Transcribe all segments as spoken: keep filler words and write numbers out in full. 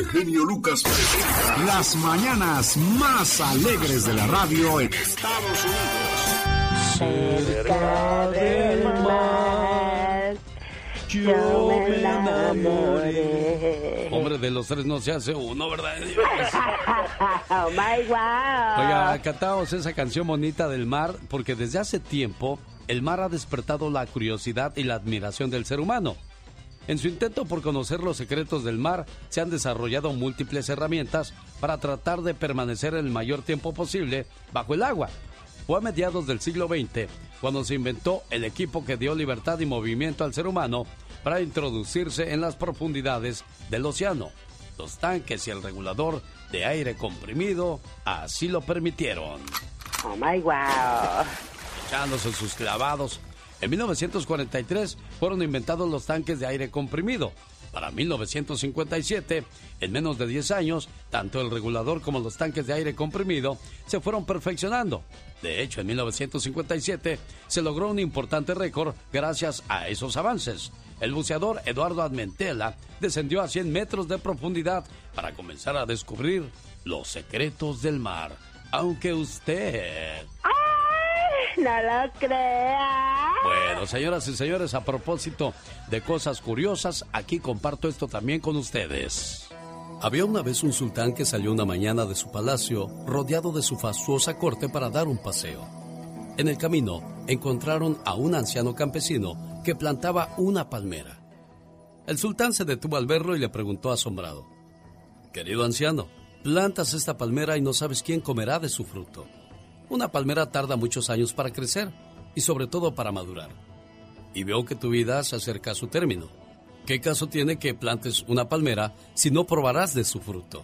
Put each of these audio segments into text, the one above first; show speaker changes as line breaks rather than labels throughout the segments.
genio Lucas presenta las mañanas más alegres de la radio en Estados Unidos.
Cerca del mar, yo me enamoré.
Hombre, de los tres no se hace uno, ¿verdad?
Oh my wow.
Oiga, cantamos esa canción bonita del mar porque desde hace tiempo el mar ha despertado la curiosidad y la admiración del ser humano. En su intento por conocer los secretos del mar, se han desarrollado múltiples herramientas para tratar de permanecer el mayor tiempo posible bajo el agua. Fue a mediados del siglo veinte cuando se inventó el equipo que dio libertad y movimiento al ser humano para introducirse en las profundidades del océano. Los tanques y el regulador de aire comprimido así lo permitieron.
Oh my wow.
Echándose sus clavados. En mil novecientos cuarenta y tres fueron inventados los tanques de aire comprimido. Para mil novecientos cincuenta y siete, en menos de diez años, tanto el regulador como los tanques de aire comprimido se fueron perfeccionando. De hecho, en mil novecientos cincuenta y siete se logró un importante récord gracias a esos avances. El buceador Eduardo Admentela descendió a cien metros de profundidad para comenzar a descubrir los secretos del mar. Aunque usted...
¡Ay! No lo crea.
Bueno, señoras y señores, a propósito de cosas curiosas, aquí comparto esto también con ustedes. Había una vez un sultán que salió una mañana de su palacio rodeado de su fastuosa corte para dar un paseo. En el camino encontraron a un anciano campesino que plantaba una palmera. El sultán se detuvo al verlo y le preguntó asombrado: «Querido anciano, plantas esta palmera y no sabes quién comerá de su fruto. Una palmera tarda muchos años para crecer y sobre todo para madurar. Y veo que tu vida se acerca a su término. ¿Qué caso tiene que plantes una palmera si no probarás de su fruto?».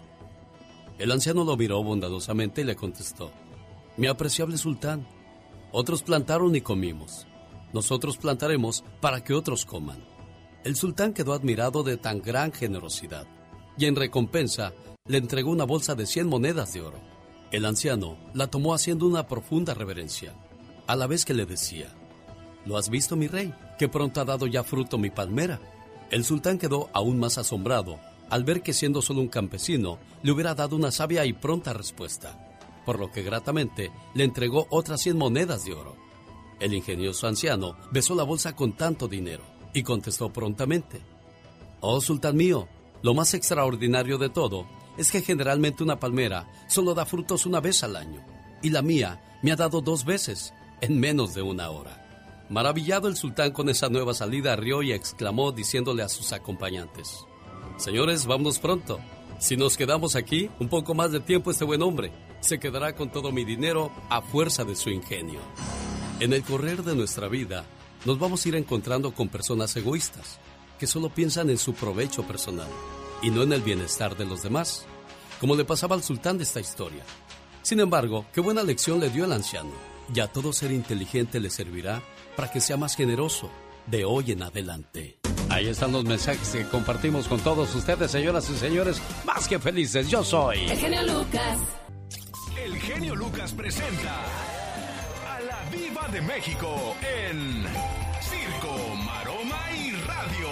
El anciano lo miró bondadosamente y le contestó: «Mi apreciable sultán, otros plantaron y comimos. Nosotros plantaremos para que otros coman». El sultán quedó admirado de tan gran generosidad y en recompensa le entregó una bolsa de cien monedas de oro. El anciano la tomó haciendo una profunda reverencia, a la vez que le decía: «¿Lo has visto, mi rey? Que pronto ha dado ya fruto mi palmera». El sultán quedó aún más asombrado al ver que, siendo solo un campesino, le hubiera dado una sabia y pronta respuesta, por lo que gratamente le entregó otras cien monedas de oro. El ingenioso anciano besó la bolsa con tanto dinero y contestó prontamente: «Oh, sultán mío, lo más extraordinario de todo es que generalmente una palmera solo da frutos una vez al año, y la mía me ha dado dos veces en menos de una hora». Maravillado, el sultán con esa nueva salida rió y exclamó diciéndole a sus acompañantes: «Señores, vámonos pronto. Si nos quedamos aquí un poco más de tiempo, este buen hombre se quedará con todo mi dinero a fuerza de su ingenio». En el correr de nuestra vida nos vamos a ir encontrando con personas egoístas que solo piensan en su provecho personal y no en el bienestar de los demás, como le pasaba al sultán de esta historia. Sin embargo, qué buena lección le dio el anciano, y a todo ser inteligente le servirá para que sea más generoso de hoy en adelante. Ahí están los mensajes que compartimos con todos ustedes, señoras y señores, más que felices. Yo soy
el genio Lucas.
El genio Lucas presenta a la Diva de México en Circo, Maroma y Radio.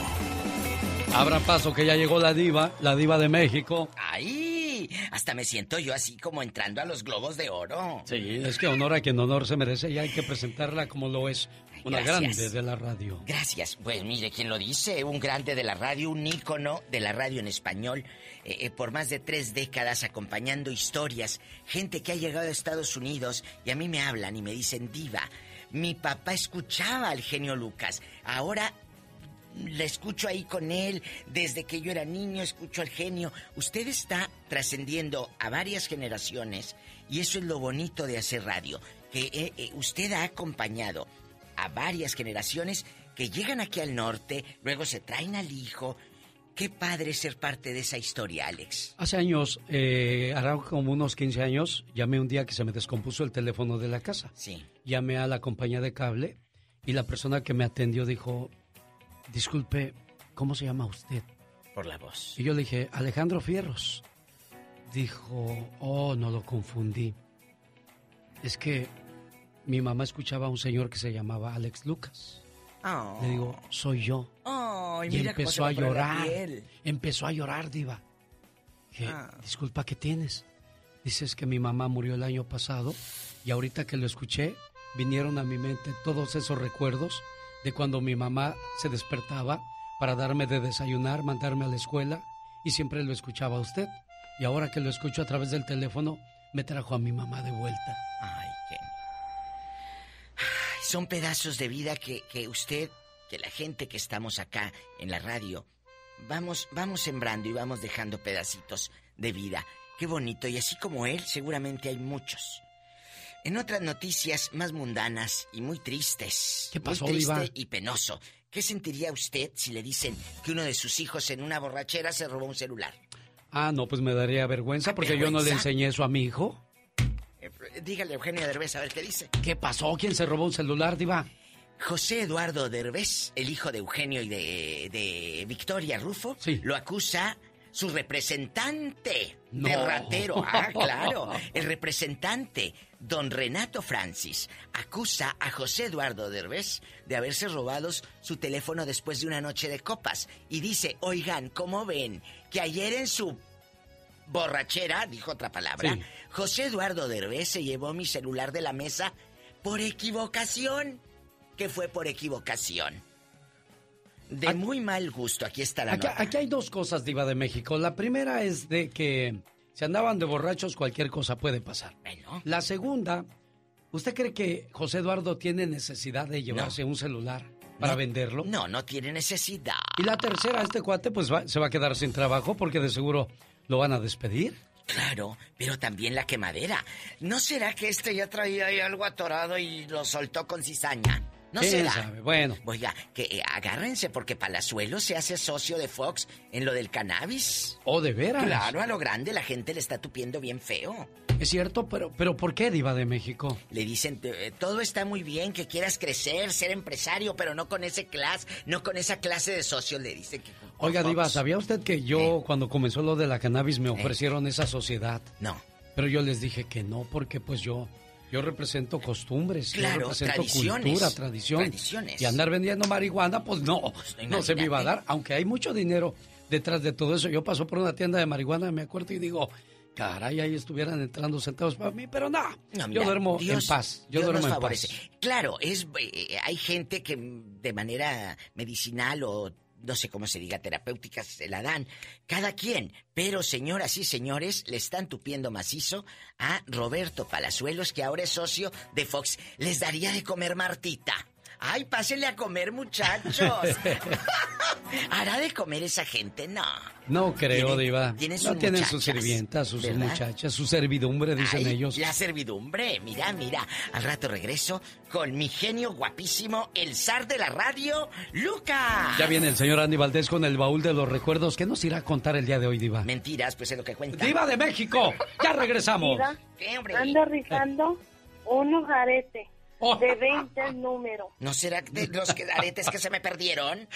Abra paso que ya llegó la diva, la diva de México.
¡Ay! Hasta me siento yo así como entrando a los Globos de Oro.
Sí, es que honor a quien honor se merece y hay que presentarla como lo es, una
Gracias.
grande de la radio.
Gracias. Pues mire, ¿quién lo dice? Un grande de la radio, un ícono de la radio en español, eh, eh, por más de tres décadas acompañando historias, gente que ha llegado a Estados Unidos y a mí me hablan y me dicen: «Diva, mi papá escuchaba al genio Lucas, ahora la escucho ahí con él, desde que yo era niño escucho al genio». Usted está trascendiendo a varias generaciones y eso es lo bonito de hacer radio, que eh, eh, usted ha acompañado a varias generaciones que llegan aquí al norte, luego se traen al hijo. Qué padre ser parte de esa historia, Alex.
Hace años, eh, hará como unos quince años, llamé un día que se me descompuso el teléfono de la casa.
Sí.
Llamé a la compañía de cable y la persona que me atendió dijo: «Disculpe, ¿cómo se llama usted?».
Por la voz.
Y yo le dije: «Alejandro Fierros». Dijo: «Oh, no, lo confundí. Es que mi mamá escuchaba a un señor que se llamaba Alex Lucas».
Oh.
Le digo: «Soy yo».
Oh, y
y
mira
empezó
cómo
a
se me pone la
llorar.
piel.
Empezó a llorar, diva. dije, ah. disculpa, ¿qué tienes? Dices que mi mamá murió el año pasado y ahorita que lo escuché, vinieron a mi mente todos esos recuerdos de cuando mi mamá se despertaba para darme de desayunar, mandarme a la escuela y siempre lo escuchaba a usted. Y ahora que lo escucho a través del teléfono, me trajo a mi mamá de vuelta.
Ay, genio. Ay, son pedazos de vida que, que usted, que la gente que estamos acá en la radio, vamos, vamos sembrando y vamos dejando pedacitos de vida. Qué bonito. Y así como él, seguramente hay muchos. En otras noticias más mundanas y muy tristes.
¿Qué pasó,
muy triste
Diva?
Y penoso. ¿Qué sentiría usted si le dicen que uno de sus hijos en una borrachera se robó un celular?
Ah, no, pues me daría vergüenza porque
¿Vergüenza?
yo no le enseñé eso a mi hijo.
Eh, dígale a Eugenio Derbez a ver qué dice.
¿Qué pasó? ¿Quién se robó un celular, Diva?
José Eduardo Derbez, el hijo de Eugenio y de, de Victoria Rufo,
sí.
lo acusa su representante
no.
de ratero. Ah, claro. El representante, don Renato Francis, acusa a José Eduardo Derbez de haberse robado su teléfono después de una noche de copas. Y dice, oigan, ¿cómo ven que ayer en su borrachera, dijo otra palabra, sí. José Eduardo Derbez se llevó mi celular de la mesa por equivocación? ¿Qué fue por equivocación? De aquí, muy mal gusto, aquí está la
aquí,
nota.
Aquí hay dos cosas, Diva de México. La primera es de que si andaban de borrachos, cualquier cosa puede pasar.
Bueno.
La segunda, ¿usted cree que José Eduardo tiene necesidad de llevarse no. un celular para
no,
venderlo?
No, no tiene necesidad.
Y la tercera, este cuate pues va, se va a quedar sin trabajo porque de seguro lo van a despedir.
Claro, pero también la quemadera. ¿No será que este ya traía ahí algo atorado y lo soltó con cizaña? ¿No será?
Sabe? Bueno.
Oiga, que eh, agárrense porque Palazuelos se hace socio de Fox en lo del cannabis.
¿Oh, de veras?
Claro, a lo grande la gente le está tupiendo bien feo.
Es cierto, pero, pero ¿por qué, Diva de México?
Le dicen, eh, todo está muy bien, que quieras crecer, ser empresario, pero no con ese clase, no con esa clase de socios, le dicen que...
Oiga,
Fox.
Diva, ¿sabía usted que yo, eh. cuando comenzó lo de la cannabis, me ofrecieron eh. esa sociedad?
No.
Pero yo les dije que no, porque pues yo... Yo represento costumbres,
claro,
yo represento
tradiciones,
cultura, tradición.
Tradiciones.
Y andar vendiendo marihuana, pues no, pues no, no se me iba a dar. Aunque hay mucho dinero detrás de todo eso. Yo paso por una tienda de marihuana, me acuerdo, y digo, caray, ahí estuvieran entrando centavos para mí, pero no, no mira, yo duermo
Dios,
en paz. Yo
Dios
duermo
nos
en
favorece.
paz.
Claro, es, eh, hay gente que de manera medicinal o... no sé cómo se diga, terapéuticas se la dan, cada quien. Pero, señoras y señores, le están tupiendo macizo a Roberto Palazuelos, que ahora es socio de Fox. ¿Les daría de comer, Martita? Ay, pásenle a comer, muchachos. ¿Hará de comer esa gente? No.
No creo,
¿Tienen,
Diva.
¿tienen
no
sus
tienen
muchachas,
sus sirvientas, sus
¿verdad?
muchachas, su servidumbre, dicen
Ay,
ellos.
La servidumbre, mira, mira. Al rato regreso con mi genio guapísimo, el zar de la radio, Lucas.
Ya viene el señor Andy Valdés con el baúl de los recuerdos. ¿Qué nos irá a contar el día de hoy, Diva?
Mentiras, pues es lo que cuenta.
¡Diva de México! ¡Ya regresamos!
Diva,
¿Qué, hombre?
ando rifando unos aretes
oh.
de veinte números.
¿No será de los que, aretes que se me perdieron?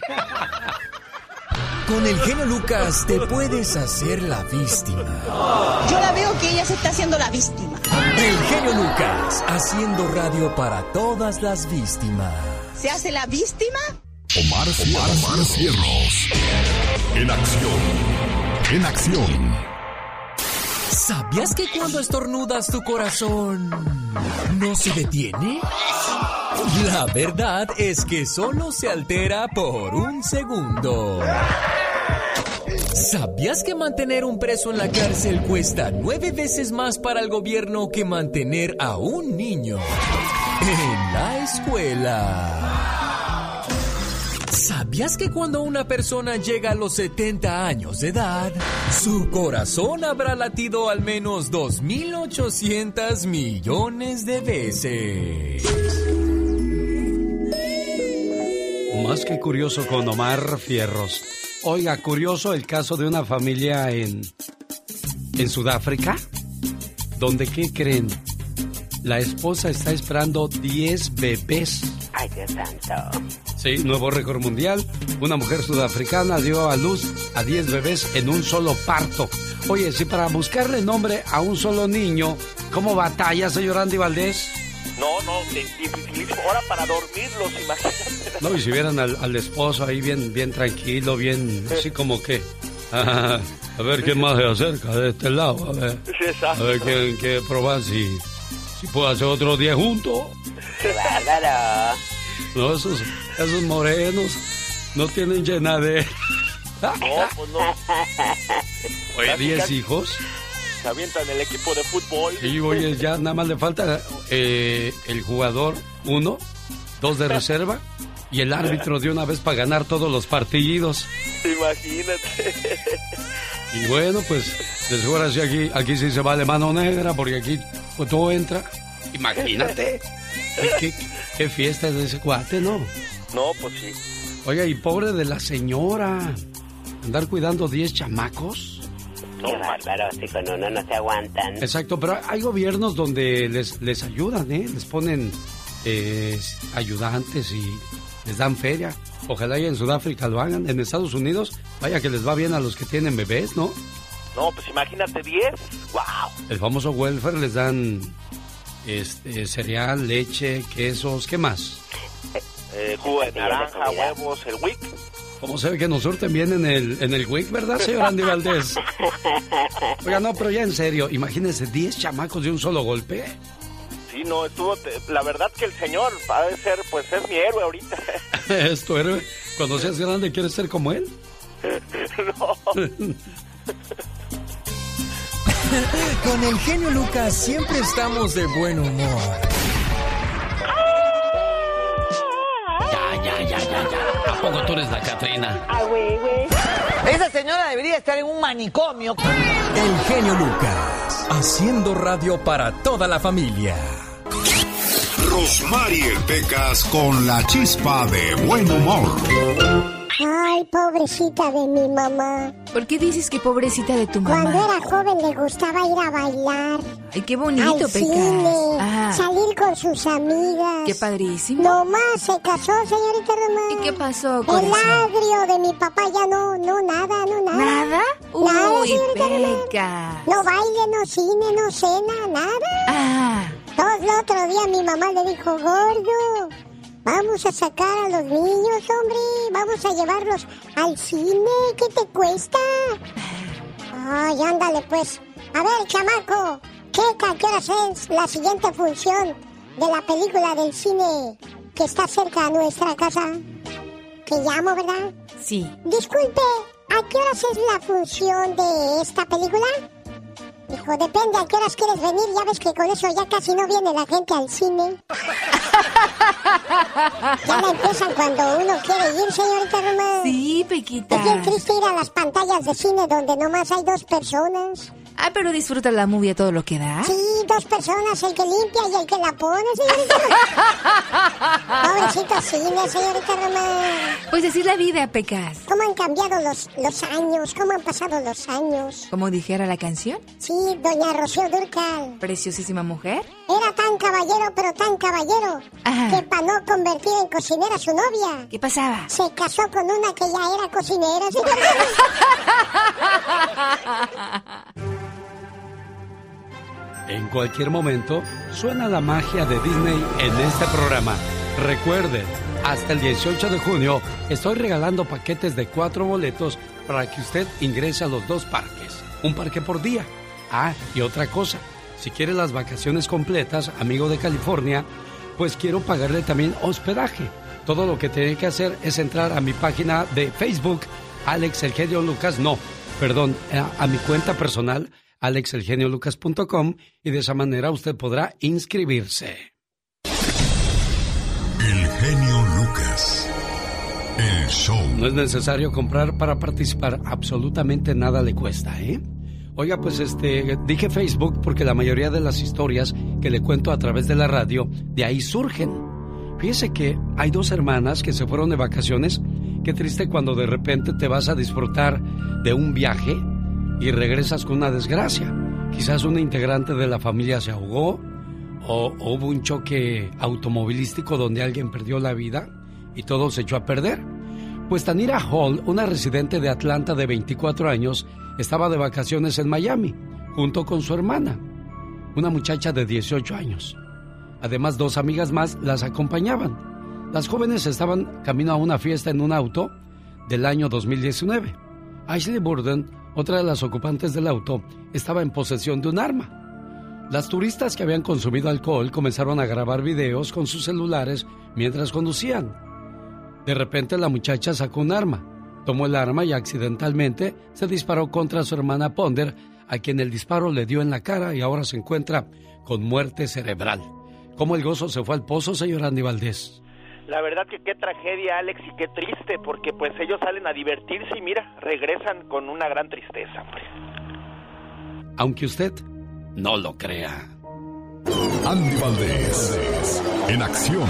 Con el genio Lucas te puedes hacer la víctima.
Yo la veo que ella se está haciendo la víctima.
El genio Lucas, haciendo radio para todas las víctimas.
¿Se hace la víctima?
Omar, Omar, Omar Cierros. En acción. En acción.
¿Sabías que cuando estornudas tu corazón no se detiene? La verdad es que solo se altera por un segundo. ¿Sabías que mantener un preso en la cárcel cuesta nueve veces más para el gobierno que mantener a un niño en la escuela? ¿Sabías que cuando una persona llega a los setenta años de edad, su corazón habrá latido al menos dos mil ochocientos millones de veces?
Más que curioso con Omar Fierros. Oiga, curioso el caso de una familia en, en Sudáfrica, donde, ¿qué creen? La esposa está esperando diez bebés.
Ay, Dios santo.
Sí, nuevo récord mundial. Una mujer sudafricana dio a luz a diez bebés en un solo parto. Oye, si para buscarle nombre a un solo niño, ¿cómo batalla, señor Andy Valdés?
No, no, dificilísimo. Ahora para dormirlos, imagínate.
No, y si vieran al, al esposo ahí bien, bien tranquilo, bien, así como que... Ah, A ver quién más se acerca de este lado. A ver,
Sí, exacto.
a ver quién quiere probar si, si puedo hacer otros diez juntos.
¡Qué bárbaro!
No, esos, esos morenos no tienen llenadera.
No, pues no.
Oye, diez hijos.
Se avientan el equipo de fútbol.
Y oye, ya nada más le falta eh, el jugador uno, dos de reserva y el árbitro de una vez para ganar todos los partidos.
Imagínate.
Y bueno, pues, de seguro así aquí, aquí sí se va de mano negra, porque aquí pues, todo entra. Imagínate. ¿Qué, qué, qué fiesta es de ese cuate, ¿no?
No, pues sí.
Oiga, y pobre de la señora. Andar cuidando diez chamacos.
¡Qué bárbaro! Si con uno no se aguantan.
Exacto, pero hay gobiernos donde les, les ayudan, ¿eh? Les ponen eh, ayudantes y les dan feria. Ojalá y en Sudáfrica lo hagan. En Estados Unidos, vaya que les va bien a los que tienen bebés, ¿no?
No, pues imagínate diez. ¡Wow!
El famoso welfare les dan este, cereal, leche, quesos, ¿qué más?
Eh, jugo de naranja, huevos, el Wick.
¿Cómo se ve que nos surten bien en el, en el Wick, verdad, señor Andy Valdés? Oiga, no, pero ya en serio, imagínense diez chamacos de un solo golpe.
Sí, no, estuvo... La verdad que el señor va a ser, pues es mi héroe ahorita.
¿Es tu héroe? Cuando seas grande, ¿quieres ser como él?
No.
Con el genio Lucas siempre estamos de buen humor.
Ya, ya, ya, ya, ya. ¿A poco tú eres la Catrina?
¡Ah, güey, güey!
Esa señora debería estar en un manicomio.
El genio Lucas, haciendo radio para toda la familia.
Rosmarie Pecas con la chispa de buen humor.
Ay, pobrecita de mi mamá.
¿Por qué dices que pobrecita de tu mamá?
Cuando era joven le gustaba ir a bailar.
Ay, qué bonito,
al
Pecas.
cine,
Ajá.
salir con sus amigas.
Qué padrísimo.
Nomás se casó, señorita Román.
¿Y qué pasó con
El
eso?
agrio de mi papá ya no, no, nada, no, nada.
¿Nada?
Nada,
Uy,
señorita Román.
Pecas.
No baile, no cine, no cena, nada.
Ah,
Todo el otro día mi mamá le dijo, gordo, vamos a sacar a los niños, hombre. Vamos a llevarlos al cine. ¿Qué te cuesta? Ay, ándale, pues. A ver, chamaco, ¿qué, a qué horas es la siguiente función de la película del cine que está cerca de nuestra casa? Que llamo, ¿verdad?
sí.
Disculpe, ¿a qué horas es la función de esta película? Dijo, depende a qué horas quieres venir. Ya ves que con eso ya casi no viene la gente al cine. Ya la empiezan cuando uno quiere ir, señorita Román.
Sí, Pequita.
Es bien triste ir a las pantallas de cine donde nomás hay dos personas.
Ah, pero disfruta la movie a todo lo que da.
Sí, dos personas, el que limpia y el que la pone, señorita Román. Pobrecito cine, señorita Román.
Pues así es la vida, Pecas.
¿Cómo han cambiado los, los años? ¿Cómo han pasado los años?
Como dijera la canción,
Sí, doña Rocío Dúrcal.
preciosísima mujer.
Era tan caballero, pero tan caballero,
Ajá.
que para no convertir en cocinera a su novia,
¿Qué pasaba?
se casó con una que ya era cocinera, señorita.
En cualquier momento, suena la magia de Disney en este programa. Recuerden, hasta el dieciocho de junio estoy regalando paquetes de cuatro boletos para que usted ingrese a los dos parques. Un parque por día. Ah, y otra cosa. Si quiere las vacaciones completas, amigo de California, pues quiero pagarle también hospedaje. Todo lo que tiene que hacer es entrar a mi página de Facebook, Alex El Genio Lucas, no, perdón, a, a mi cuenta personal, alex el genio lucas punto com, y de esa manera usted podrá inscribirse.
El genio Lucas. El show.
No es necesario comprar para participar, absolutamente nada le cuesta, ¿eh? Oiga, pues este, dije Facebook porque la mayoría de las historias que le cuento a través de la radio, de ahí surgen. Fíjese que hay dos hermanas que se fueron de vacaciones. Qué triste cuando de repente te vas a disfrutar de un viaje y regresas con una desgracia. Quizás un integrante de la familia se ahogó o, o hubo un choque automovilístico donde alguien perdió la vida y todo se echó a perder. Pues Tanira Hall, una residente de Atlanta de veinticuatro años, estaba de vacaciones en Miami junto con su hermana, una muchacha de dieciocho años. Además, dos amigas más las acompañaban. Las jóvenes estaban camino a una fiesta en un auto del año dos mil diecinueve. Ashley Burden otra de las ocupantes del auto estaba en posesión de un arma. Las turistas que habían consumido alcohol comenzaron a grabar videos con sus celulares mientras conducían. De repente la muchacha sacó un arma, tomó el arma y accidentalmente se disparó contra su hermana Ponder, a quien el disparo le dio en la cara y ahora se encuentra con muerte cerebral. ¿Cómo el gozo se fue al pozo, señor Andy Valdés?
La verdad que qué tragedia, Alex, y qué triste, porque pues ellos salen a divertirse y mira, regresan con una gran tristeza, hombre.
Aunque usted no lo crea.
Andy Valdés, en acción.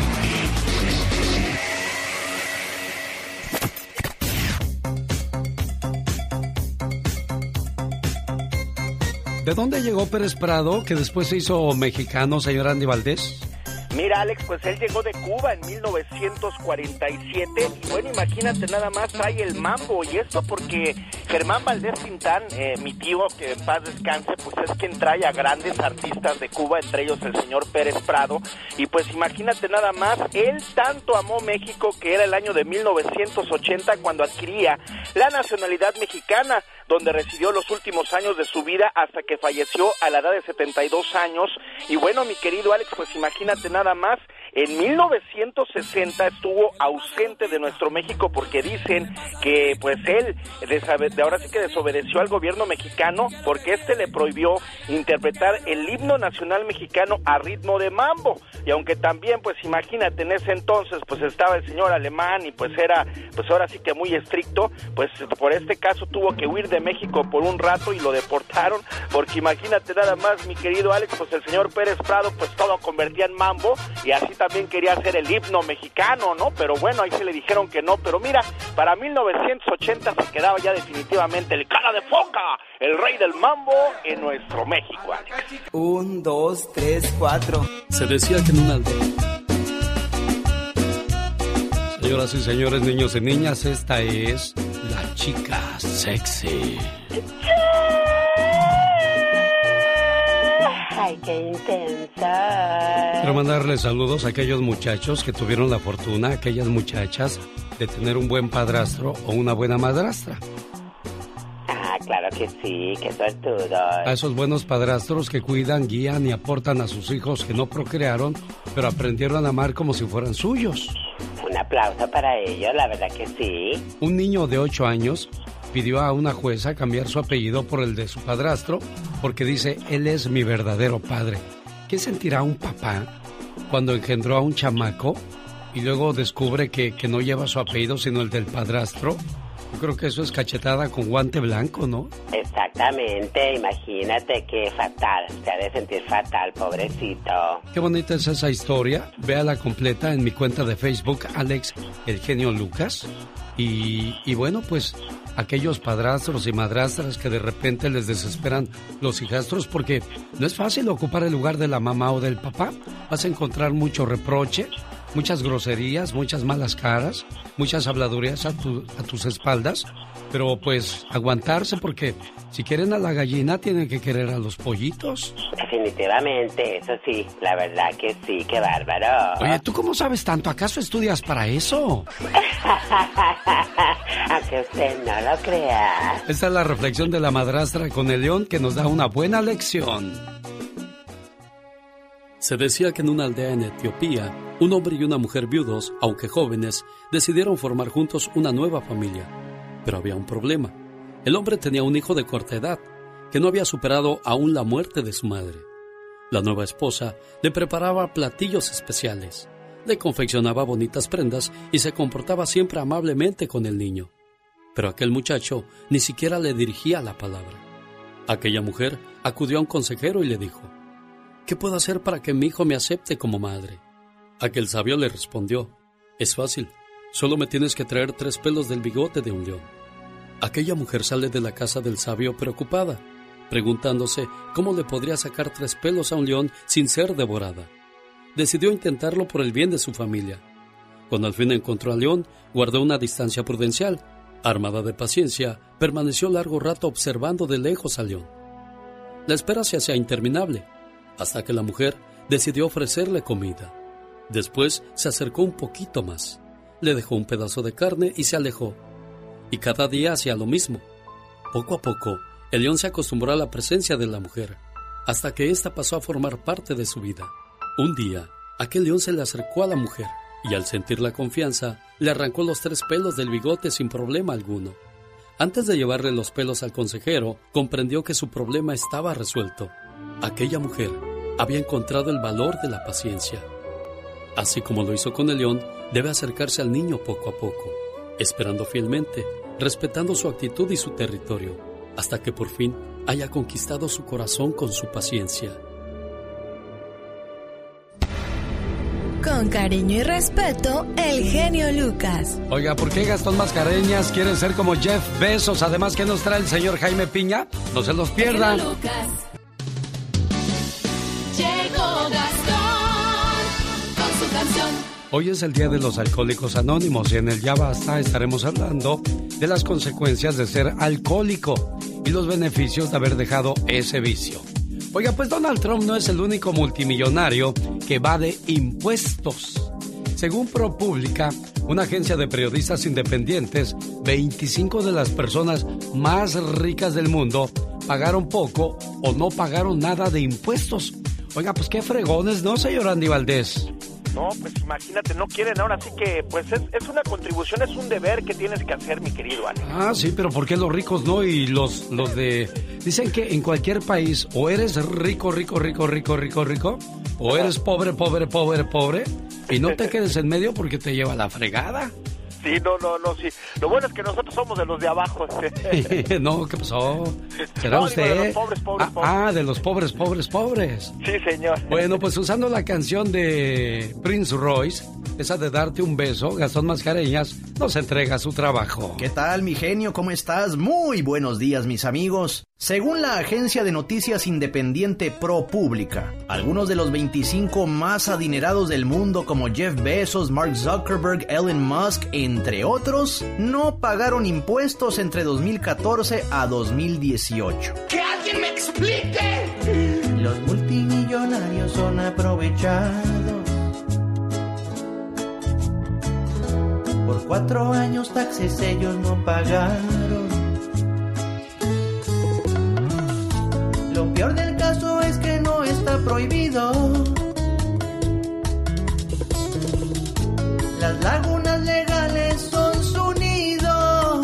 ¿De dónde llegó Pérez Prado, que después se hizo mexicano, señor Andy Valdés?
Mira, Alex, pues él llegó de Cuba en mil novecientos cuarenta y siete y bueno, imagínate nada más, trae el mambo, y esto porque Germán Valdés Tintán, eh, mi tío, que en paz descanse, pues es quien trae a grandes artistas de Cuba, entre ellos el señor Pérez Prado, y pues imagínate nada más, él tanto amó México que era el año de mil novecientos ochenta cuando adquiría la nacionalidad mexicana, donde residió los últimos años de su vida hasta que falleció a la edad de setenta y dos años. Y bueno, mi querido Alex, pues imagínate nada más, en mil novecientos sesenta estuvo ausente de nuestro México porque dicen que pues él de ahora sí que desobedeció al gobierno mexicano porque este le prohibió interpretar el himno nacional mexicano a ritmo de mambo. Y aunque también pues imagínate, en ese entonces pues estaba el señor alemán y pues era pues ahora sí que muy estricto, pues por este caso tuvo que huir de México por un rato y lo deportaron, porque imagínate nada más, mi querido Alex, pues el señor Pérez Prado pues todo convertía en mambo y así también quería hacer el himno mexicano, ¿no? Pero bueno, ahí se le dijeron que no, pero mira, para mil novecientos ochenta se quedaba ya definitivamente el cara de foca, el rey del mambo en nuestro México, Alex.
Un, dos, tres, cuatro.
Se decía que en una aldea. Señoras y señores, niños y niñas, esta es la chica sexy.
Ay, qué intensa.
Quiero mandarle saludos a aquellos muchachos que tuvieron la fortuna, aquellas muchachas, de tener un buen padrastro o una buena madrastra.
Ah, claro que sí, qué suertudo.
A esos buenos padrastros que cuidan, guían y aportan a sus hijos que no procrearon, pero aprendieron a amar como si fueran suyos.
Un aplauso para ellos, la verdad que sí.
Un niño de ocho años pidió a una jueza cambiar su apellido por el de su padrastro porque dice, él es mi verdadero padre. ¿Qué sentirá un papá cuando engendró a un chamaco y luego descubre que, que no lleva su apellido sino el del padrastro? Yo creo que eso es cachetada con guante blanco, ¿no?
Exactamente, imagínate qué fatal, se ha de sentir fatal, pobrecito.
Qué bonita es esa historia, véala completa en mi cuenta de Facebook, Alex El Genio Lucas. Y, y bueno, pues aquellos padrastros y madrastras que de repente les desesperan los hijastros porque no es fácil ocupar el lugar de la mamá o del papá. Vas a encontrar mucho reproche, muchas groserías, muchas malas caras, muchas habladurías a, tu, a tus espaldas, pero pues aguantarse porque si quieren a la gallina tienen que querer a los pollitos.
Definitivamente, eso sí, la verdad que sí, qué bárbaro.
Oye, ¿tú cómo sabes tanto? ¿Acaso estudias para eso?
Aunque usted no lo crea.
Esta es la reflexión de la madrastra con el león que nos da una buena lección. Se decía que en una aldea en Etiopía, un hombre y una mujer viudos, aunque jóvenes, decidieron formar juntos una nueva familia. Pero había un problema. El hombre tenía un hijo de corta edad, que no había superado aún la muerte de su madre. La nueva esposa le preparaba platillos especiales, le confeccionaba bonitas prendas y se comportaba siempre amablemente con el niño. Pero aquel muchacho ni siquiera le dirigía la palabra. Aquella mujer acudió a un consejero y le dijo, ¿qué puedo hacer para que mi hijo me acepte como madre? Aquel sabio le respondió, es fácil, solo me tienes que traer tres pelos del bigote de un león. Aquella mujer sale de la casa del sabio preocupada, preguntándose cómo le podría sacar tres pelos a un león sin ser devorada. Decidió intentarlo por el bien de su familia. Cuando al fin encontró al león, guardó una distancia prudencial. Armada de paciencia, permaneció largo rato observando de lejos al león. La espera se hacía interminable, hasta que la mujer decidió ofrecerle comida. Después se acercó un poquito más, le dejó un pedazo de carne y se alejó. Y cada día hacía lo mismo. Poco a poco, el león se acostumbró a la presencia de la mujer, hasta que ésta pasó a formar parte de su vida. Un día, aquel león se le acercó a la mujer y al sentir la confianza, le arrancó los tres pelos del bigote sin problema alguno. Antes de llevarle los pelos al consejero, comprendió que su problema estaba resuelto. Aquella mujer había encontrado el valor de la paciencia. Así como lo hizo con el león, debe acercarse al niño poco a poco, esperando fielmente, respetando su actitud y su territorio, hasta que por fin haya conquistado su corazón con su paciencia.
Con cariño y respeto, el genio Lucas.
Oiga, ¿por qué Gastón Mascareñas quiere ser como Jeff Bezos? Además, ¿qué nos trae el señor Jaime Piña? No se los pierdan.
Llegó Gastón con su canción.
Hoy es el Día de los Alcohólicos Anónimos y en el Ya Basta estaremos hablando de las consecuencias de ser alcohólico y los beneficios de haber dejado ese vicio. Oiga, pues Donald Trump no es el único multimillonario que evade impuestos. Según ProPublica, una agencia de periodistas independientes, veinticinco de las personas más ricas del mundo pagaron poco o no pagaron nada de impuestos. Oiga, pues qué fregones, ¿no, señor Andy Valdés?
No, pues imagínate, no quieren ahora, así que pues es, es una contribución, es un deber que tienes que hacer, mi querido Alex.
Ah, sí, pero ¿por qué los ricos no? Y los, los de... Dicen que en cualquier país o eres rico, rico, rico, rico, rico, rico, o eres pobre, pobre, pobre, pobre, y no te quedes en medio porque te lleva la fregada.
Sí, no, no, no, sí. Lo bueno es que nosotros somos de los de abajo.
No, ¿qué pasó? ¿Será
no,
usted?
Digo, de los pobres, pobres,
ah,
pobres.
Ah, de los pobres, pobres, pobres.
Sí, señor.
Bueno, pues usando la canción de Prince Royce, esa de Darte un beso, Gastón Mascareñas nos entrega su trabajo.
¿Qué tal, mi genio? ¿Cómo estás? Muy buenos días, mis amigos. Según la agencia de noticias independiente ProPublica, algunos de los veinticinco más adinerados del mundo como Jeff Bezos, Mark Zuckerberg, Elon Musk, entre otros, no pagaron impuestos entre dos mil catorce a dos mil dieciocho.
¡Que alguien me explique!
Los multimillonarios son aprovechados. Por cuatro años taxes ellos no pagaron. Lo peor del caso es que no está prohibido. Las lagunas legales son su nido.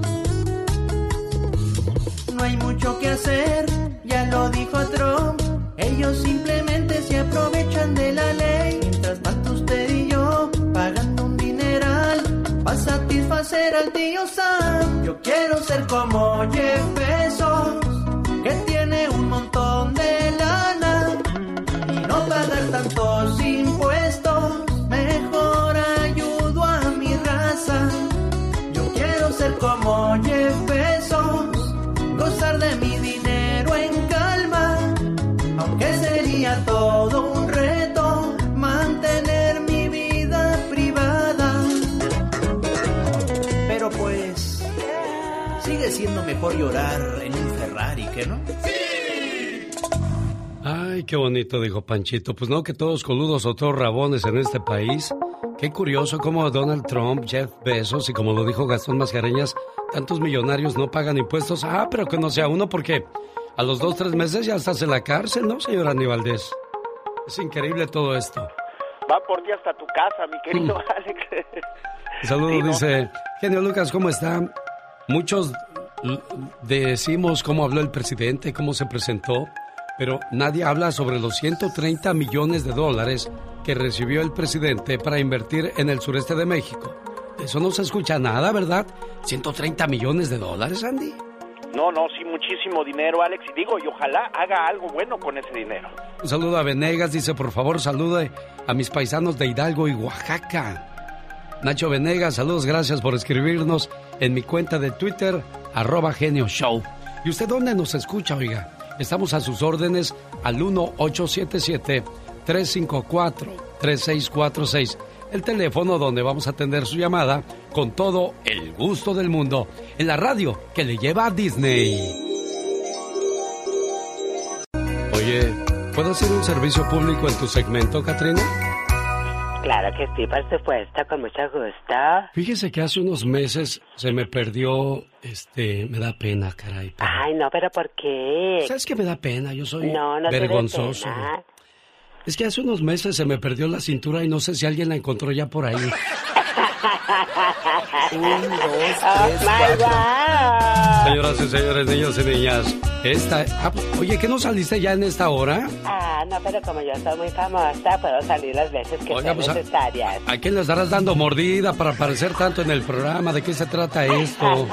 No hay mucho que hacer, ya lo dijo Trump. Ellos simplemente se aprovechan de la ley. Mientras tanto usted y yo pagando un dineral para satisfacer al tío Sam. Yo quiero ser como Jeff Bezos, que tiene un montón de lana y no pagar tantos impuestos. Mejor ayudo a mi raza. Yo quiero ser como Jeff Bezos, gozar de mi dinero en calma, aunque sería todo un reto mantener mi vida privada. Pero pues sigue siendo mejor llorar en un Ferrari, ¿qué no?
Ay, qué bonito, dijo Panchito. Pues no, que todos coludos o todos rabones en este país. Qué curioso cómo Donald Trump, Jeff Bezos y como lo dijo Gastón Mascareñas, tantos millonarios no pagan impuestos. Ah, pero que no sea uno porque a los dos, tres meses ya estás en la cárcel, ¿no, señor Andy Valdés? Es increíble todo esto.
Va por ti hasta tu casa, mi querido mm. Alex.
Saludos, sí, ¿no? Dice, genio Lucas, ¿cómo está? Muchos decimos cómo habló el presidente, cómo se presentó, pero nadie habla sobre los ciento treinta millones de dólares que recibió el presidente para invertir en el sureste de México. De eso no se escucha nada, ¿verdad? ciento treinta millones de dólares, Andy.
No, no, sí, muchísimo dinero, Alex. Y digo, y ojalá haga algo bueno con ese dinero.
Un saludo a Venegas, dice, por favor, salude a mis paisanos de Hidalgo y Oaxaca. Nacho Venegas, saludos, gracias por escribirnos en mi cuenta de Twitter, arroba Genio Show. ¿Y usted dónde nos escucha, oiga? Estamos a sus órdenes al uno ocho siete siete, tres cinco cuatro, tres seis cuatro seis. El teléfono donde vamos a atender su llamada con todo el gusto del mundo. En la radio que le lleva a Disney. Oye, ¿puedo hacer un servicio público en tu segmento, Katrina?
Claro que sí, por supuesto, con mucho gusto.
Fíjese que hace unos meses se me perdió, este, me da pena, caray. Pero...
Ay, no, pero ¿por qué?
¿Sabes qué me da pena? Yo soy
no, no
vergonzoso.
Te dé pena.
Es que hace unos meses se me perdió la cintura y no sé si alguien la encontró ya por ahí.
Un, dos,
oh,
tres, cuatro.
Señoras y señores, niños y niñas, esta... Ah, oye, ¿qué no saliste ya en esta hora?
Ah, no, pero como yo soy muy famosa, puedo salir las veces que
Oiga,
sean
pues,
necesarias.
¿A, ¿A quién le estarás dando mordida para aparecer tanto en el programa? ¿De qué se trata esto?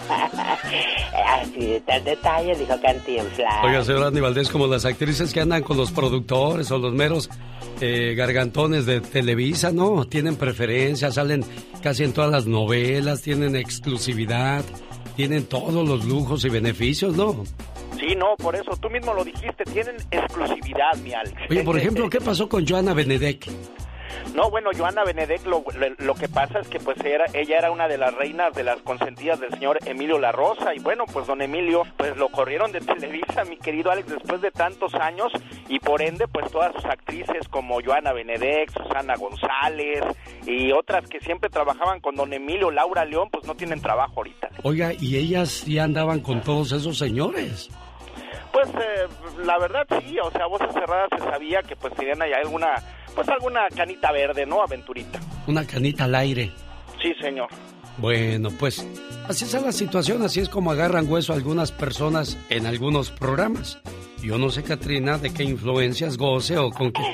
Así, tal detalle, dijo Cantinflas.
Oiga, señor Andy Valdés, como las actrices que andan con los productores o los meros eh, gargantones de Televisa, ¿no? Tienen preferencias, salen casi en todas las novelas, tienen exclusividad, tienen todos los lujos y beneficios, ¿no?
Sí, no, por eso, tú mismo lo dijiste, tienen exclusividad, mi Alex.
Oye, por ejemplo, ¿qué pasó con Joana Benedek?
No, bueno, Joana Benedek, lo, lo, lo que pasa es que pues era, ella era una de las reinas de las consentidas del señor Emilio La Rosa, y bueno, pues don Emilio, pues lo corrieron de Televisa, mi querido Alex, después de tantos años, y por ende, pues todas sus actrices como Joana Benedek, Susana González, y otras que siempre trabajaban con don Emilio, Laura León, pues no tienen trabajo ahorita.
Oiga, ¿y ellas ya andaban con todos esos señores?
Pues eh, la verdad sí, o sea, a voces cerradas se sabía que pues tenían ahí alguna, pues alguna canita verde, ¿no? Aventurita.
Una canita al aire.
Sí, señor.
Bueno, pues así es la situación, así es como agarran hueso algunas personas en algunos programas. Yo no sé, Catrina, de qué influencias goce o con qué...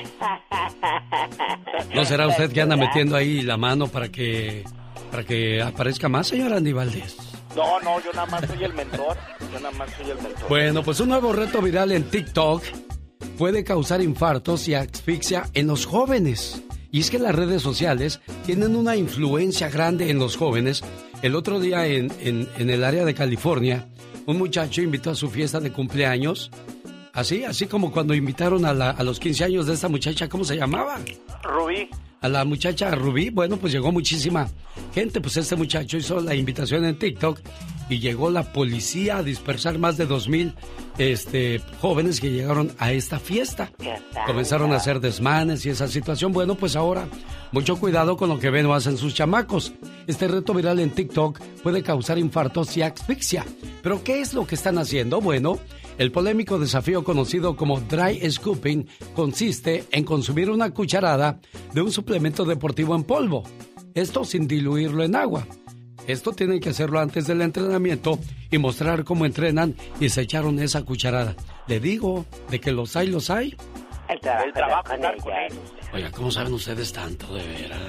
¿No será usted que anda metiendo ahí la mano para que, para que aparezca más, señor Andy Valdés?
No, no, yo nada más soy el mentor, yo nada más soy el mentor.
Bueno, pues un nuevo reto viral en TikTok puede causar infartos y asfixia en los jóvenes. Y es que las redes sociales tienen una influencia grande en los jóvenes. El otro día en, en, en el área de California, un muchacho invitó a su fiesta de cumpleaños, así, así como cuando invitaron a, la, a los quince años de esta muchacha, ¿cómo se llamaba?
Rubí.
A la muchacha Rubí, bueno, pues llegó muchísima gente, pues este muchacho hizo la invitación en TikTok y llegó la policía a dispersar más de dos mil este, jóvenes que llegaron a esta fiesta. Comenzaron a hacer desmanes y esa situación, bueno, pues ahora mucho cuidado con lo que ven o hacen sus chamacos. Este reto viral en TikTok puede causar infartos y asfixia. ¿Pero qué es lo que están haciendo? Bueno, el polémico desafío conocido como dry scooping consiste en consumir una cucharada de un suplemento deportivo en polvo. Esto sin diluirlo en agua. Esto tienen que hacerlo antes del entrenamiento y mostrar cómo entrenan y se echaron esa cucharada. Le digo, de que los hay, los hay.
El trabajo,
el trabajo
con
con
ella.
ellos.
Oiga, ¿cómo saben ustedes tanto, de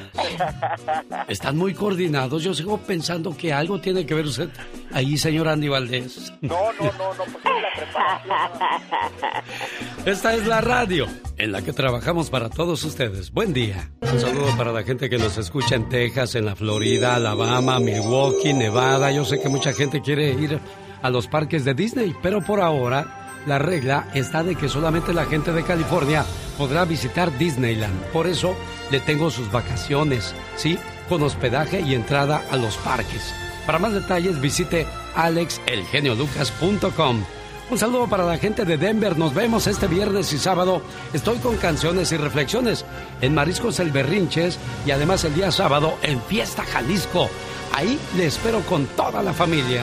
veras? Están muy coordinados. Yo sigo pensando que algo tiene que ver usted ahí, señor Andy Valdés.
No, no, no, no, pues es la preparación.
Esta es la radio en la que trabajamos para todos ustedes. Buen día. Un saludo para la gente que nos escucha en Texas, en la Florida, Alabama, Milwaukee, Nevada. Yo sé que mucha gente quiere ir a los parques de Disney, pero por ahora la regla está de que solamente la gente de California podrá visitar Disneyland. Por eso le tengo sus vacaciones, ¿sí? Con hospedaje y entrada a los parques. Para más detalles visite alex el genio lucas punto com. Un saludo para la gente de Denver. Nos vemos este viernes y sábado. Estoy con canciones y reflexiones en Mariscos El Berrinches y además el día sábado en Fiesta Jalisco. Ahí le espero con toda la familia.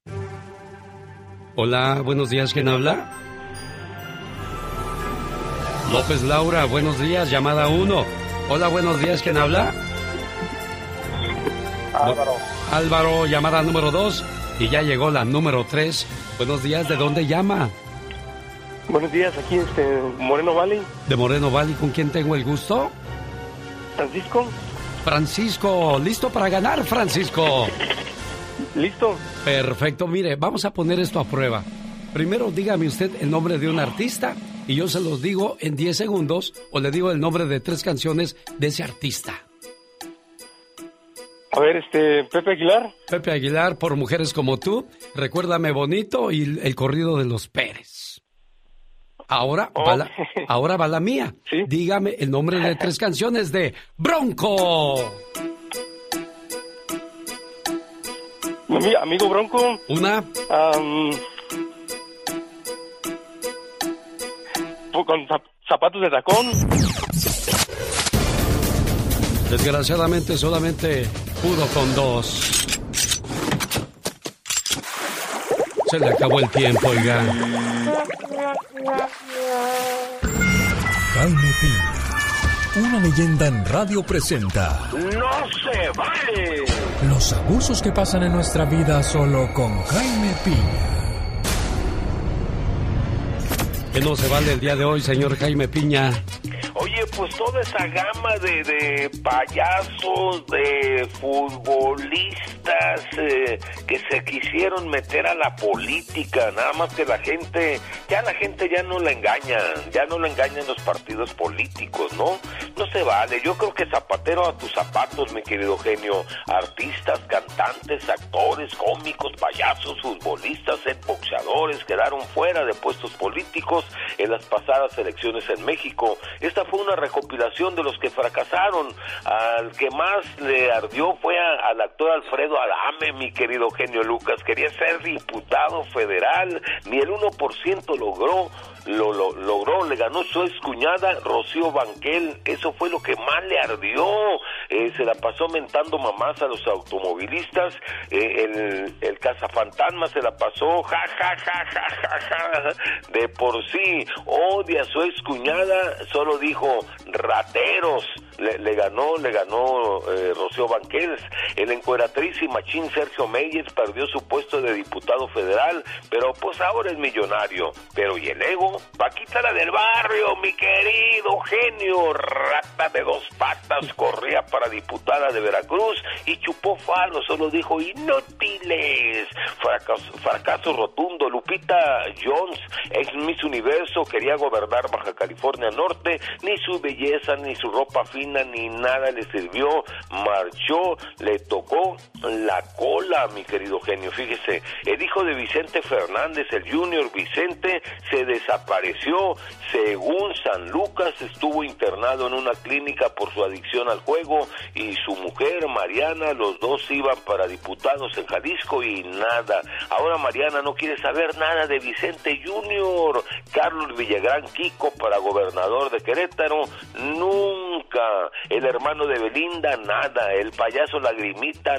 Hola, buenos días, ¿quién habla? López Laura, buenos días, llamada uno. Hola, buenos días, ¿quién habla?
Álvaro.
Álvaro, llamada número dos. Y ya llegó la número tres. Buenos días, ¿de dónde llama?
Buenos días, aquí este Moreno Valley.
De Moreno Valley, ¿con quién tengo el gusto?
Francisco.
Francisco, ¿listo para ganar, Francisco?
¿Listo?
Perfecto, mire, vamos a poner esto a prueba. Primero dígame usted el nombre de un artista y yo se los digo en diez segundos o le digo el nombre de tres canciones de ese artista.
A ver, este, Pepe Aguilar.
Pepe Aguilar, Por Mujeres Como Tú, Recuérdame Bonito y El Corrido de los Pérez. Ahora, oh. va, la, ahora va la mía. ¿Sí? Dígame el nombre de tres canciones de Bronco.
Mi amigo Bronco.
Una.
Um, con zapatos de tacón.
Desgraciadamente solamente pudo con dos. Se le acabó el tiempo, oiga.
Jaime Piña, una leyenda en radio presenta.
¡No se vale!
Los abusos que pasan en nuestra vida solo con Jaime Piña.
¿Qué no se vale el día de hoy, señor Jaime Piña?
Oye, pues toda esa gama de, de payasos, de futbolistas eh, que se quisieron meter a la política, nada más que la gente, ya la gente ya no la engaña, ya no la engañan los partidos políticos, ¿no? No se vale, yo creo que zapatero a tus zapatos, mi querido genio, artistas, cantantes, actores, cómicos, payasos, futbolistas, boxeadores, quedaron fuera de puestos políticos en las pasadas elecciones en México. Esta fue una recopilación de los que fracasaron. Al que más le ardió fue a, al actor Alfredo Adame, mi querido genio Lucas. Quería ser diputado federal, ni el uno por ciento logró. Lo, lo logró, le ganó su ex cuñada Rocío Banquel. Eso fue lo que más le ardió. Eh, se la pasó mentando mamás a los automovilistas. Eh, el, el cazafantasma se la pasó ja ja ja ja ja ja. De por sí odia a su ex cuñada, solo dijo rateros. Le, le ganó, le ganó eh, Rocío Banquels. El encueratriz y machín Sergio Meyers perdió su puesto de diputado federal, pero pues ahora es millonario. Pero ¿y el ego? Paquita la del barrio, mi querido genio, rata de dos patas, corría para diputada de Veracruz y chupó falo, solo dijo inútiles. Fracaso, fracaso rotundo. Lupita Jones, ex Miss Universo, quería gobernar Baja California Norte, ni su belleza, ni su ropa fina, ni nada le sirvió, marchó, le tocó la cola, mi querido genio. Fíjese, el hijo de Vicente Fernández, el Junior Vicente, se desapareció. Según San Lucas, estuvo internado en una clínica por su adicción al juego, y su mujer Mariana, los dos iban para diputados en Jalisco y nada. Ahora Mariana no quiere saber nada de Vicente Junior. Carlos Villagrán Kiko para gobernador de Querétaro, nunca. El hermano de Belinda, nada. El payaso Lagrimita,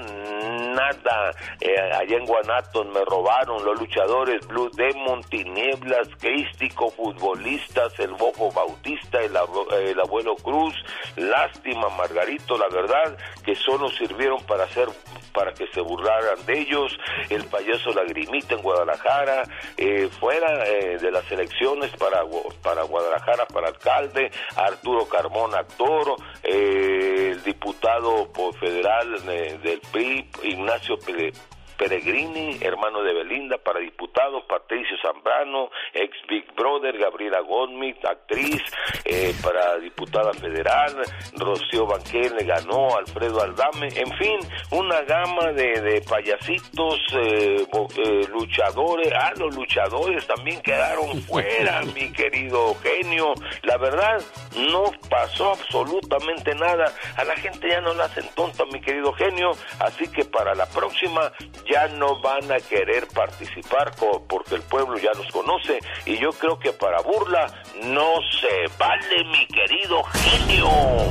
nada. Eh, allá en Guanatos me robaron. Los luchadores Blue Demon, Tinieblas, Crístico, futbolistas, el Bobo Bautista, el, el abuelo Cruz. Lástima, Margarito, la verdad, que solo sirvieron para hacer, para que se burlaran de ellos. El payaso Lagrimita en Guadalajara, eh, fuera eh, de las elecciones para, para Guadalajara, para alcalde. Arturo Carmona, actor. Eh, el diputado federal eh, del P R I, Ignacio Pele, Peregrini, hermano de Belinda, para diputado. Patricio Zambrano, ex Big Brother. Gabriela Goldschmidt, actriz, eh, para diputada federal. Rocío Banquel le ganó, Alfredo Adame. En fin, una gama de, de payasitos, eh, eh, luchadores. Ah, los luchadores también quedaron fuera, mi querido genio. La verdad, no pasó absolutamente nada. A la gente ya no la hacen tonta, mi querido genio. Así que para la próxima ya no van a querer participar porque el pueblo ya los conoce, y yo creo que para burla no se vale, mi querido genio.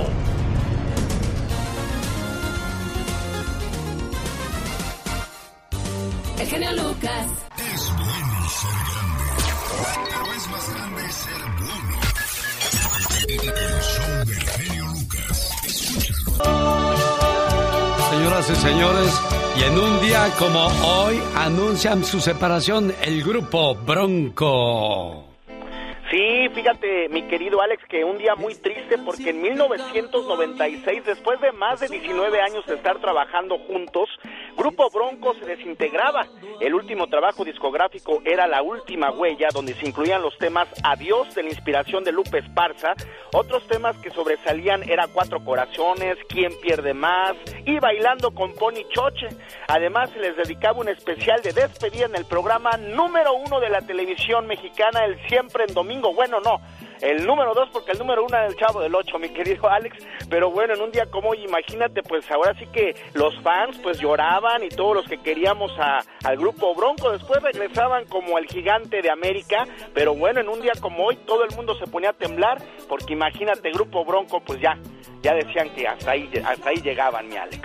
El genio Lucas.
Es bueno ser grande, pero es más grande ser bueno. El show del genio Lucas. Escúchalo.
Señoras y señores, y en un día como hoy anuncian su separación el grupo Bronco.
Sí, fíjate, mi querido Alex, que un día muy triste porque en mil novecientos noventa y seis, después de más de diecinueve años de estar trabajando juntos, Grupo Bronco se desintegraba. El último trabajo discográfico era La Última Huella, donde se incluían los temas Adiós, de la inspiración de Lupe Esparza. Otros temas que sobresalían era Cuatro Corazones, ¿Quién pierde más? Y Bailando con Pony Choche. Además, se les dedicaba un especial de despedida en el programa número uno de la televisión mexicana, el Siempre en Domingo. Bueno, no, el número dos, porque el número uno era el Chavo del Ocho, mi querido Alex. Pero bueno, en un día como hoy, imagínate, pues ahora sí que los fans pues lloraban, y todos los que queríamos a, al grupo Bronco después regresaban como el gigante de América. Pero bueno, en un día como hoy todo el mundo se ponía a temblar, porque imagínate, grupo Bronco, pues ya, ya decían que hasta ahí, hasta ahí llegaban, mi Alex.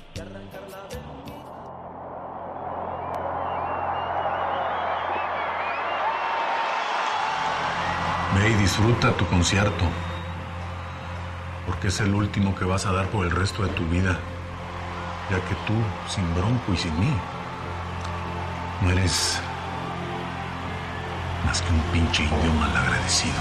Ve y disfruta tu concierto, porque es el último que vas a dar por el resto de tu vida, ya que tú, sin Bronco y sin mí, no eres más que un pinche indio malagradecido.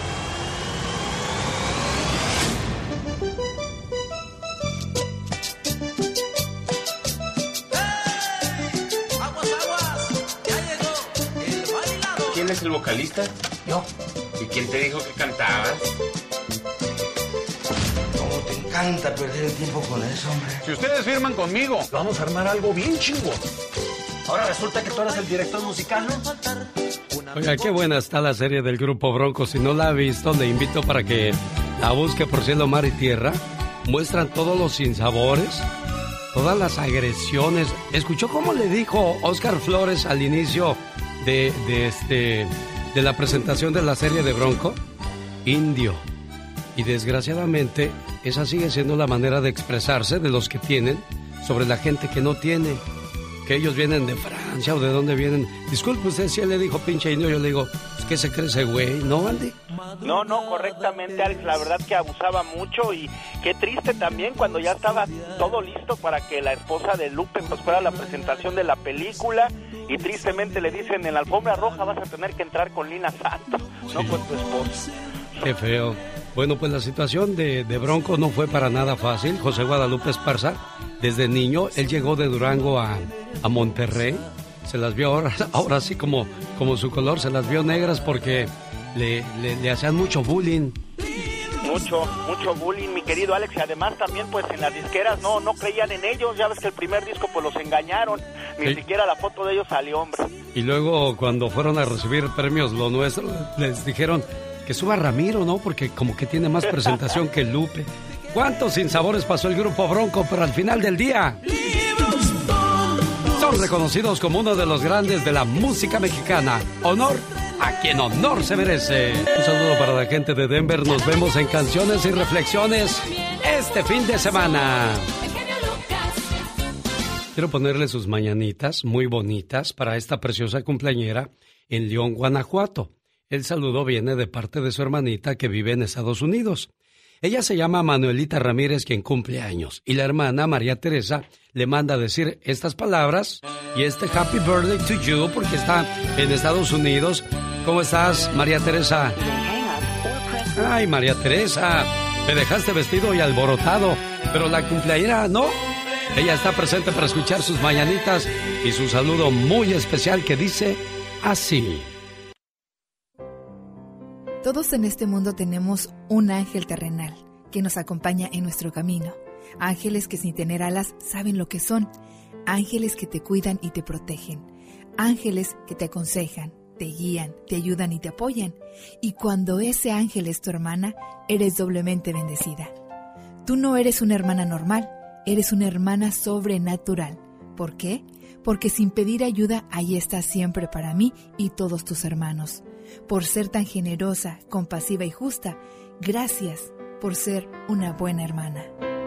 ¿Quién es el vocalista?
Yo.
¿Y quién te dijo que cantabas?
¿Cómo te encanta perder el tiempo con eso, hombre?
Si ustedes firman conmigo, vamos a armar algo bien chingón.
Ahora resulta que tú eres el director musical, ¿no?
Oiga, qué buena está la serie del Grupo Bronco. Si no la ha visto, le invito para que la busque por cielo, mar y tierra. Muestran todos los sinsabores, todas las agresiones. ¿Escuchó cómo le dijo Oscar Flores al inicio de, de, este, de la presentación de la serie de Bronco? Indio. Y desgraciadamente, esa sigue siendo la manera de expresarse de los que tienen sobre la gente que no tiene. Que ellos vienen de Francia o de dónde vienen. Disculpe usted, si él le dijo pinche indio, yo le digo, ¿qué se cree ese güey? ¿No, Andy?
No, no, correctamente, Alex, la verdad que abusaba mucho, y qué triste también cuando ya estaba todo listo para que la esposa de Lupe pues fuera a la presentación de la película, y tristemente le dicen, en la alfombra roja vas a tener que entrar con Lina Santos, sí, no con tu esposa.
Qué feo. Bueno, pues la situación de, de Bronco no fue para nada fácil. José Guadalupe Esparza, desde niño, él llegó de Durango a, a Monterrey. Se las vio ahora, ahora sí como, como su color, se las vio negras porque le, le, le hacían mucho bullying.
Mucho, mucho bullying, mi querido Alex, y además también pues en las disqueras no, no creían en ellos. Ya ves que el primer disco pues los engañaron, ni sí. siquiera la foto de ellos salió, hombre.
Y luego cuando fueron a recibir premios Lo Nuestro, les dijeron que suba Ramiro, ¿no? Porque como que tiene más presentación que Lupe. ¿Cuántos sinsabores pasó el Grupo Bronco? Pero al final del día son reconocidos como uno de los grandes de la música mexicana. Honor a quien honor se merece. Un saludo para la gente de Denver. Nos vemos en Canciones y Reflexiones este fin de semana. Quiero ponerle sus mañanitas muy bonitas para esta preciosa cumpleañera en León, Guanajuato. El saludo viene de parte de su hermanita que vive en Estados Unidos. Ella se llama Manuelita Ramírez, quien cumple años, y la hermana María Teresa le manda a decir estas palabras y este Happy Birthday to you porque está en Estados Unidos. ¿Cómo estás, María Teresa? Ay, María Teresa, me dejaste vestido y alborotado, pero la cumpleañera no. Ella está presente para escuchar sus mañanitas y su saludo muy especial que dice así.
Todos en este mundo tenemos un ángel terrenal que nos acompaña en nuestro camino. Ángeles que sin tener alas saben lo que son. Ángeles que te cuidan y te protegen. Ángeles que te aconsejan, te guían, te ayudan y te apoyan. Y cuando ese ángel es tu hermana, eres doblemente bendecida. Tú no eres una hermana normal, eres una hermana sobrenatural. ¿Por qué? Porque sin pedir ayuda, ahí estás siempre para mí y todos tus hermanos. Por ser tan generosa, compasiva y justa, gracias por ser una buena hermana.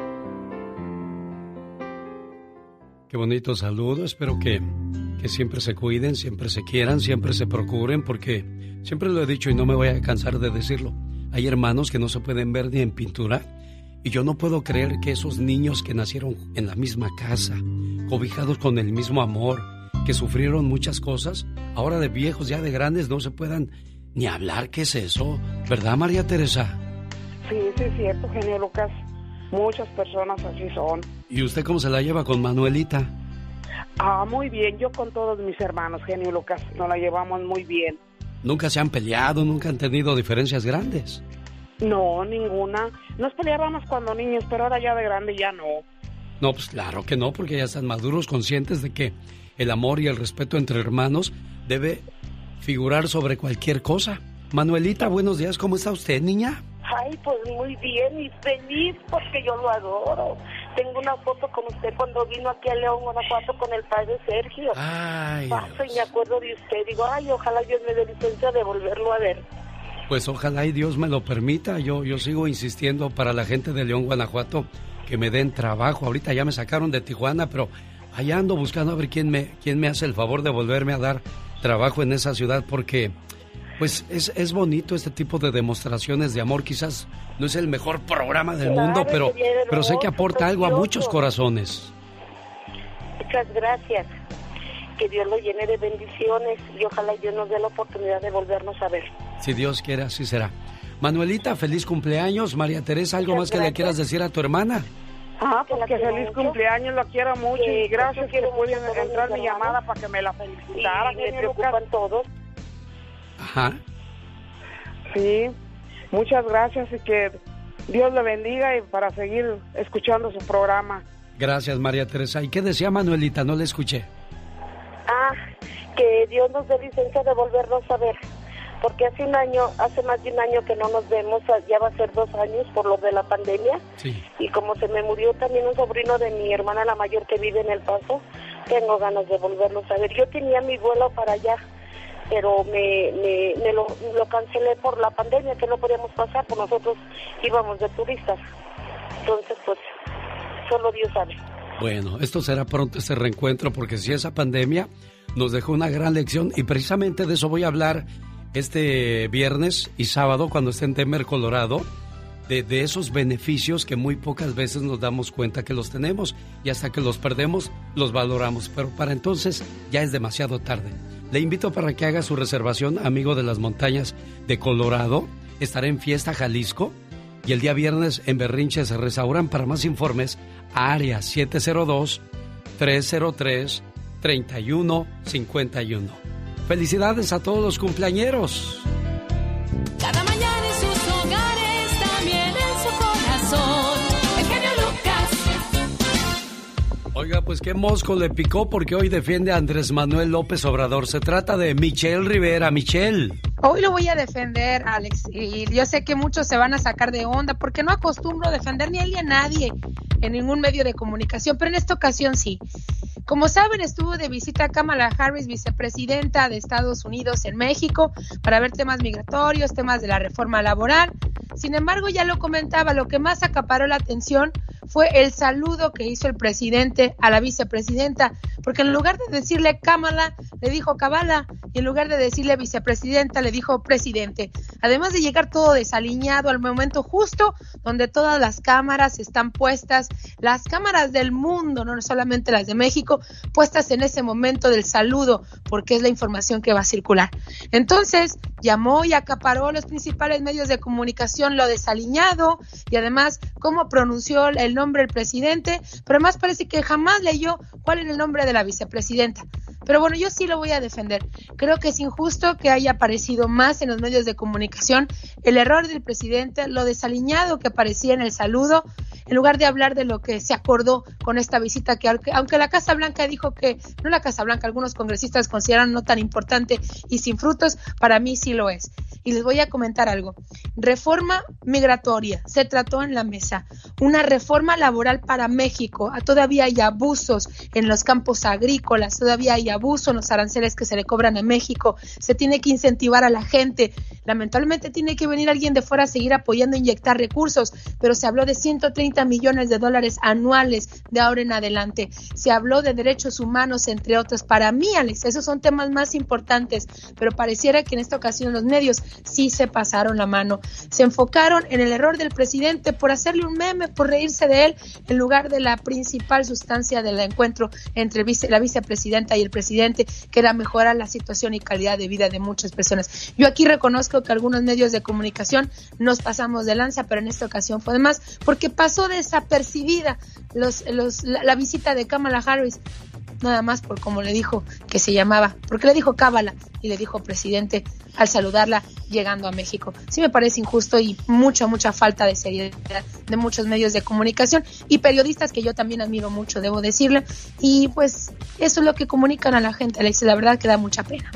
Qué bonito saludo, espero que, que siempre se cuiden, siempre se quieran, siempre se procuren, porque siempre lo he dicho y no me voy a cansar de decirlo. Hay hermanos que no se pueden ver ni en pintura, y yo no puedo creer que esos niños que nacieron en la misma casa, cobijados con el mismo amor, que sufrieron muchas cosas, ahora de viejos, ya de grandes, no se puedan ni hablar. ¿Qué es eso? ¿Verdad, María Teresa?
Sí, sí es cierto, genio Lucas. Muchas personas así son.
¿Y usted cómo se la lleva con Manuelita?
Ah, muy bien. Yo con todos mis hermanos, genio Lucas, nos la llevamos muy bien.
¿Nunca se han peleado? ¿Nunca han tenido diferencias grandes?
No, ninguna. Nos peleábamos cuando niños, pero ahora ya de grande ya no.
No, pues claro que no, porque ya están maduros, conscientes de que el amor y el respeto entre hermanos debe figurar sobre cualquier cosa. Manuelita, buenos días, ¿cómo está usted, niña?
Ay, pues muy bien y feliz porque yo lo adoro. Tengo una foto con usted cuando vino aquí a León, Guanajuato con el padre Sergio.
Ay,
Paso y me acuerdo de usted. Digo, ay, ojalá Dios me dé licencia de volverlo a ver.
Pues ojalá y Dios me lo permita. Yo, yo sigo insistiendo para la gente de León, Guanajuato, que me den trabajo. Ahorita ya me sacaron de Tijuana, pero allá ando buscando a ver quién me, quién me hace el favor de volverme a dar trabajo en esa ciudad, porque pues es, es bonito este tipo de demostraciones de amor. Quizás no es el mejor programa del
Claro,
mundo, pero,
sería hermoso,
pero sé que aporta algo a
precioso.
muchos corazones.
Muchas gracias. Que Dios lo llene de bendiciones y ojalá Dios nos dé la oportunidad de volvernos a ver.
Si Dios quiere, así será. Manuelita, feliz cumpleaños. María Teresa, ¿algo
Muchas
más que le
gracias.
quieras decir a tu hermana?
Ah,
Que la
porque
quiero
feliz
mucho.
cumpleaños, lo quiero mucho
Sí,
y gracias
yo
que
quiero
pueden
mucho a todos
entrar
mis
mi
hermanos.
llamada para que me la felicitara.
Y me
genio Lucas.
preocupan todos.
Ajá.
Sí, muchas gracias y que Dios le bendiga y para seguir escuchando su programa.
Gracias, María Teresa. ¿Y qué decía Manuelita? No le escuché.
Ah, que Dios nos dé licencia de volvernos a ver. Porque hace un año, hace más de un año que no nos vemos, ya va a ser dos años por lo de la pandemia.
Sí.
Y como se me murió también un sobrino de mi hermana la mayor que vive en El Paso, tengo ganas de volverlos a ver. Yo tenía mi vuelo para allá, pero me, me, me lo, lo cancelé por la pandemia, que no podíamos pasar, pues nosotros íbamos de turistas. Entonces, pues, solo Dios sabe.
Bueno, esto será pronto ese reencuentro, porque si esa pandemia nos dejó una gran lección, y precisamente de eso voy a hablar este viernes y sábado cuando esté en Denver, Colorado, de, de esos beneficios que muy pocas veces nos damos cuenta que los tenemos, y hasta que los perdemos los valoramos, pero para entonces ya es demasiado tarde. Le invito para que haga su reservación, amigo de las montañas de Colorado. Estaré en Fiesta Jalisco y el día viernes en Berrinches Restaurant. Para más informes, a área siete cero dos, tres cero tres, tres uno cinco uno. Felicidades a todos los cumpleañeros.
Cada mañana en sus hogares, también en su corazón. El genio Lucas.
Oiga, pues qué mosco le picó, porque hoy defiende a Andrés Manuel López Obrador. Se trata de Michelle Rivera. Michelle.
Hoy lo voy a defender, Alex, y yo sé que muchos se van a sacar de onda porque no acostumbro a defender ni a él ni a nadie en ningún medio de comunicación, pero en esta ocasión sí. Como saben, estuvo de visita Kamala Harris, vicepresidenta de Estados Unidos en México, para ver temas migratorios, temas de la reforma laboral. Sin embargo, ya lo comentaba, lo que más acaparó la atención fue el saludo que hizo el presidente a la vicepresidenta, porque en lugar de decirle Kamala, le dijo Kabala, y en lugar de decirle vicepresidenta, le dijo presidente. Además de llegar todo desaliñado al momento justo donde todas las cámaras están puestas, las cámaras del mundo, no solamente las de México, puestas en ese momento del saludo, porque es la información que va a circular. Entonces, llamó y acaparó los principales medios de comunicación lo desaliñado y además cómo pronunció el nombre del presidente, pero además parece que jamás leyó cuál era el nombre de la vicepresidenta. Pero bueno, yo sí lo voy a defender. Creo que es injusto que haya aparecido más en los medios de comunicación el error del presidente, lo desaliñado que parecía en el saludo, en lugar de hablar de lo que se acordó con esta visita, que aunque la Casa Blanca dijo que, no la Casa Blanca, algunos congresistas consideran no tan importante y sin frutos, para mí sí lo es. Y les voy a comentar algo. Reforma migratoria, se trató en la mesa. Una reforma laboral para México. Todavía hay abusos en los campos agrícolas, todavía hay abuso en los aranceles que se le cobran a México. Se tiene que incentivar a la gente. Lamentablemente tiene que venir alguien de fuera a seguir apoyando, inyectar recursos, pero se habló de ciento treinta millones de dólares anuales de ahora en adelante. Se habló de derechos humanos, entre otros. Para mí, Alex, esos son temas más importantes, pero pareciera que en esta ocasión los medios sí se pasaron la mano. Se enfocaron en el error del presidente por hacerle un meme, por reírse de él, en lugar de la principal sustancia del encuentro entre vice, la vicepresidenta y el presidente, que era mejorar la situación y calidad de vida de muchas personas. Yo aquí reconozco que algunos medios de comunicación nos pasamos de lanza, pero en esta ocasión fue de más, porque pasó desapercibida los, los, la, la visita de Kamala Harris, nada más por como le dijo que se llamaba, porque le dijo Cábala y le dijo presidente al saludarla llegando a México. Sí me parece injusto y mucha, mucha falta de seriedad de muchos medios de comunicación y periodistas que yo también admiro mucho, debo decirle, y pues eso es lo que comunican a la gente, Alex, la verdad que da mucha pena.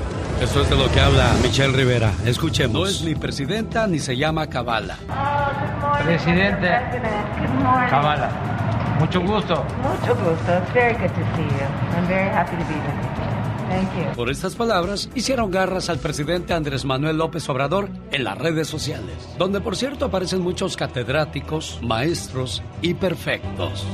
Eso es de lo que habla Michelle Rivera. Escuchemos. No es ni presidenta ni se llama Kamala.
Presidente Kamala, mucho gusto.
Mucho gusto. It's very good to see you. I'm very happy to be with you. Thank you.
Por estas palabras, hicieron garras al presidente Andrés Manuel López Obrador en las redes sociales, donde por cierto aparecen muchos catedráticos, maestros y perfectos.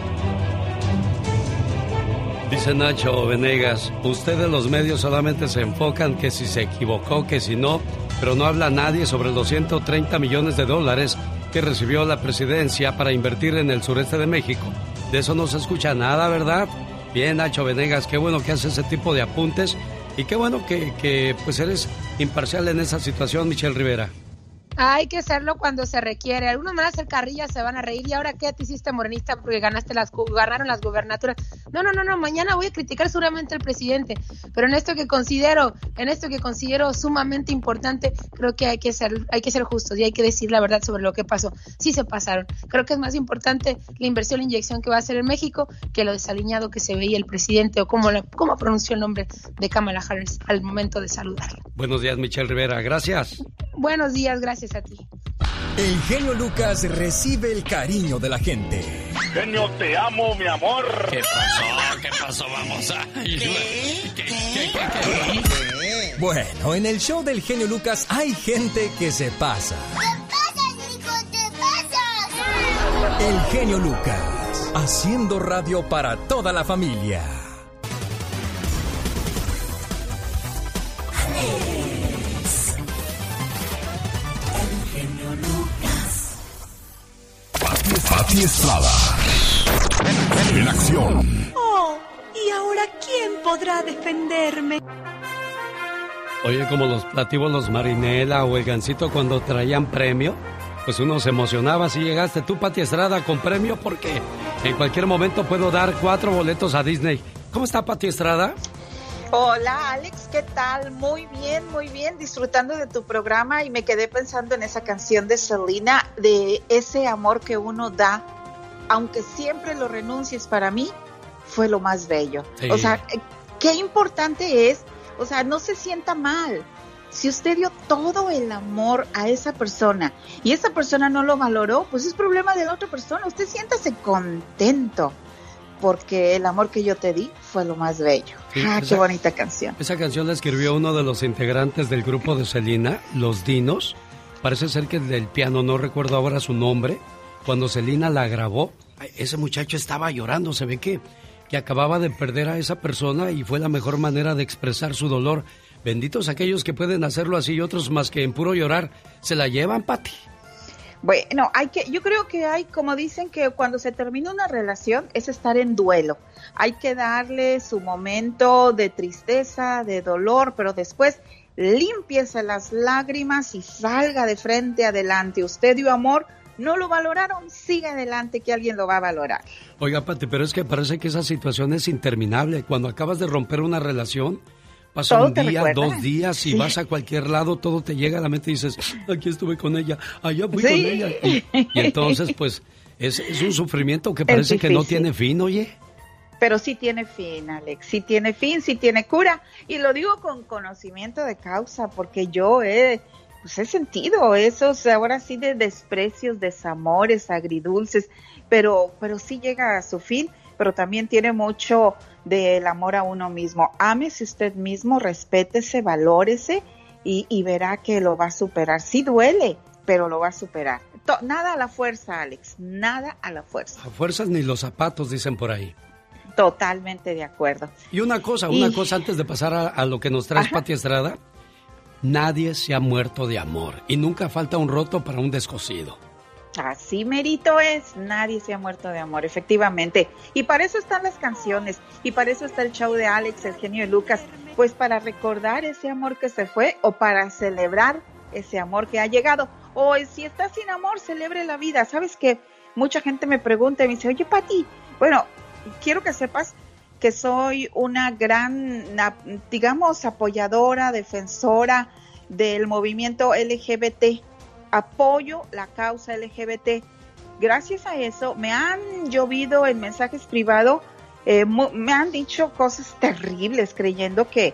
Dice Nacho Venegas, ustedes los medios solamente se enfocan que si se equivocó, que si no, pero no habla nadie sobre los ciento treinta millones de dólares que recibió la presidencia para invertir en el sureste de México. De eso no se escucha nada, ¿verdad? Bien, Nacho Venegas, qué bueno que hace ese tipo de apuntes y qué bueno que, que pues eres imparcial en esa situación, Michelle Rivera.
Hay que hacerlo cuando se requiere. Algunos van a hacer carrillas, se van a reír. ¿Y ahora qué te hiciste morenista porque ganaste las ganaron las gubernaturas? No, no, no, no. Mañana voy a criticar seguramente al presidente. Pero en esto que considero, en esto que considero sumamente importante, creo que hay que ser, hay que ser justos y hay que decir la verdad sobre lo que pasó. Sí se pasaron. Creo que es más importante la inversión, la inyección que va a hacer en México que lo desaliñado que se veía el presidente o cómo, cómo pronunció el nombre de Kamala Harris al momento de saludarlo.
Buenos días, Michelle Rivera. Gracias.
Buenos días, gracias a ti.
El genio Lucas recibe el cariño de la gente.
Genio, te amo, mi amor.
¿Qué pasó? ¿Qué pasó? Vamos a... ¿Qué? ¿Qué? ¿Qué? ¿Qué?
Bueno, en el show del genio Lucas hay gente que se pasa.
¿Qué pasa, hijo? ¿Qué pasa?
El genio Lucas, haciendo radio para toda la familia.
Pati Estrada. En acción.
Oh, ¿y ahora quién podrá defenderme?
Oye, como los platíbulos Marinela o el Gansito cuando traían premio, pues uno se emocionaba si llegaste tú, Pati Estrada, con premio, porque en cualquier momento puedo dar cuatro boletos a Disney. ¿Cómo está Pati Estrada?
Hola Alex, ¿qué tal? Muy bien, muy bien, disfrutando de tu programa y me quedé pensando en esa canción de Selena, de ese amor que uno da, aunque siempre lo renuncies, para mí fue lo más bello. Sí. O sea, qué importante es, o sea, no se sienta mal. Si usted dio todo el amor a esa persona y esa persona no lo valoró, pues es problema de la otra persona. Usted siéntase contento, porque el amor que yo te di fue lo más bello. Sí, ah, esa, qué bonita canción.
Esa canción la escribió uno de los integrantes del grupo de Selena, Los Dinos. Parece ser que del piano, no recuerdo ahora su nombre. Cuando Selena la grabó, ese muchacho estaba llorando. Se ve que, que acababa de perder a esa persona y fue la mejor manera de expresar su dolor. Benditos aquellos que pueden hacerlo así y otros más que en puro llorar se la llevan, Pati.
Bueno, hay que, yo creo que hay, como dicen, que cuando se termina una relación es estar en duelo. Hay que darle su momento de tristeza, de dolor, pero después límpiese las lágrimas y salga de frente adelante. Usted dio amor, no lo valoraron, siga adelante que alguien lo va a valorar.
Oiga, Pati, pero es que parece que esa situación es interminable. Cuando acabas de romper una relación, pasa un día, dos días y sí. Vas a cualquier lado, todo te llega a la mente y dices, aquí estuve con ella, allá fui sí. con ella. Y, y entonces, pues, es, es un sufrimiento que parece que no tiene fin, oye.
Pero sí tiene fin, Alex, sí tiene fin, sí tiene cura. Y lo digo con conocimiento de causa, porque yo he, pues he sentido esos, ahora sí, de desprecios, desamores, agridulces, pero, pero sí llega a su fin, pero también tiene mucho del amor a uno mismo. Ámese usted mismo, respétese, valórese y, y verá que lo va a superar. Sí duele, pero lo va a superar. To- nada a la fuerza, Alex, nada a la fuerza.
A fuerzas ni los zapatos, dicen por ahí.
Totalmente de acuerdo.
Y una cosa, una y... cosa antes de pasar a, a lo que nos traes, Pati Estrada. Nadie se ha muerto de amor y nunca falta un roto para un descosido.
Así merito es, nadie se ha muerto de amor, efectivamente. Y para eso están las canciones, y para eso está el show de Alex, el genio de Lucas, pues para recordar ese amor que se fue o para celebrar ese amor que ha llegado. O si está sin amor, celebre la vida. ¿Sabes qué? Mucha gente me pregunta y me dice, oye, Pati, bueno, quiero que sepas que soy una gran, digamos, apoyadora, defensora del movimiento L G B T. Apoyo la causa L G B T. Gracias a eso me han llovido en mensajes privados, eh, mu- me han dicho cosas terribles creyendo que,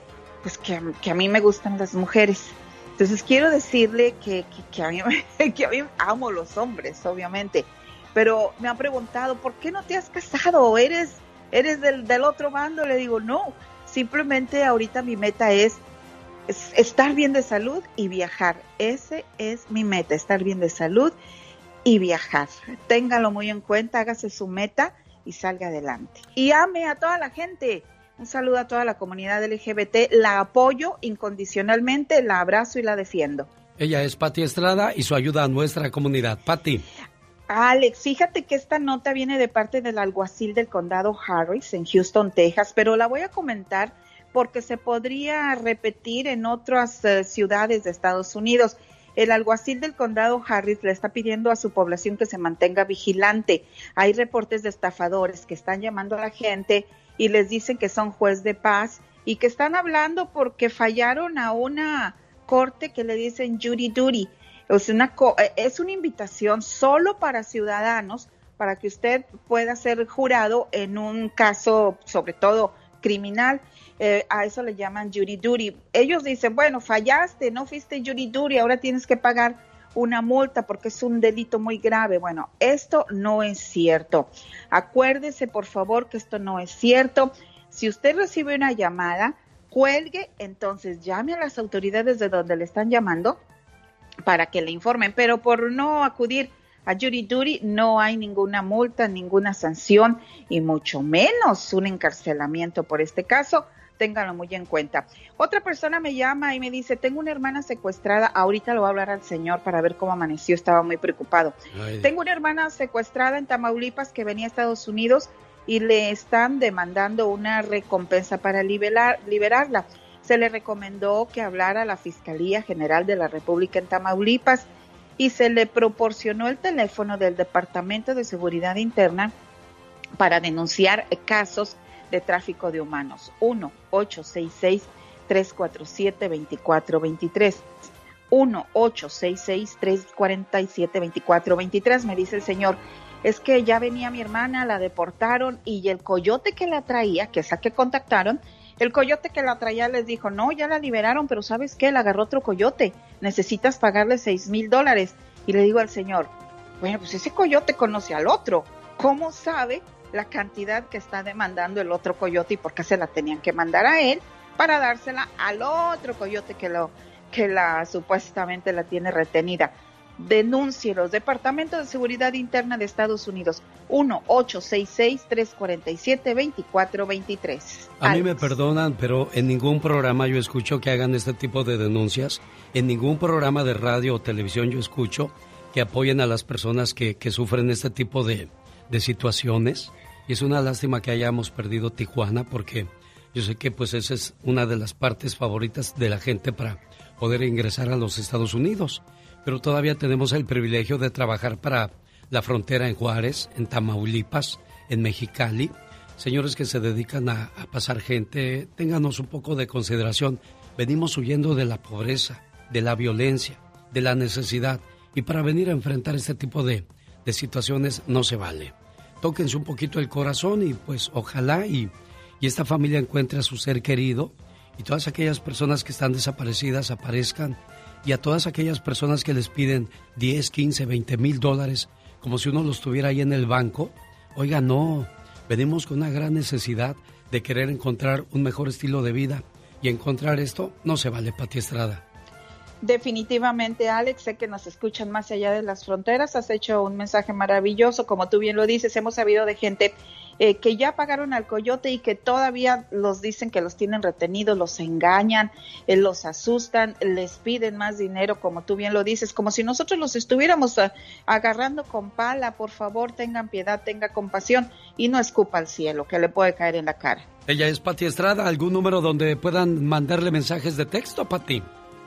pues que, que a mí me gustan las mujeres. Entonces quiero decirle que, que, que, a mí, que a mí amo los hombres, obviamente, pero me han preguntado, ¿por qué no te has casado? ¿Eres, eres del, del otro bando? Le digo, no, simplemente ahorita mi meta es, es estar bien de salud y viajar. Ese es mi meta, estar bien de salud y viajar. Téngalo muy en cuenta, hágase su meta y salga adelante. Y ame a toda la gente. Un saludo a toda la comunidad L G B T, la apoyo incondicionalmente, la abrazo y la defiendo.
Ella es Pati Estrada y su ayuda a nuestra comunidad. Pati.
Alex, fíjate que esta nota viene de parte del alguacil del condado Harris en Houston, Texas, pero la voy a comentar porque se podría repetir en otras uh, ciudades de Estados Unidos. El alguacil del condado Harris le está pidiendo a su población que se mantenga vigilante. Hay reportes de estafadores que están llamando a la gente y les dicen que son juez de paz y que están hablando porque fallaron a una corte que le dicen jury duty. Es una, es una invitación solo para ciudadanos para que usted pueda ser jurado en un caso, sobre todo criminal. Eh, a eso le llaman jury duty. Ellos dicen, bueno, fallaste, no fuiste jury duty, ahora tienes que pagar una multa porque es un delito muy grave. Bueno, esto no es cierto. Acuérdese, por favor, que esto no es cierto. Si usted recibe una llamada, cuelgue, entonces llame a las autoridades de donde le están llamando para que le informen, pero por no acudir a jury duty no hay ninguna multa, ninguna sanción y mucho menos un encarcelamiento por este caso. Ténganlo muy en cuenta. Otra persona me llama y me dice, tengo una hermana secuestrada, ahorita lo voy a hablar al señor para ver cómo amaneció, estaba muy preocupado. Ay. Tengo una hermana secuestrada en Tamaulipas que venía a Estados Unidos y le están demandando una recompensa para liberar, liberarla. Se le recomendó que hablara a la Fiscalía General de la República en Tamaulipas y se le proporcionó el teléfono del Departamento de Seguridad Interna para denunciar casos de tráfico de humanos. uno ocho seis seis, tres cuatro siete, dos cuatro dos tres. uno ocho seis seis, tres cuatro siete, dos cuatro dos tres. Me dice el señor, es que ya venía mi hermana, la deportaron y el coyote que la traía, que es a que contactaron, el coyote que la traía les dijo, no, ya la liberaron, pero ¿sabes qué? La agarró otro coyote, necesitas pagarle seis mil dólares. Y le digo al señor, bueno, pues ese coyote conoce al otro, ¿cómo sabe la cantidad que está demandando el otro coyote y por qué se la tenían que mandar a él para dársela al otro coyote que lo que la supuestamente la tiene retenida? Denuncie los Departamentos de Seguridad Interna de Estados Unidos. uno ocho seis seis, tres cuatro siete, dos cuatro dos tres.
A Alex. Mí me perdonan, pero en ningún programa yo escucho que hagan este tipo de denuncias. En ningún programa de radio o televisión yo escucho que apoyen a las personas que, que sufren este tipo de, de situaciones. Y es una lástima que hayamos perdido Tijuana, porque yo sé que pues esa es una de las partes favoritas de la gente para poder ingresar a los Estados Unidos. Pero todavía tenemos el privilegio de trabajar para la frontera en Juárez, en Tamaulipas, en Mexicali. Señores que se dedican a, a pasar gente, ténganos un poco de consideración. Venimos huyendo de la pobreza, de la violencia, de la necesidad. Y para venir a enfrentar este tipo de, de situaciones no se vale. Tóquense un poquito el corazón y pues ojalá y, y esta familia encuentre a su ser querido y todas aquellas personas que están desaparecidas aparezcan. Y a todas aquellas personas que les piden diez, quince, veinte mil dólares, como si uno los tuviera ahí en el banco. Oiga, no, venimos con una gran necesidad de querer encontrar un mejor estilo de vida. Y encontrar esto no se vale, Pati Estrada.
Definitivamente, Alex, sé que nos escuchan más allá de las fronteras. Has hecho un mensaje maravilloso, como tú bien lo dices. Hemos sabido de gente eh, que ya pagaron al coyote y que todavía los dicen que los tienen retenidos, los engañan, eh, los asustan, les piden más dinero, como tú bien lo dices, como si nosotros los estuviéramos uh, agarrando con pala. Por favor, tengan piedad, tenga compasión y no escupa al cielo, que le puede caer en la cara.
Ella es Pati Estrada. ¿Algún número donde puedan mandarle mensajes de texto, Pati?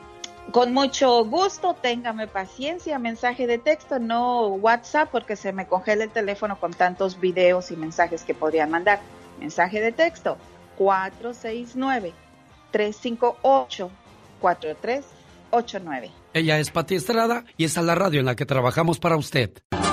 Con mucho gusto, téngame paciencia, mensaje de texto, no WhatsApp, porque se me congela el teléfono con tantos videos y mensajes que podrían mandar. Mensaje de texto, cuatro seis nueve, tres cinco ocho, cuatro tres ocho nueve.
Ella es Pati Estrada y esta es la radio en la que trabajamos para usted.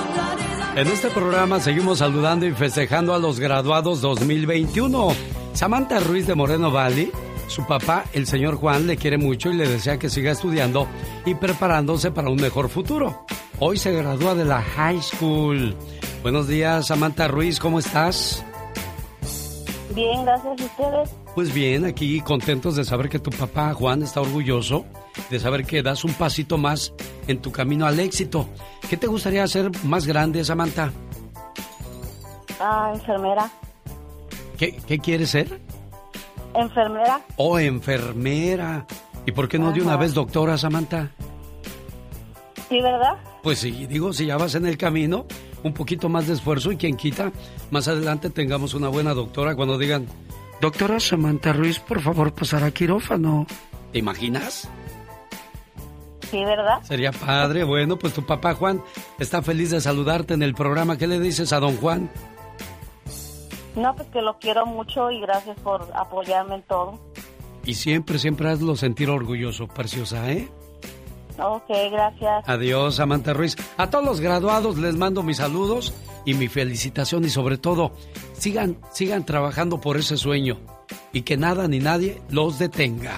En este programa seguimos saludando y festejando a los graduados dos mil veintiuno. Samantha Ruiz de Moreno Valley Su papá, el señor Juan, le quiere mucho y le desea que siga estudiando y preparándose para un mejor futuro. Hoy se gradúa de la high school. Buenos días, Samantha Ruiz, ¿cómo estás?
Bien, gracias. ¿Y ustedes?
Pues bien, aquí contentos de saber que tu papá, Juan, está orgulloso de saber que das un pasito más en tu camino al éxito. ¿Qué te gustaría hacer más grande, Samantha?
Ah, enfermera.
¿Qué, qué quieres ser?
Enfermera.
Oh, enfermera. ¿Y por qué no de una
Ajá.
vez doctora, Samantha?
Sí, ¿verdad?
Pues sí, digo, si ya vas en el camino, un poquito más de esfuerzo y quien quita, más adelante tengamos una buena doctora cuando digan, doctora Samantha Ruiz, por favor, pasar a quirófano. ¿Te imaginas?
Sí, ¿verdad?
Sería padre. Bueno, pues tu papá Juan está feliz de saludarte en el programa. ¿Qué le dices a don Juan?
No, pues que lo quiero mucho y gracias por apoyarme en todo.
Y siempre, siempre hazlo sentir orgulloso, preciosa, ¿eh?
Ok, gracias.
Adiós, Samantha Ruiz. A todos los graduados les mando mis saludos y mi felicitación y sobre todo, sigan, sigan trabajando por ese sueño y que nada ni nadie los detenga.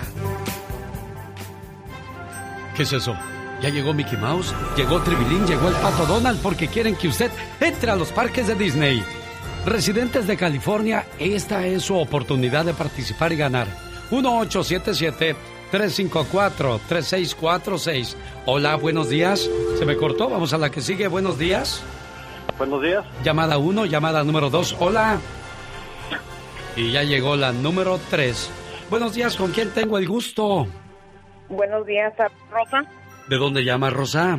¿Qué es eso? Ya llegó Mickey Mouse, llegó Tribilín, llegó el Pato Donald porque quieren que usted entre a los parques de Disney. Residentes de California, esta es su oportunidad de participar y ganar. uno ocho siete siete, tres cinco cuatro, tres seis cuatro seis. Hola, buenos días. Se me cortó, vamos a la que sigue. Buenos días.
Buenos días.
Llamada uno, llamada número dos. Hola. Y ya llegó la número tres. Buenos días, ¿con quién tengo el gusto?
Buenos días, Rosa.
¿De dónde llama Rosa?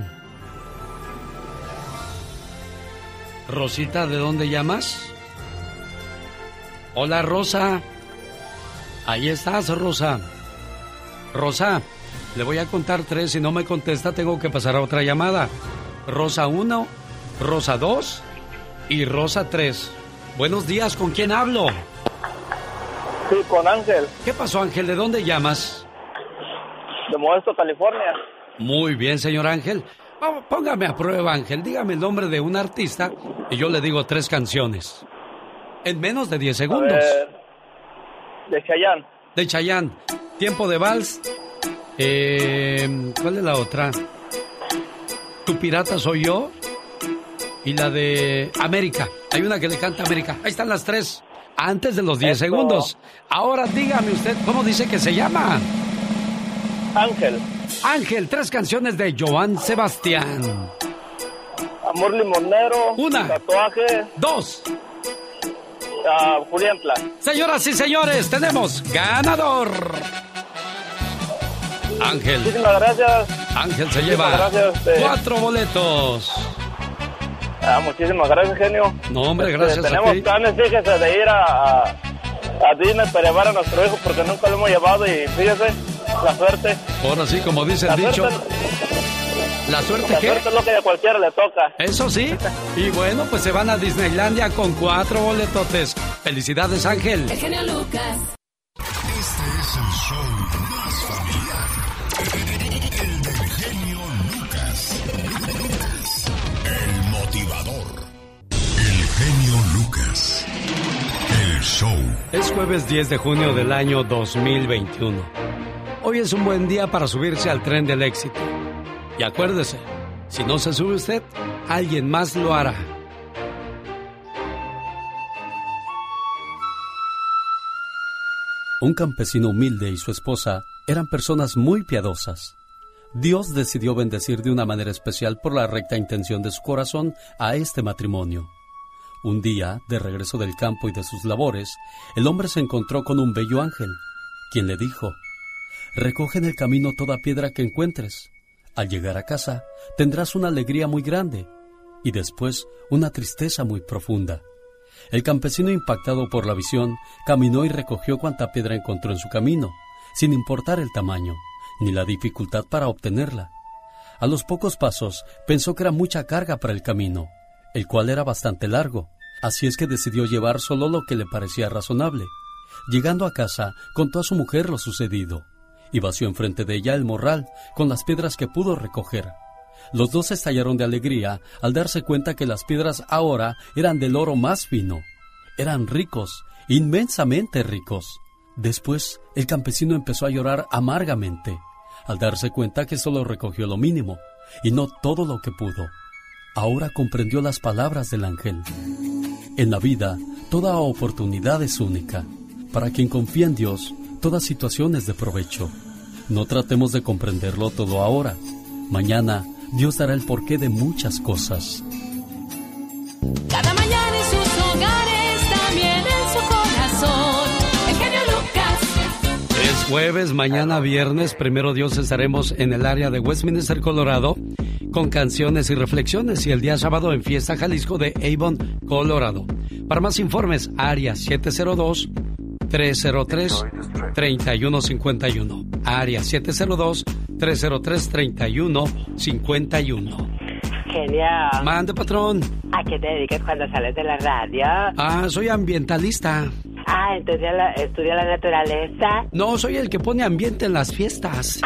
Rosita, ¿de dónde llamas? Hola, Rosa. Ahí estás, Rosa. Rosa, le voy a contar tres. Si no me contesta, tengo que pasar a otra llamada. Rosa uno, Rosa dos y Rosa tres. Buenos días, ¿con quién hablo?
Sí, con Ángel.
¿Qué pasó, Ángel? ¿De dónde llamas?
De Modesto, California.
Muy bien, señor Ángel. Vamos, póngame a prueba, Ángel. Dígame el nombre de un artista y yo le digo tres canciones. En menos de diez segundos.
A ver, de Chayanne.
De Chayanne. Tiempo de vals. Eh, ¿Cuál es la otra? Tu pirata soy yo. Y la de América. Hay una que le canta América. Ahí están las tres. Antes de los diez
Eso.
segundos. Ahora dígame usted, ¿cómo dice que se llama?
Ángel.
Ángel, tres canciones de Joan Sebastián.
Amor limonero.
Una.
Tatuaje.
Dos.
Uh, Juliantla.
Señoras y señores, tenemos ganador. Ángel.
Muchísimas gracias.
Ángel se
Muchísimas
lleva
gracias, este...
cuatro boletos.
Ah, muchísimas gracias, genio.
No, hombre,
Este,
gracias a
Tenemos
ti.
planes, fíjese, de ir a, a, a Disney para llevar a nuestro hijo porque nunca lo hemos llevado y fíjese, la suerte.
Ahora sí, como dice
La
el dicho.
suerte,
¿La suerte
la
qué?
suerte es lo que a cualquiera le toca.
Eso sí. Y bueno, pues se van a Disneylandia con cuatro boletotes. Felicidades, Ángel.
El genio Lucas.
Este es el show más familiar. El del genio Lucas. El motivador. El genio Lucas. El show.
Es jueves diez de junio del año dos mil veintiuno. Hoy es un buen día para subirse al tren del éxito. Y acuérdese, si no se sube usted, alguien más lo hará. Un campesino humilde y su esposa eran personas muy piadosas. Dios decidió bendecir de una manera especial por la recta intención de su corazón a este matrimonio. Un día, de regreso del campo y de sus labores, el hombre se encontró con un bello ángel, quien le dijo: recoge en el camino toda piedra que encuentres. Al llegar a casa, tendrás una alegría muy grande y después una tristeza muy profunda. El campesino, impactado por la visión, caminó y recogió cuanta piedra encontró en su camino, sin importar el tamaño, ni la dificultad para obtenerla. A los pocos pasos, pensó que era mucha carga para el camino, el cual era bastante largo, así es que decidió llevar solo lo que le parecía razonable. Llegando a casa, contó a su mujer lo sucedido, y vació enfrente de ella el morral con las piedras que pudo recoger. Los dos estallaron de alegría al darse cuenta que las piedras ahora eran del oro más fino. Eran ricos, inmensamente ricos. Después, el campesino empezó a llorar amargamente, al darse cuenta que solo recogió lo mínimo, y no todo lo que pudo. Ahora comprendió las palabras del ángel. En la vida, toda oportunidad es única. Para quien confía en Dios, toda situación es de provecho. No tratemos de comprenderlo todo ahora. Mañana, Dios dará el porqué de muchas cosas.
Cada mañana en sus hogares, también en su corazón. El genio Lucas.
Es jueves, mañana viernes, primero Dios, estaremos en el área de Westminster, Colorado, con canciones y reflexiones, y el día sábado en Fiesta Jalisco de Avon, Colorado. Para más informes, área siete cero dos, tres cero tres, tres uno cinco uno. Área siete cero dos, tres cero tres, tres uno cinco uno.
Genio.
Mande, patrón.
¿A qué te dedicas cuando sales de la radio?
Ah, soy ambientalista.
Ah, entonces la, estudia la naturaleza.
No, soy el que pone ambiente en las fiestas.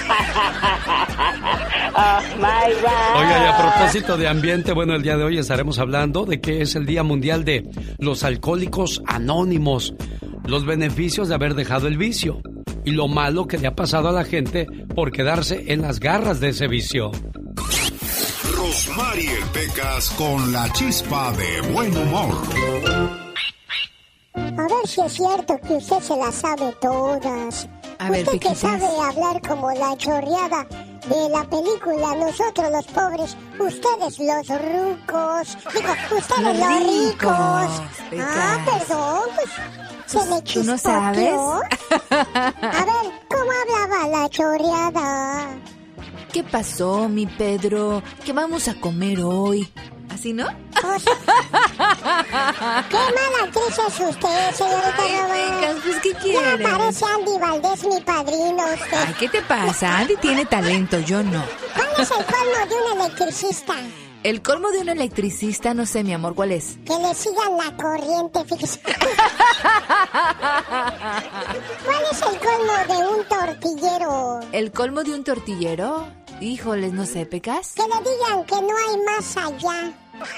Oh, my God.
Oiga, y a propósito de ambiente, bueno, el día de hoy estaremos hablando de que es el Día Mundial de los Alcohólicos Anónimos, los beneficios de haber dejado el vicio y lo malo que le ha pasado a la gente por quedarse en las garras de ese vicio.
Rosmarie Pecas con la chispa de buen humor.
A ver si es cierto que usted se las sabe todas.
A ver,
usted que
Pequitas.
sabe hablar como la chorreada de la película Nosotros los pobres, ustedes los rucos. Digo, ustedes
Los
los,
ricos,
ricos.
Pecas.
Ah, perdón, pues se me
¿Tú no
chispoteó.
sabes?
A ver, ¿cómo hablaba la chorreada?
¿Qué pasó, mi Pedro? ¿Qué vamos a comer hoy? ¿Así no?
Pues, qué mala actriz es usted, señorita Román.
Pecas, pues, ¿qué quieres?
Ya parece Andy Valdés, mi padrino, usted.
Ay, ¿qué te pasa? Andy tiene talento, yo no.
¿Cuál es el colmo de un electricista?
El colmo de un electricista, no sé, mi amor, ¿cuál es?
Que le sigan la corriente, fíjese. ¿Cuál es el colmo de un tortillero?
¿El colmo de un tortillero? Híjoles, no sé, ¿Pecas?
Que le digan que no hay más allá.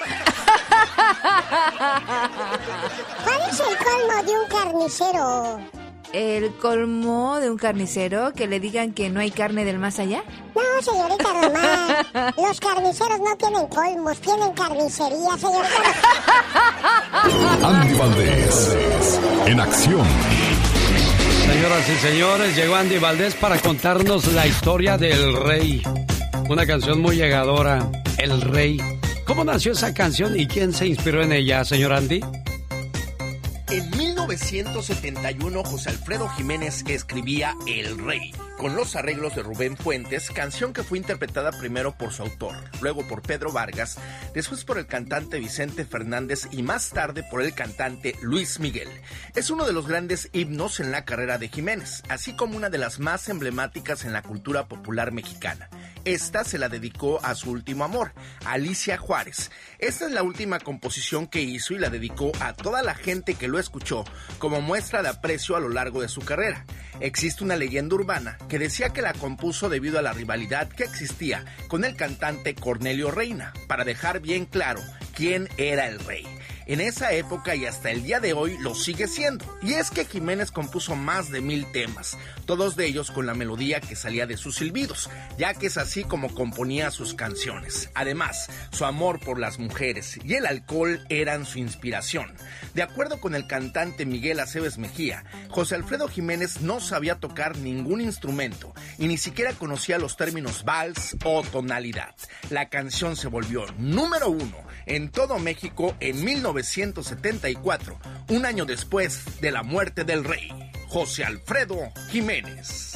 ¿Cuál es el colmo de un carnicero?
¿El colmo de un carnicero? ¿Que le digan que no hay carne del más allá?
No, señorita Román. Los carniceros no tienen colmos, tienen carnicería, señorita Román.
Andy Valdés, en acción.
Señoras y señores, llegó Andy Valdés para contarnos la historia del Rey. Una canción muy llegadora, El Rey. ¿Cómo nació esa canción y quién se inspiró en ella, señor Andy?
En mil novecientos setenta y uno, José Alfredo Jiménez escribía El Rey, con los arreglos de Rubén Fuentes, canción que fue interpretada primero por su autor, luego por Pedro Vargas, después por el cantante Vicente Fernández y más tarde por el cantante Luis Miguel. Es uno de los grandes himnos en la carrera de Jiménez, así como una de las más emblemáticas en la cultura popular mexicana. Esta se la dedicó a su último amor, Alicia Juárez. Esta es la última composición que hizo y la dedicó a toda la gente que lo escuchó como muestra de aprecio a lo largo de su carrera. Existe una leyenda urbana que decía que la compuso debido a la rivalidad que existía con el cantante Cornelio Reina, para dejar bien claro quién era el rey. En esa época y hasta el día de hoy lo sigue siendo. Y es que Jiménez compuso más de mil temas, todos de ellos con la melodía que salía de sus silbidos, ya que es así como componía sus canciones. Además, su amor por las mujeres y el alcohol eran su inspiración. De acuerdo con el cantante Miguel Aceves Mejía, José Alfredo Jiménez no sabía tocar ningún instrumento y ni siquiera conocía los términos vals o tonalidad. La canción se volvió número uno en todo México en mil novecientos setenta y cuatro, un año después de la muerte del rey, José Alfredo Jiménez.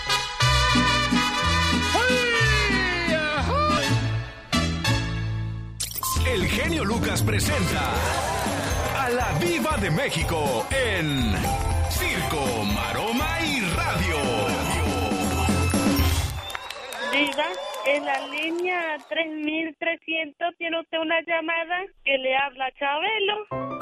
El genio Lucas presenta a la Viva de México en Circo, Maroma y Radio.
Diva, en la línea tres mil trescientos tiene usted una llamada que le habla Chabelo.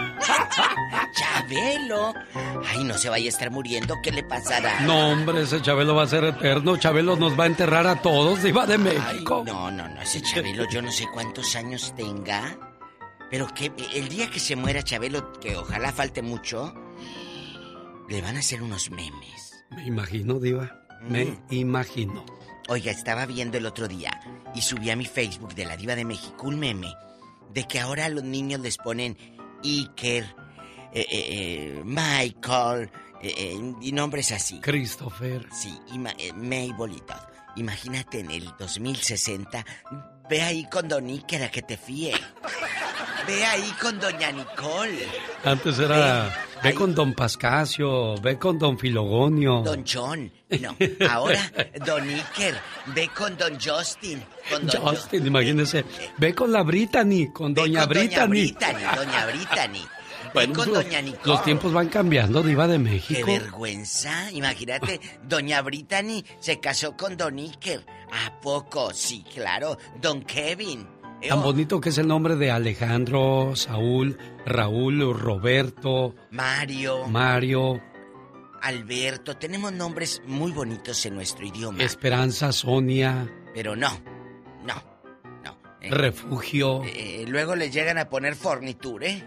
¿Chabelo? Ay, no se vaya a estar muriendo, ¿qué le pasará?
No, hombre, ese Chabelo va a ser eterno. Chabelo nos va a enterrar a todos, Diva de México.
Ay, no, no, no, ese Chabelo yo no sé cuántos años tenga, pero que el día que se muera Chabelo, que ojalá falte mucho, le van a hacer unos memes.
Me imagino, Diva. Mm. Me imagino.
Oiga, estaba viendo el otro día y subí a mi Facebook de la Diva de México un meme de que ahora a los niños les ponen Iker, eh, eh, eh, Michael, eh, eh, y nombres así.
Christopher.
Sí, y Ma- eh, Mabel y todo. Imagínate en el dos mil sesenta, ve ahí con Don Iker a que te fíe. Ve ahí con Doña Nicole.
Antes era, ve, ve con Don Pascasio, ve con Don Filogonio.
Don John, no, ahora Don Iker, ve con Don Justin. Con Don
Justin, jo- imagínese, ve con la Brittany, con ve Doña con Brittany.
Doña Brittany, Doña Brittany.
Bueno,
con
los,
Doña Nicole.
Los tiempos van cambiando, Diva de México.
¡Qué vergüenza! Imagínate, Doña Brittany se casó con Don Iker. ¿A poco? Sí, claro. Don Kevin.
Tan bonito que es el nombre de Alejandro, Saúl, Raúl, Roberto,
Mario,
Mario,
Alberto. Tenemos nombres muy bonitos en nuestro idioma.
Esperanza, Sonia.
Pero no, no, no.
Eh, Refugio.
Eh, luego les llegan a poner forniture.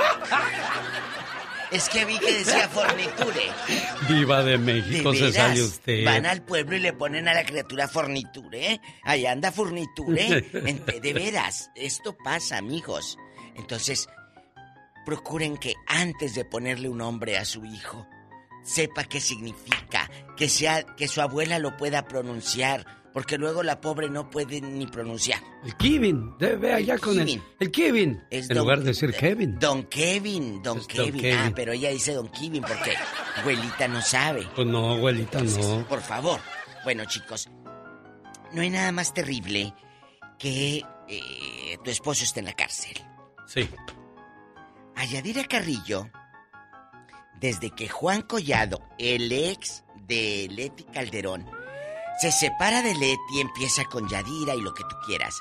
Es que vi que decía forniture.
Diva de México, ¿De se sale usted.
Van al pueblo y le ponen a la criatura forniture. Ahí anda forniture. De veras, esto pasa, amigos. Entonces, procuren que antes de ponerle un nombre a su hijo, sepa qué significa, que sea, que su abuela lo pueda pronunciar. Porque luego la pobre no puede ni pronunciar.
El Kevin, ve allá el con Kevin. el... El Kevin, es en don, lugar de decir Kevin.
Don Kevin, Don, Kevin. don Kevin. Ah, pero ella dice Don Kevin porque abuelita no sabe.
Pues no, abuelita Entonces, no.
Por favor. Bueno, chicos, no hay nada más terrible que eh, tu esposo esté en la cárcel.
Sí.
A Yadira Carrillo, desde que Juan Collado, el ex de Leti Calderón, se separa de Leti y empieza con Yadira y lo que tú quieras.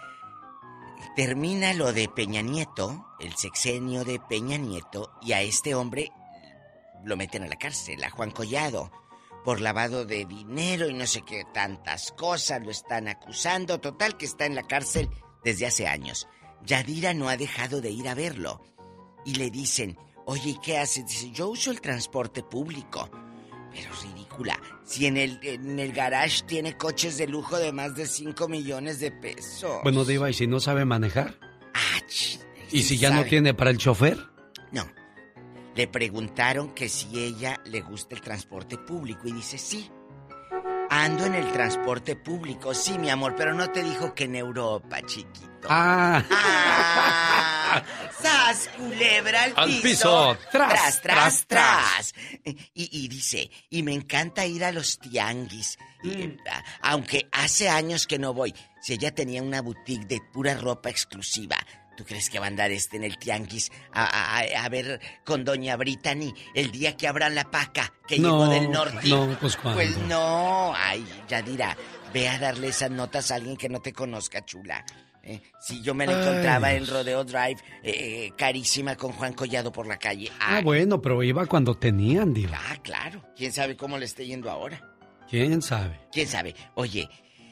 Termina lo de Peña Nieto, el sexenio de Peña Nieto, y a este hombre lo meten a la cárcel, a Juan Collado, por lavado de dinero y no sé qué tantas cosas, lo están acusando. Total que está en la cárcel desde hace años. Yadira no ha dejado de ir a verlo. Y le dicen, oye, ¿y qué haces? Dice, yo uso el transporte público. Pero ridícula, si en el, en el garage tiene coches de lujo de más de cinco millones de pesos.
Bueno, Diva, ¿y si no sabe manejar?
Ah, ch-
¿Y si ya
sabe.
no tiene para el chofer?
No. Le preguntaron que si ella le gusta el transporte público y dice sí. Ando en el transporte público, sí, mi amor, pero no te dijo que en Europa, chiquito.
Ah.
ah ¡Sas, culebra al,
al
piso!
piso. Tras,
tras, tras,
tras,
tras. Y, y dice, y me encanta ir a los tianguis. Mm. Y, aunque hace años que no voy. Si ella tenía una boutique de pura ropa exclusiva, ¿tú crees que va a andar este en el tianguis a, a, a ver con Doña Brittany el día que abran la paca que
no,
llegó del norte?
No, pues ¿cuándo?
Pues no, ay, Yadira, ve a darle esas notas a alguien que no te conozca, chula. ¿Eh? Si yo me la encontraba ay. en Rodeo Drive, eh, carísima con Juan Collado por la calle. Ay.
Ah, bueno, pero iba cuando tenían, Diva.
Ah, claro. ¿Quién sabe cómo le esté yendo ahora?
¿Quién sabe?
¿Quién sabe? Oye,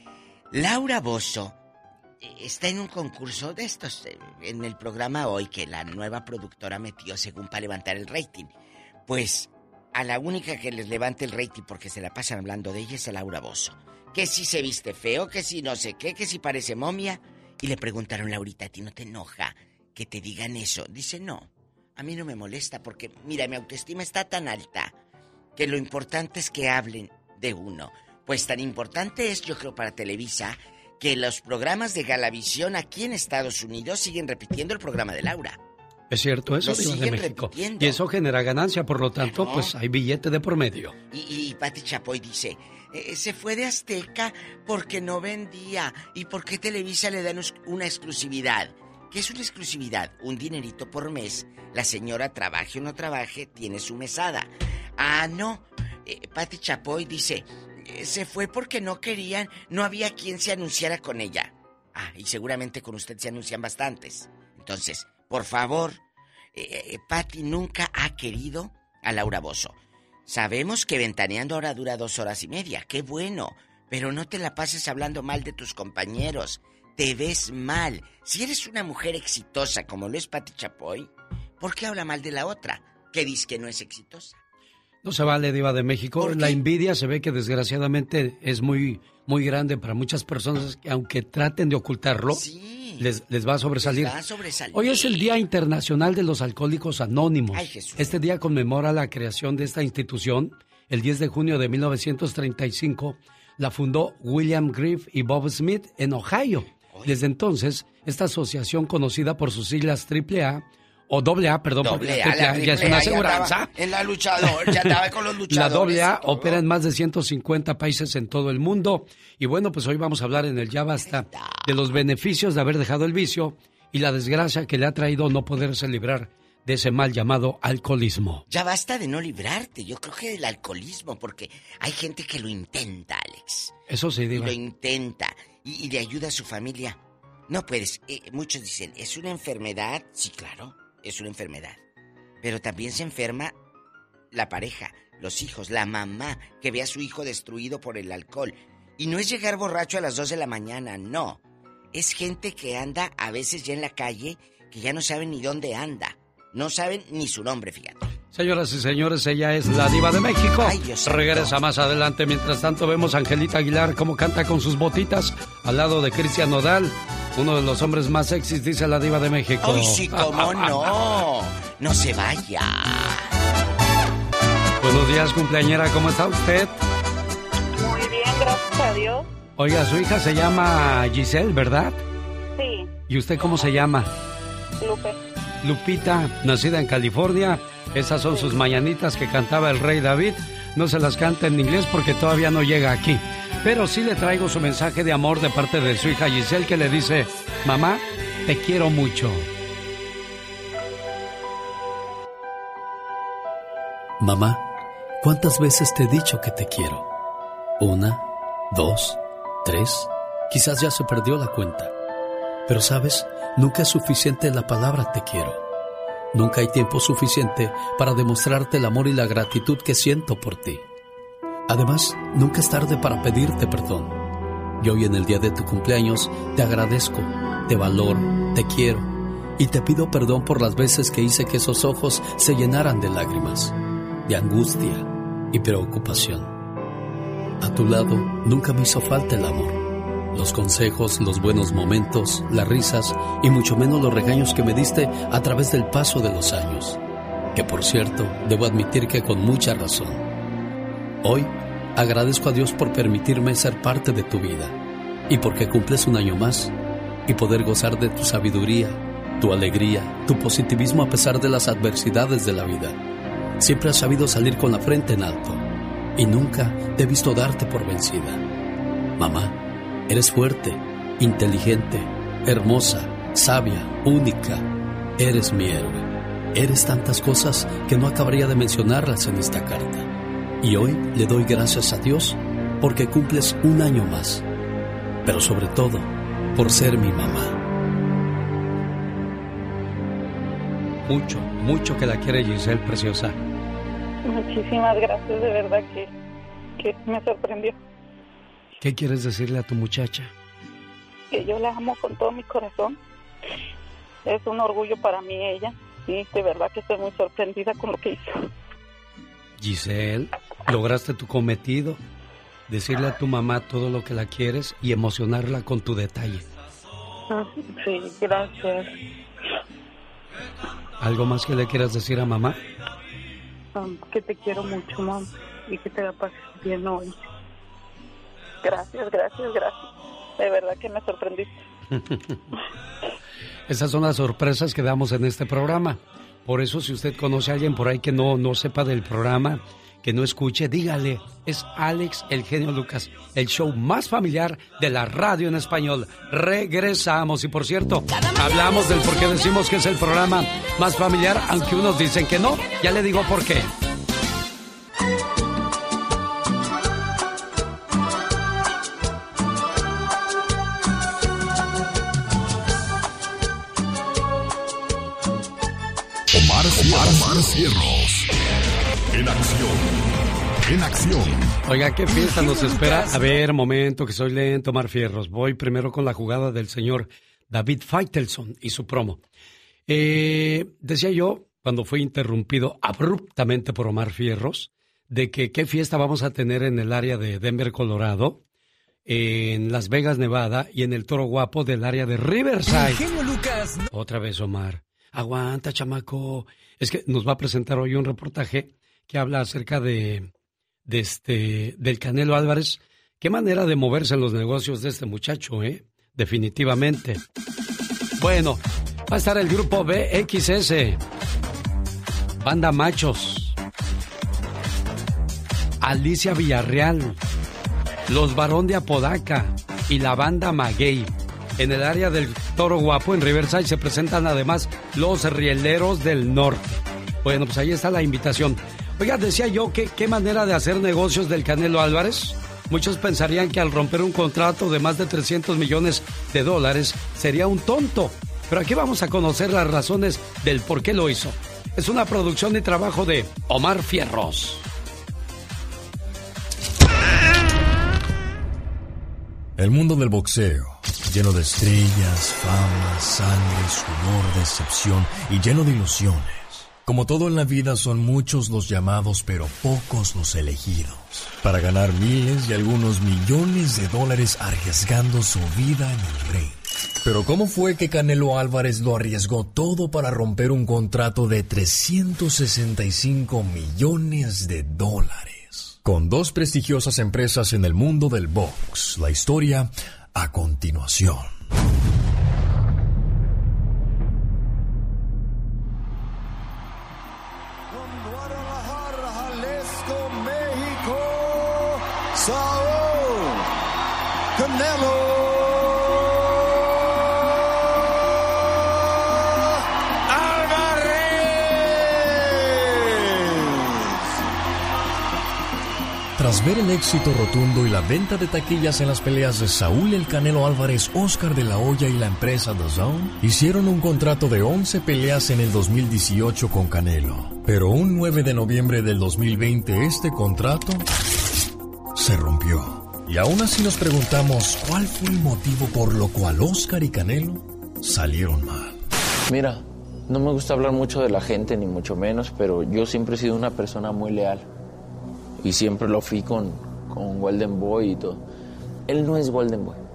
Laura Bozzo está en un concurso de estos, eh, en el programa hoy, que la nueva productora metió según para levantar el rating. Pues a la única que les levante el rating porque se la pasan hablando de ella es a Laura Bozzo. Que si se viste feo, que si no sé qué, que si parece momia. Y le preguntaron, Laurita, ¿a ti no te enoja que te digan eso? Dice, no, a mí no me molesta porque, mira, mi autoestima está tan alta que lo importante es que hablen de uno. Pues tan importante es, yo creo, para Televisa, que los programas de Galavisión aquí en Estados Unidos siguen repitiendo el programa de Laura.
Es cierto eso, Diva de México. Repitiendo. Y eso genera ganancia, por lo tanto, claro. Pues hay billete de por medio.
Y, y Pati Chapoy dice, eh, se fue de Azteca porque no vendía. ¿Y por qué Televisa le da una exclusividad? ¿Qué es una exclusividad? Un dinerito por mes. La señora, trabaje o no trabaje, tiene su mesada. Ah, no. Eh, Pati Chapoy dice, eh, se fue porque no querían, no había quien se anunciara con ella. Ah, y seguramente con usted se anuncian bastantes. Entonces, por favor, eh, eh, Pati nunca ha querido a Laura Bozzo. Sabemos que Ventaneando ahora dura dos horas y media, qué bueno, pero no te la pases hablando mal de tus compañeros. Te ves mal. Si eres una mujer exitosa como lo es Pati Chapoy, ¿por qué habla mal de la otra? Que dice que no es exitosa.
No se vale, Diva de México. La envidia se ve que desgraciadamente es muy, muy grande para muchas personas que aunque traten de ocultarlo, sí, les, les va a sobresalir.
Les va a sobresalir.
Hoy es el Día Internacional de los Alcohólicos Anónimos.
Ay, Jesús.
Este día conmemora la creación de esta institución. El diez de junio de mil novecientos treinta y cinco la fundó William Griff y Bob Smith en Ohio. Desde entonces, esta asociación conocida por sus siglas triple A, o doble A, perdón, porque la triple A ya es una aseguranza.
En la luchador, ya estaba con los luchadores.
La doble A opera en más de ciento cincuenta países en todo el mundo. Y bueno, pues hoy vamos a hablar en el Ya Basta de los beneficios de haber dejado el vicio y la desgracia que le ha traído no poderse librar de ese mal llamado alcoholismo.
Ya basta de no librarte, yo creo que del alcoholismo, porque hay gente que lo intenta, Alex.
Eso sí, Diva.
Lo intenta y, y le ayuda a su familia. No puedes, eh, muchos dicen, ¿es una enfermedad? Sí, claro, es una enfermedad. Pero también se enferma la pareja, los hijos, la mamá, que ve a su hijo destruido por el alcohol. Y no es llegar borracho a las dos de la mañana, no. Es gente que anda a veces ya en la calle, que ya no saben ni dónde anda. No saben ni su nombre, fíjate.
Señoras y señores, ella es la Diva de México.
Ay, Dios
Regresa
santo.
más adelante. Mientras tanto, vemos a Angelita Aguilar cómo canta con sus botitas al lado de Cristian Nodal, uno de los hombres más sexys, dice la Diva de México.
¡Ay, sí, cómo no! ¡No se vaya!
Buenos días, cumpleañera. ¿Cómo está usted?
Muy bien, gracias a Dios.
Oiga, su hija se llama Giselle, ¿verdad?
Sí,
¿Y usted cómo se llama?
Lupe.
Lupita, nacida en California. Esas son sus mañanitas que cantaba el rey David. No se las canta en inglés porque todavía no llega aquí. Pero sí le traigo su mensaje de amor de parte de su hija Giselle, que le dice: mamá, te quiero mucho. Mamá, ¿cuántas veces te he dicho que te quiero? Una, dos, tres, quizás ya se perdió la cuenta. Pero sabes, nunca es suficiente la palabra te quiero. Nunca hay tiempo suficiente para demostrarte el amor y la gratitud que siento por ti. Además, nunca es tarde para pedirte perdón. Y hoy en el día de tu cumpleaños te agradezco, te valoro, te quiero y te pido perdón por las veces que hice que esos ojos se llenaran de lágrimas, de angustia y preocupación. A tu lado nunca me hizo falta el amor. Los consejos, los buenos momentos, las risas y mucho menos los regaños que me diste a través del paso de los años. Que por cierto, debo admitir que con mucha razón. Hoy agradezco a Dios por permitirme ser parte de tu vida y porque cumples un año más y poder gozar de tu sabiduría, tu alegría, tu positivismo a pesar de las adversidades de la vida. Siempre has sabido salir con la frente en alto y nunca te he visto darte por vencida. Mamá, eres fuerte, inteligente, hermosa, sabia, única. Eres mi héroe. Eres tantas cosas que no acabaría de mencionarlas en esta carta. Y hoy le doy gracias a Dios porque cumples un año más. Pero sobre todo, por ser mi mamá. Mucho, mucho que la quiere Giselle, preciosa.
Muchísimas gracias, de verdad que, que me sorprendió.
¿Qué quieres decirle a tu muchacha?
Que yo la amo con todo mi corazón. Es un orgullo para mí ella. Y de verdad que estoy muy sorprendida con lo que hizo.
Giselle, lograste tu cometido. Decirle a tu mamá todo lo que la quieres y emocionarla con tu detalle.
Ah, sí, gracias.
¿Algo más que le quieras decir a mamá?
Um, que te quiero mucho, mamá. Y que te la pases bien hoy. Gracias, gracias, gracias. De verdad que me sorprendiste.
Esas son las sorpresas que damos en este programa. Por eso, si usted conoce a alguien por ahí que no, no sepa del programa, que no escuche, dígale. Es Alex, el genio Lucas, el show más familiar de la radio en español. Regresamos. Y por cierto, hablamos del por qué decimos que es el programa más familiar, aunque unos dicen que no. Ya le digo por qué.
Omar, Omar, Omar Cierros. En acción. En acción.
Oiga, ¿qué fiesta nos espera? A ver, momento, que soy lento, Omar Fierros. Voy primero con la jugada del señor David Faitelson y su promo. Eh, decía yo, cuando fui interrumpido abruptamente por Omar Fierros, de que qué fiesta vamos a tener en el área de Denver, Colorado, en Las Vegas, Nevada, y en el Toro Guapo del área de Riverside.
El genio Lucas.
Otra vez, Omar. Aguanta, chamaco. Es que nos va a presentar hoy un reportaje que habla acerca de, de este, del Canelo Álvarez. Qué manera de moverse en los negocios de este muchacho, ¿eh? Definitivamente. Bueno, va a estar el grupo B X S, Banda Machos, Alicia Villarreal, Los Barón de Apodaca y la Banda Maguey. En el área del Toro Guapo, en Riverside, se presentan además los Rieleros del Norte. Bueno, pues ahí está la invitación. Oiga, decía yo que qué manera de hacer negocios del Canelo Álvarez. Muchos pensarían que al romper un contrato de más de trescientos millones de dólares sería un tonto. Pero aquí vamos a conocer las razones del por qué lo hizo. Es una producción y trabajo de Omar Fierros.
El mundo del boxeo, lleno de estrellas, fama, sangre, sudor, decepción y lleno de ilusiones. Como todo en la vida, son muchos los llamados, pero pocos los elegidos, para ganar miles y algunos millones de dólares arriesgando su vida en el ring. Pero ¿cómo fue que Canelo Álvarez lo arriesgó todo para romper un contrato de trescientos sesenta y cinco millones de dólares? Con dos prestigiosas empresas en el mundo del box. La historia a continuación.
Saúl Canelo Álvarez.
Tras ver el éxito rotundo y la venta de taquillas en las peleas de Saúl El Canelo Álvarez, Oscar de la Hoya y la empresa D A Z N, hicieron un contrato de once peleas en el dos mil dieciocho con Canelo. Pero un nueve de noviembre del dos mil veinte este contrato se rompió. Y aún así nos preguntamos cuál fue el motivo por lo cual Oscar y Canelo salieron mal.
Mira, no me gusta hablar mucho de la gente, ni mucho menos, pero yo siempre he sido una persona muy leal. Y siempre lo fui con, con Golden Boy y todo. Él no es Golden Boy.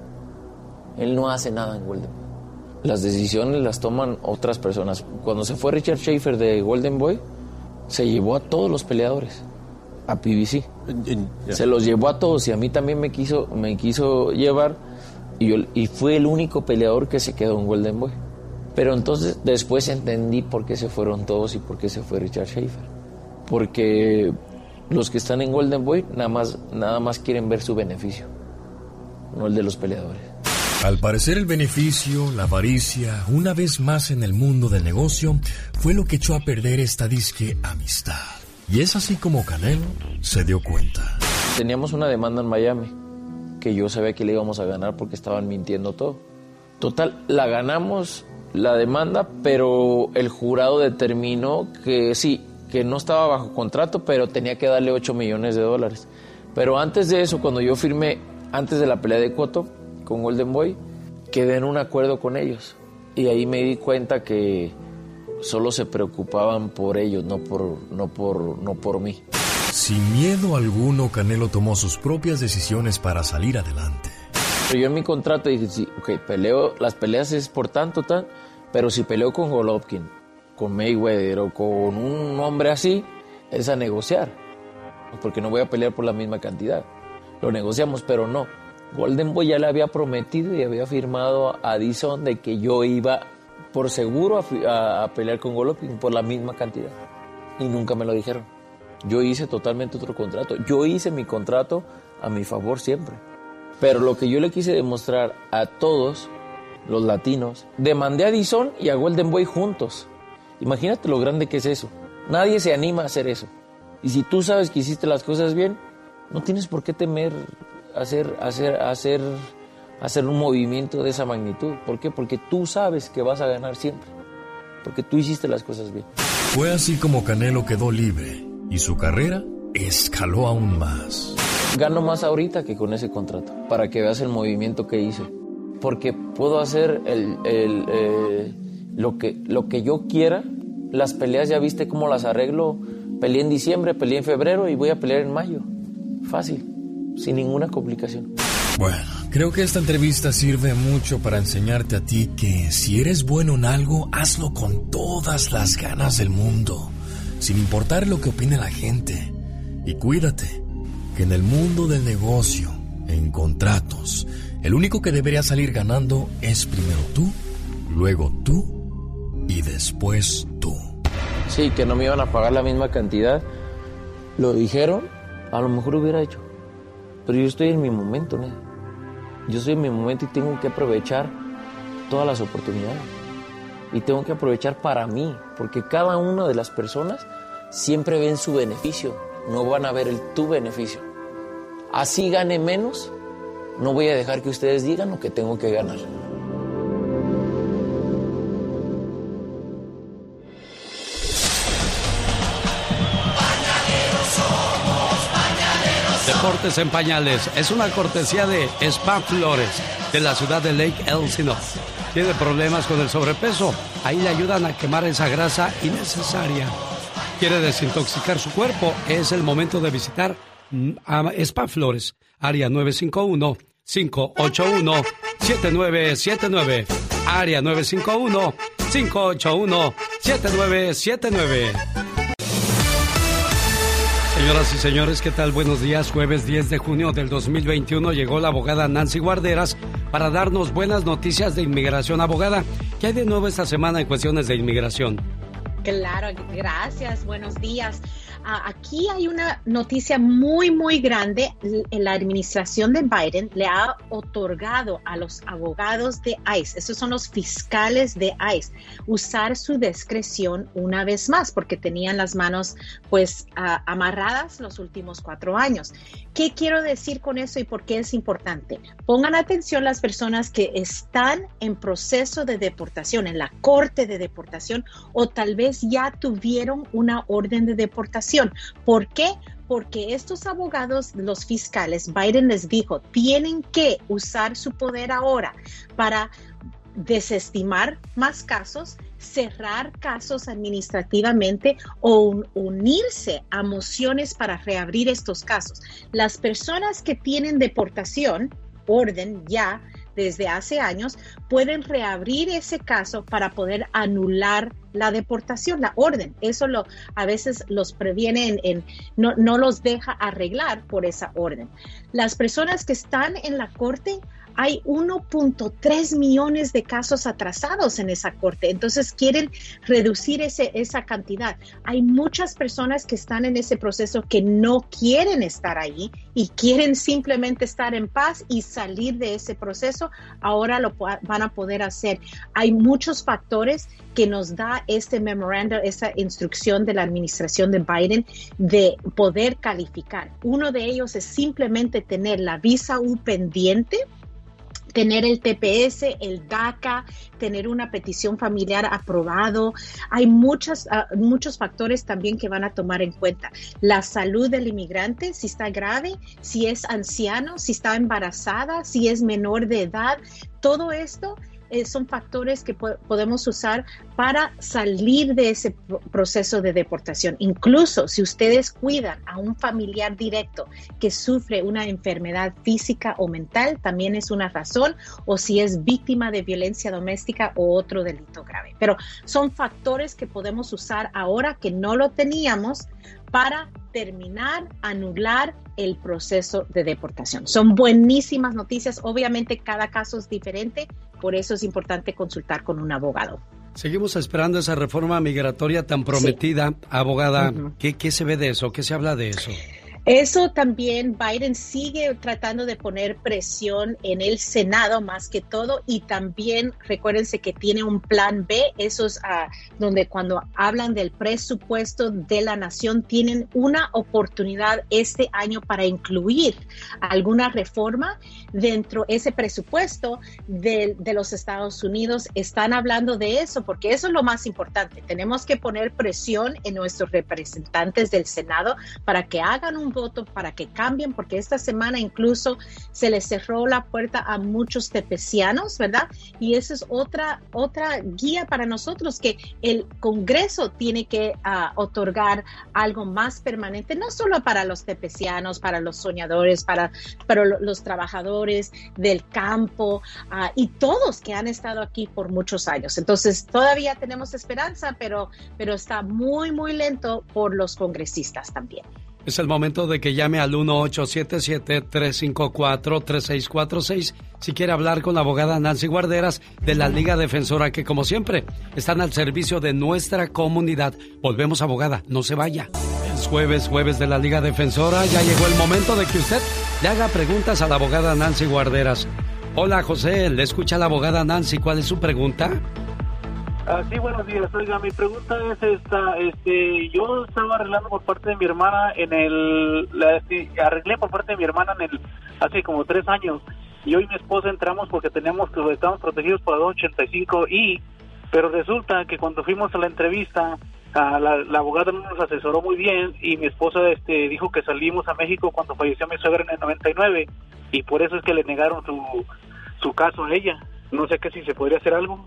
Él no hace nada en Golden Boy. Las decisiones las toman otras personas. Cuando se fue Richard Schaefer de Golden Boy, se llevó a todos los peleadores a P B C. Yeah. Se los llevó a todos y a mí también me quiso, me quiso llevar y, yo, y fue el único peleador que se quedó en Golden Boy. Pero entonces después entendí por qué se fueron todos y por qué se fue Richard Schaefer. Porque los que están en Golden Boy nada más, nada más quieren ver su beneficio, no el de los peleadores.
Al parecer el beneficio, la avaricia, una vez más en el mundo del negocio, fue lo que echó a perder esta disque amistad. Y es así como Canelo se dio cuenta.
Teníamos una demanda en Miami, que yo sabía que le íbamos a ganar porque estaban mintiendo todo. Total, la ganamos, la demanda, pero el jurado determinó que sí, que no estaba bajo contrato, pero tenía que darle ocho millones de dólares. Pero antes de eso, cuando yo firmé, antes de la pelea de Cotto con Golden Boy, quedé en un acuerdo con ellos. Y ahí me di cuenta que solo se preocupaban por ellos, no por, no por, no por mí.
Sin miedo alguno, Canelo tomó sus propias decisiones para salir adelante.
Pero yo en mi contrato dije, sí, ok, peleo, las peleas es por tanto, tan, pero si peleo con Golovkin, con Mayweather o con un hombre así, es a negociar, porque no voy a pelear por la misma cantidad. Lo negociamos, pero no. Golden Boy ya le había prometido y había firmado a D A Z N de que yo iba por seguro a, a, a pelear con Golovkin por la misma cantidad. Y nunca me lo dijeron. Yo hice totalmente otro contrato. Yo hice mi contrato a mi favor siempre. Pero lo que yo le quise demostrar a todos los latinos, demandé a D A Z N y a Golden Boy juntos. Imagínate lo grande que es eso. Nadie se anima a hacer eso. Y si tú sabes que hiciste las cosas bien, no tienes por qué temer hacer, hacer, hacer, hacer un movimiento de esa magnitud. ¿Por qué? Porque tú sabes que vas a ganar siempre. Porque tú hiciste las cosas bien.
Fue así como Canelo quedó libre y su carrera escaló aún más.
Gano más ahorita que con ese contrato, para que veas el movimiento que hice. Porque puedo hacer el, el, eh, lo, que, lo que yo quiera. Las peleas ya viste cómo las arreglo. Peleé en diciembre, peleé en febrero y voy a pelear en mayo. Fácil, sin ninguna complicación.
Bueno, creo que esta entrevista sirve mucho para enseñarte a ti que si eres bueno en algo, hazlo con todas las ganas del mundo, sin importar lo que opine la gente. Y cuídate, que en el mundo del negocio, en contratos, el único que debería salir ganando es primero tú, luego tú y después tú.
Sí, que no me iban a pagar la misma cantidad. Lo dijeron, a lo mejor hubiera hecho. Pero yo estoy en mi momento, ¿no? Yo estoy en mi momento y tengo que aprovechar todas las oportunidades. Y tengo que aprovechar para mí, porque cada una de las personas siempre ven su beneficio, no van a ver el tu beneficio. Así gane menos, no voy a dejar que ustedes digan lo que tengo que ganar.
Deportes en Pañales es una cortesía de Spa Flores de la ciudad de Lake Elsinore. ¿Tiene problemas con el sobrepeso? Ahí le ayudan a quemar esa grasa innecesaria. ¿Quiere desintoxicar su cuerpo? Es el momento de visitar a Spa Flores, área nueve cinco uno, cinco ocho uno, siete nueve siete nueve, área nueve cinco uno, cinco ocho uno, siete nueve siete nueve. Señoras y señores, ¿qué tal? Buenos días. Jueves diez de junio del dos mil veintiuno llegó la abogada Nancy Guarderas para darnos buenas noticias de inmigración. Abogada, ¿qué hay de nuevo esta semana en cuestiones de inmigración?
Claro, gracias. Buenos días. Uh, aquí hay una noticia muy, muy grande. La administración de Biden le ha otorgado a los abogados de ICE, esos son los fiscales de ICE, usar su discreción una vez más porque tenían las manos pues uh, amarradas los últimos cuatro años. ¿Qué quiero decir con eso y por qué es importante? Pongan atención las personas que están en proceso de deportación, en la corte de deportación, o tal vez ya tuvieron una orden de deportación. ¿Por qué? Porque estos abogados, los fiscales, Biden les dijo, tienen que usar su poder ahora para desestimar más casos, cerrar casos administrativamente o un, unirse a mociones para reabrir estos casos. Las personas que tienen deportación, orden ya desde hace años, pueden reabrir ese caso para poder anular la deportación, la orden. Eso lo, a veces los previene, en, en, no, no los deja arreglar por esa orden. Las personas que están en la corte, hay uno punto tres millones de casos atrasados en esa corte, entonces quieren reducir ese, esa cantidad. Hay muchas personas que están en ese proceso que no quieren estar ahí y quieren simplemente estar en paz y salir de ese proceso. Ahora lo van a poder hacer. Hay muchos factores que nos da este memorandum, esa instrucción de la administración de Biden de poder calificar. Uno de ellos es simplemente tener la visa U pendiente, tener el T P S, el DACA, tener una petición familiar aprobado. Hay muchas, uh, muchos factores también que van a tomar en cuenta. La salud del inmigrante, si está grave, si es anciano, si está embarazada, si es menor de edad. Todo esto eh, son factores que po- podemos usar para salir de ese pro- proceso de deportación. Incluso si ustedes cuidan a un familiar directo que sufre una enfermedad física o mental, también es una razón, o si es víctima de violencia doméstica o otro delito grave. Pero son factores que podemos usar ahora que no lo teníamos para terminar, anular el proceso de deportación. Son buenísimas noticias. Obviamente cada caso es diferente, por eso es importante consultar con un abogado.
Seguimos esperando esa reforma migratoria tan prometida, sí. Abogada. Uh-huh. ¿Qué, ¿Qué se ve de eso? ¿Qué se habla de eso?
Eso también, Biden sigue tratando de poner presión en el Senado más que todo, y también recuérdense que tiene un plan B, eso es uh, donde cuando hablan del presupuesto de la nación tienen una oportunidad este año para incluir alguna reforma dentro de ese presupuesto de, de los Estados Unidos. Están hablando de eso porque eso es lo más importante. Tenemos que poner presión en nuestros representantes del Senado para que hagan un voto para que cambien, porque esta semana incluso se les cerró la puerta a muchos tepecianos, ¿verdad? Y esa es otra, otra guía para nosotros, que el Congreso tiene que uh, otorgar algo más permanente, no solo para los tepecianos, para los soñadores, para, para los trabajadores del campo uh, y todos que han estado aquí por muchos años. Entonces, todavía tenemos esperanza, pero, pero está muy, muy lento por los congresistas también.
Es el momento de que llame al uno ocho siete siete, tres cinco cuatro, tres seis cuatro seis si quiere hablar con la abogada Nancy Guarderas de la Liga Defensora, que como siempre están al servicio de nuestra comunidad. Volvemos, abogada, no se vaya. Es jueves, jueves de la Liga Defensora. Ya llegó el momento de que usted le haga preguntas a la abogada Nancy Guarderas. Hola, José, le escucha la abogada Nancy. ¿Cuál es su pregunta?
Ah, sí, buenos días. Oiga, mi pregunta es esta, este, yo estaba arreglando por parte de mi hermana en el, la, este, arreglé por parte de mi hermana en el, hace como tres años, y hoy mi esposa entramos porque teníamos que, estábamos protegidos por la dos ochenta y cinco I, pero resulta que cuando fuimos a la entrevista, a la, la abogada no nos asesoró muy bien, y mi esposa, este, dijo que salimos a México cuando falleció mi suegra en el noventa y nueve, y por eso es que le negaron su, su caso a ella. No sé qué si se podría hacer algo.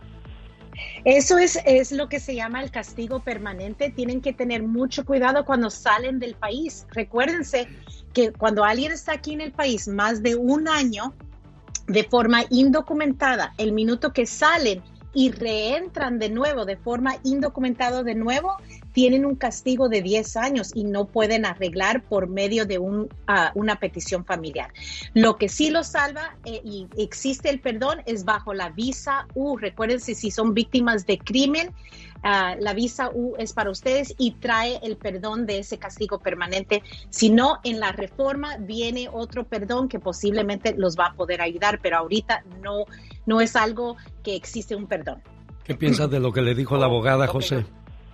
Eso es, es lo que se llama el castigo permanente. Tienen que tener mucho cuidado cuando salen del país. Recuérdense que cuando alguien está aquí en el país más de un año de forma indocumentada, el minuto que salen y reentran de nuevo de forma indocumentada de nuevo, tienen un castigo de diez años y no pueden arreglar por medio de un, uh, una petición familiar. Lo que sí los salva eh, y existe el perdón es bajo la visa U. Recuérdense, si son víctimas de crimen, uh, la visa U es para ustedes y trae el perdón de ese castigo permanente. Si no, en la reforma viene otro perdón que posiblemente los va a poder ayudar, pero ahorita no, no es algo que existe un perdón.
¿Qué piensas de lo que le dijo la abogada, José?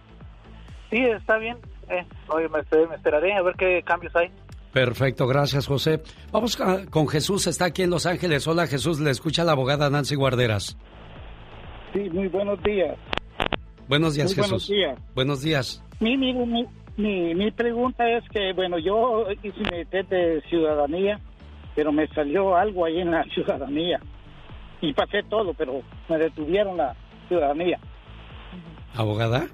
Sí, está bien. Eh, oye, me, me esperaré a ver qué cambios hay.
Perfecto, gracias, José. Vamos a, con Jesús, está aquí en Los Ángeles. Hola, Jesús, le escucha la abogada Nancy Guarderas.
Sí, muy buenos días.
Buenos días,
muy
Jesús.
Buenos días.
Buenos días.
Mi, mi, mi, mi, mi pregunta es que, bueno, yo hice mi test de ciudadanía, pero me salió algo ahí en la ciudadanía. Y pasé todo, pero me detuvieron la ciudadanía.
¿Abogada?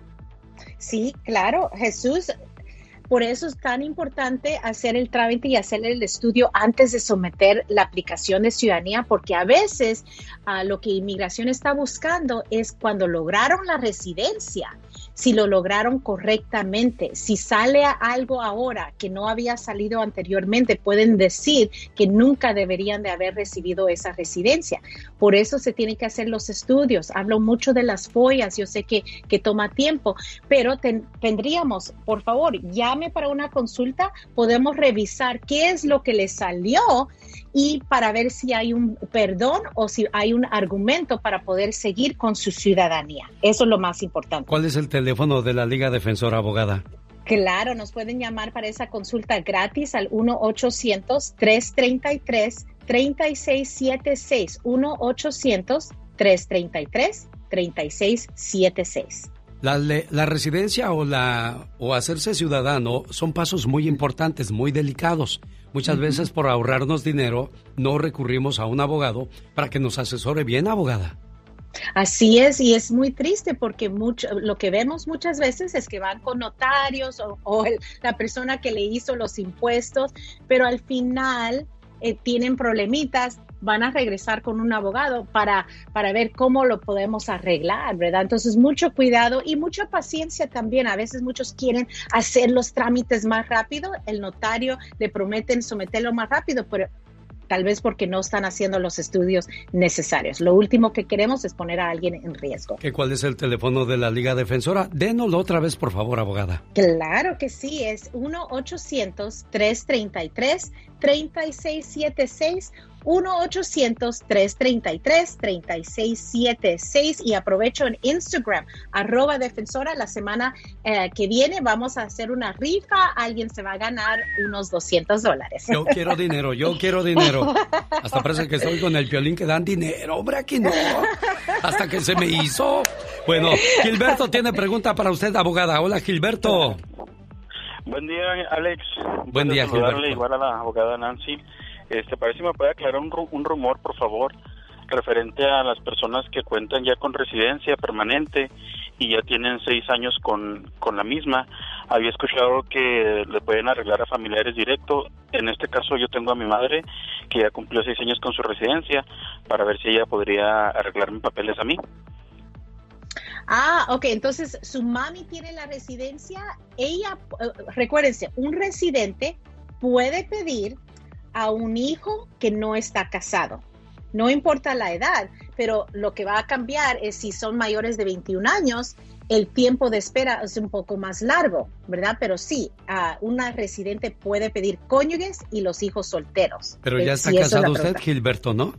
Sí, claro, Jesús. Por eso es tan importante hacer el trámite y hacer el estudio antes de someter la aplicación de ciudadanía, porque a veces uh, lo que inmigración está buscando es cuando lograron la residencia, si lo lograron correctamente. Si sale algo ahora que no había salido anteriormente, pueden decir que nunca deberían de haber recibido esa residencia. Por eso se tienen que hacer los estudios. Hablo mucho de las follas, yo sé que, que toma tiempo, pero ten, tendríamos, por favor, llame para una consulta, podemos revisar qué es lo que le salió y para ver si hay un perdón o si hay un argumento para poder seguir con su ciudadanía. Eso es lo más importante.
¿Cuál es el teléfono de la Liga Defensora, abogada?
Claro, nos pueden llamar para esa consulta gratis al uno ochocientos, tres treinta y tres, treinta y seis setenta y seis. uno ochocientos, tres treinta y tres, treinta y seis setenta y seis.
La, la residencia o, la, o hacerse ciudadano son pasos muy importantes, muy delicados. Muchas veces por ahorrarnos dinero no recurrimos a un abogado para que nos asesore bien, abogada.
Así es, y es muy triste porque mucho, lo que vemos muchas veces es que van con notarios o, o el, la persona que le hizo los impuestos, pero al final eh, tienen problemitas, van a regresar con un abogado para, para ver cómo lo podemos arreglar, ¿verdad? Entonces, mucho cuidado y mucha paciencia también. A veces muchos quieren hacer los trámites más rápido, el notario le prometen someterlo más rápido, pero tal vez porque no están haciendo los estudios necesarios. Lo último que queremos es poner a alguien en riesgo.
¿Qué, ¿Cuál es el teléfono de la Liga Defensora? Dénoslo otra vez, por favor, abogada.
Claro que sí, es uno ochocientos, tres treinta y tres, treinta y seis setenta y seis, uno ochocientos, tres treinta y tres, treinta y seis setenta y seis, y aprovecho en Instagram, arroba defensora. La semana eh, que viene vamos a hacer una rifa, alguien se va a ganar unos doscientos dólares.
Yo quiero dinero, yo quiero dinero. Hasta parece que estoy con el Piolín que dan dinero, hombre, aquí no. Hasta que se me hizo. Bueno, Gilberto tiene pregunta para usted, abogada. Hola, Gilberto.
Buen día, Alex.
Buen día,
saludarle
Gilberto.
igual a la abogada Nancy. Este, para ver si me puede aclarar un, ru- un rumor, por favor, referente a las personas que cuentan ya con residencia permanente y ya tienen seis años con, con la misma. Había escuchado que le pueden arreglar a familiares directo. En este caso yo tengo a mi madre que ya cumplió seis años con su residencia, para ver si ella podría arreglarme papeles a mí.
Ah, ok, entonces su mami tiene la residencia. Ella, eh, recuérdense, un residente puede pedir a un hijo que no está casado. No importa la edad, pero lo que va a cambiar es si son mayores de veintiún años, el tiempo de espera es un poco más largo, ¿verdad? Pero sí, uh, una residente puede pedir cónyuges y los hijos solteros.
Pero ya
Eh,
está
si eso es
casado
la
usted,
pregunta.
Gilberto, ¿no?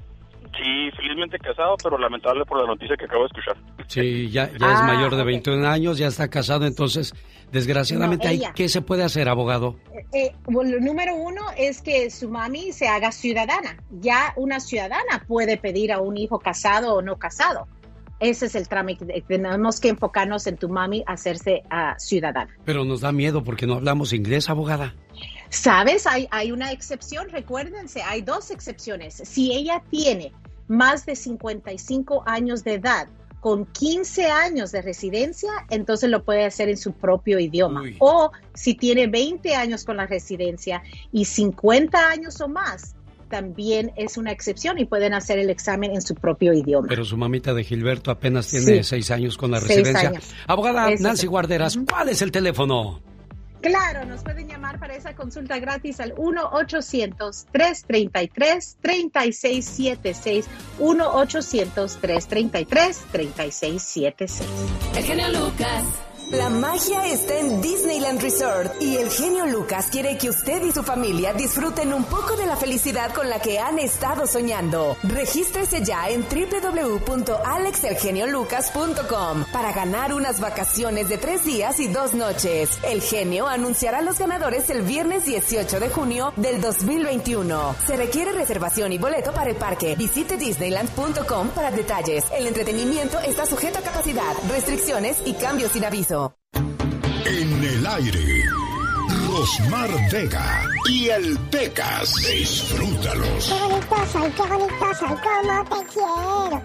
Sí, felizmente casado, pero lamentable por la noticia que acabo de escuchar.
Sí, ya, ya es
Ah,
mayor de
ok.
veintiún años, ya está casado, entonces, desgraciadamente,
No,
ahí,
ella.
¿qué se puede hacer, abogado?
Eh, bueno, lo número uno es que su mami se haga ciudadana. Ya una ciudadana puede pedir a un hijo casado o no casado. Ese es el trámite. Tenemos que enfocarnos en tu mami hacerse uh, ciudadana.
Pero nos da miedo porque no hablamos inglés, abogada.
¿Sabes? Hay, hay una excepción, recuérdense, hay dos excepciones. Si ella tiene más de cincuenta y cinco años de edad con quince años de residencia, entonces lo puede hacer en su propio idioma.
Uy.
O si tiene veinte años con la residencia y cincuenta años o más, también es una excepción y pueden hacer el examen en su propio idioma.
Pero su mamita de Gilberto apenas tiene
Sí.
seis años con la
Seis
residencia.
años.
Abogada
Eso
Nancy
sí.
Guarderas, ¿cuál es el teléfono?
Claro, nos pueden llamar para esa consulta gratis al uno ochocientos, tres treinta y tres, treinta y seis setenta y seis, uno ochocientos, tres treinta y tres, treinta y seis setenta y seis.
El genio Lucas.
La magia está en Disneyland Resort y el genio Lucas quiere que usted y su familia disfruten un poco de la felicidad con la que han estado soñando. Regístrese ya en doble u doble u doble u punto alex el genio lucas punto com para ganar unas vacaciones de tres días y dos noches. El genio anunciará a los ganadores el viernes dieciocho de junio del dos mil veintiuno. Se requiere reservación y boleto para el parque. Visite disneyland punto com para detalles. El entretenimiento está sujeto a capacidad, restricciones y cambios sin aviso.
En el aire, Rosmar Vega y el Pecas. Disfrútalos.
Qué bonito soy, qué bonito soy, cómo te quiero.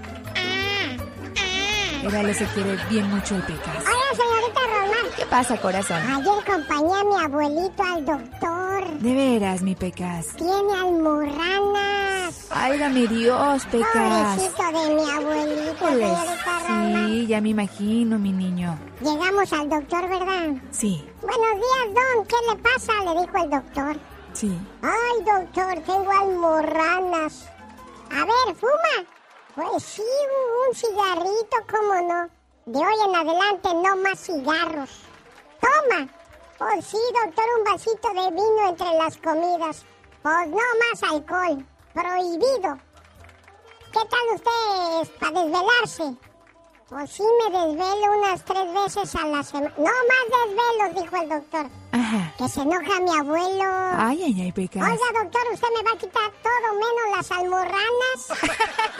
Órale, se quiere bien mucho el Pecas.
Hola, señorita Rosmar.
¿Qué pasa, corazón?
Ayer acompañé a mi abuelito al doctor.
De veras, mi Pecas.
Tiene almorranas.
Válgame Dios, Pecas.
Pobrecito de mi abuelito,
Pues,
señorita Rosmar.
sí, ya me imagino, mi niño.
Llegamos al doctor, ¿verdad?
Sí,
Buenos días, don. ¿Qué le pasa? Le dijo el doctor.
sí.
Ay, doctor, tengo almorranas. A ver, ¿fuma? Pues sí, un, un cigarrito, ¿cómo no? De hoy en adelante no más cigarros. Toma. Pues sí, doctor, un vasito de vino entre las comidas. Pues no más alcohol. Prohibido. ¿Qué tal usted para desvelarse? Pues sí, me desvelo unas tres veces a la semana. No más desvelos, dijo el doctor.
Ajá.
Que se enoja mi abuelo.
Ay, ay, ay, Pecas.
Oiga, doctor, ¿usted me va a quitar todo menos las almorranas?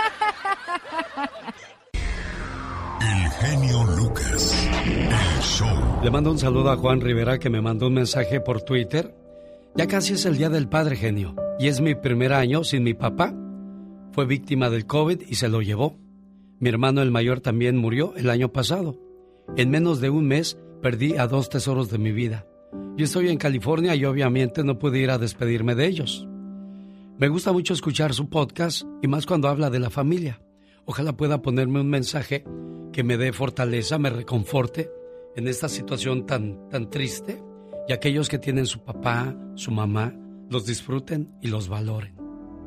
El genio Lucas. El show.
Le mando un saludo a Juan Rivera que me mandó un mensaje por Twitter. Ya casi es el Día del Padre, genio. Y es mi primer año sin mi papá. Fue víctima del COVID y se lo llevó. Mi hermano el mayor también murió el año pasado. En menos de un mes perdí a dos tesoros de mi vida. Yo estoy en California y obviamente no pude ir a despedirme de ellos. Me gusta mucho escuchar su podcast y más cuando habla de la familia. Ojalá pueda ponerme un mensaje que me dé fortaleza, me reconforte en esta situación tan, tan triste y aquellos que tienen su papá, su mamá, los disfruten y los valoren.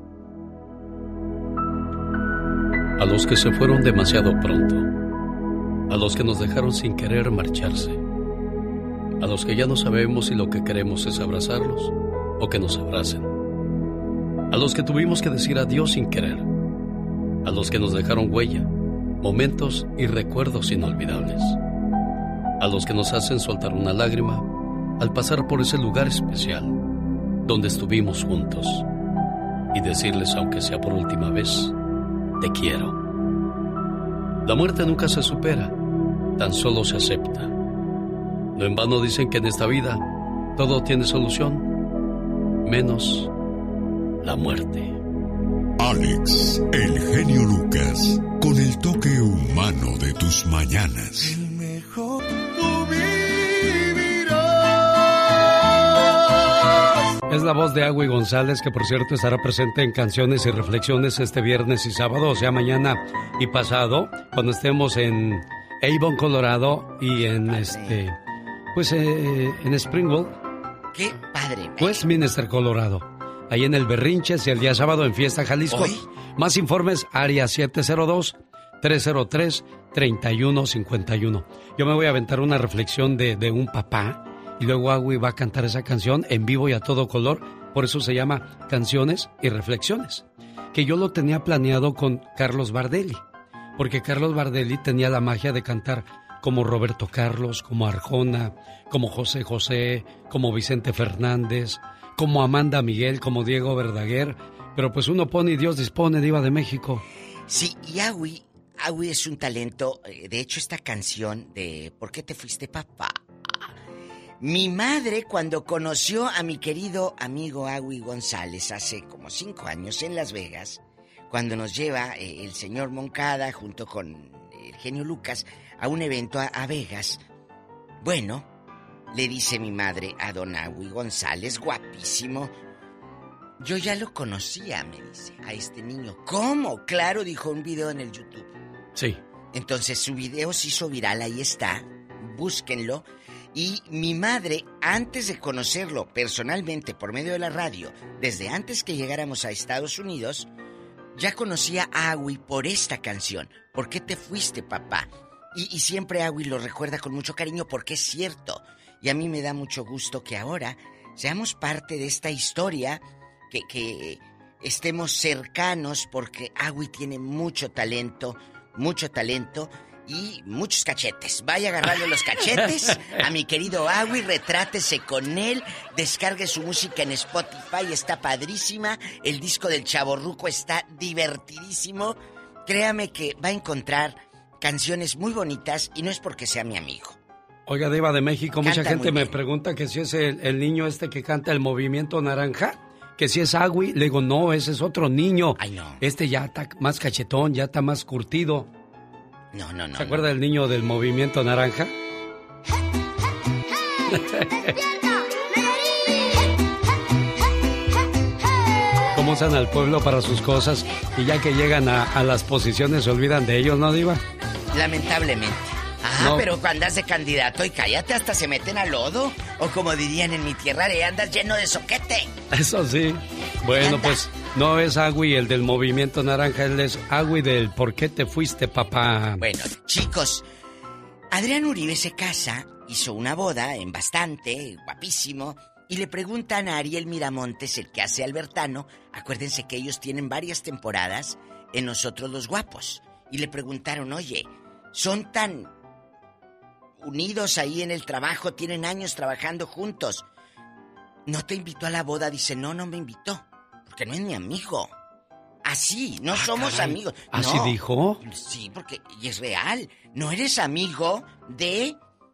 A los que se fueron demasiado pronto, a los que nos dejaron sin querer marcharse, a los que ya no sabemos si lo que queremos es abrazarlos o que nos abracen, a los que tuvimos que decir adiós sin querer, a los que nos dejaron huella, momentos y recuerdos inolvidables, a los que nos hacen soltar una lágrima al pasar por ese lugar especial donde estuvimos juntos y decirles, aunque sea por última vez, te quiero. La muerte nunca se supera, tan solo se acepta. No en vano dicen que en esta vida todo tiene solución, menos la muerte.
Alex, el genio Lucas, con el toque humano de tus mañanas.
El mejor tú vivirás.
Es la voz de Agui González, que por cierto estará presente en Canciones y Reflexiones este viernes y sábado, o sea, mañana y pasado, cuando estemos en Avon, Colorado, y en este, pues eh, en Springville.
¡Qué padre!
Westminster, Colorado. Ahí en el Berrinches y el día sábado en Fiesta Jalisco.
¿Hoy?
Más informes, área siete cero dos, tres cero tres, tres uno cinco uno. Yo me voy a aventar una reflexión de, de un papá y luego Agui va a cantar esa canción en vivo y a todo color. Por eso se llama Canciones y Reflexiones. Que yo lo tenía planeado con Carlos Bardelli. Porque Carlos Bardelli tenía la magia de cantar como Roberto Carlos, como Arjona, como José José, como Vicente Fernández, como Amanda Miguel, como Diego Verdaguer, pero pues uno pone y Dios dispone, Diva de México.
Sí, y Agui, Agui es un talento. De hecho, esta canción de ¿Por qué te fuiste, papá? Mi madre, cuando conoció a mi querido amigo Agui González hace como cinco años en Las Vegas, cuando nos lleva eh, el señor Moncada junto con el genio Lucas a un evento a, a Vegas, bueno, le dice mi madre a don Agui González, guapísimo. Yo ya lo conocía, me dice, a este niño. ¿Cómo? Claro, dijo, un video en el YouTube.
Sí.
Entonces su video se hizo viral, ahí está. Búsquenlo. Y mi madre, antes de conocerlo personalmente por medio de la radio, desde antes que llegáramos a Estados Unidos, ya conocía a Agui por esta canción. ¿Por qué te fuiste, papá? Y, y siempre Agui lo recuerda con mucho cariño porque es cierto. Y a mí me da mucho gusto que ahora seamos parte de esta historia, que, que estemos cercanos, porque Agui tiene mucho talento, mucho talento y muchos cachetes. Vaya a agarrarle los cachetes a mi querido Agui, retrátese con él, descargue su música en Spotify, está padrísima. El disco del Chavorruco está divertidísimo. Créame que va a encontrar canciones muy bonitas y no es porque sea mi amigo.
Oiga, Diva de México,
Canta
mucha gente
muy
me
bien.
pregunta que si es el, el niño este que canta el Movimiento Naranja, que si es Agui. Le digo, no, ese es otro niño.
Ay, no.
Este ya está más cachetón, ya está más curtido.
No, no, no.
¿Se acuerda del niño del Movimiento Naranja? Cómo usan al pueblo para sus cosas y ya que llegan a, a las posiciones se olvidan de ellos, ¿no, Diva?
Lamentablemente. Ah,
No.
pero cuando andas de candidato y cállate, hasta se meten al lodo. O como dirían en mi tierra, eh, andas lleno de soquete.
Eso sí. Bueno,
Anda.
pues no es Agui el del Movimiento Naranja, él es Agui del ¿Por qué te fuiste, papá?
Bueno, chicos, Adrián Uribe se casa, hizo una boda en Bastante, guapísimo, y le preguntan a Ariel Miramontes, el que hace Albertano, acuérdense que ellos tienen varias temporadas en Nosotros los Guapos, y le preguntaron, oye, ¿son tan unidos ahí en el trabajo, tienen años trabajando juntos? ¿No te invitó a la boda? Dice, no, no me invitó, porque no es mi amigo. Así, no
Ah,
somos
caray.
amigos.
¿Así
No.
dijo?
Sí, porque y es real. No eres amigo de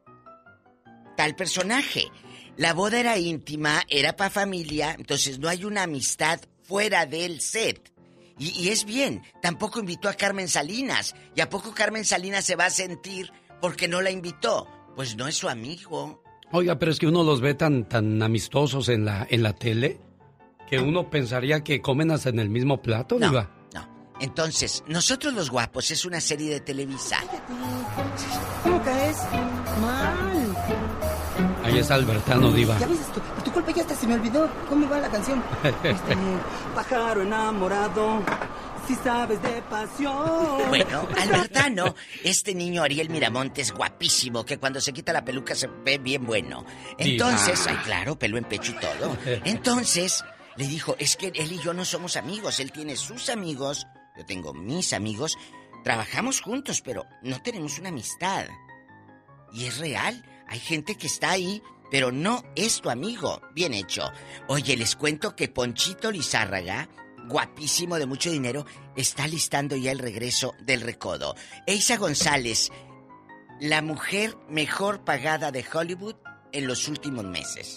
tal personaje. La boda era íntima, era para familia, entonces no hay una amistad fuera del set. Y, y es bien, tampoco invitó a Carmen Salinas. ¿Y a poco Carmen Salinas se va a sentir porque no la invitó? Pues no es su amigo.
Oiga, pero es que uno los ve tan, tan amistosos en la, en la tele que uno pensaría que comen hasta en el mismo plato,
No,
Diva.
no. Entonces, Nosotros los Guapos es una serie de Televisa.
¿Cómo caes? Mal.
Ahí está Albertano, Diva.
Ya ves esto, por tu culpa ya hasta se me olvidó cómo va la canción. Este, pájaro enamorado, si sabes de pasión.
Bueno, Albertano, este niño Ariel Miramontes, guapísimo, que cuando se quita la peluca se ve bien bueno. Entonces,
Diva.
ay, claro, pelo en pecho y todo. Entonces, le dijo, es que él y yo no somos amigos, él tiene sus amigos, yo tengo mis amigos, trabajamos juntos, pero no tenemos una amistad. Y es real, hay gente que está ahí, pero no es tu amigo. Bien hecho. Oye, les cuento que Ponchito Lizárraga, guapísimo de mucho dinero, está listando ya el regreso del Recodo. Eiza González, la mujer mejor pagada de Hollywood en los últimos meses.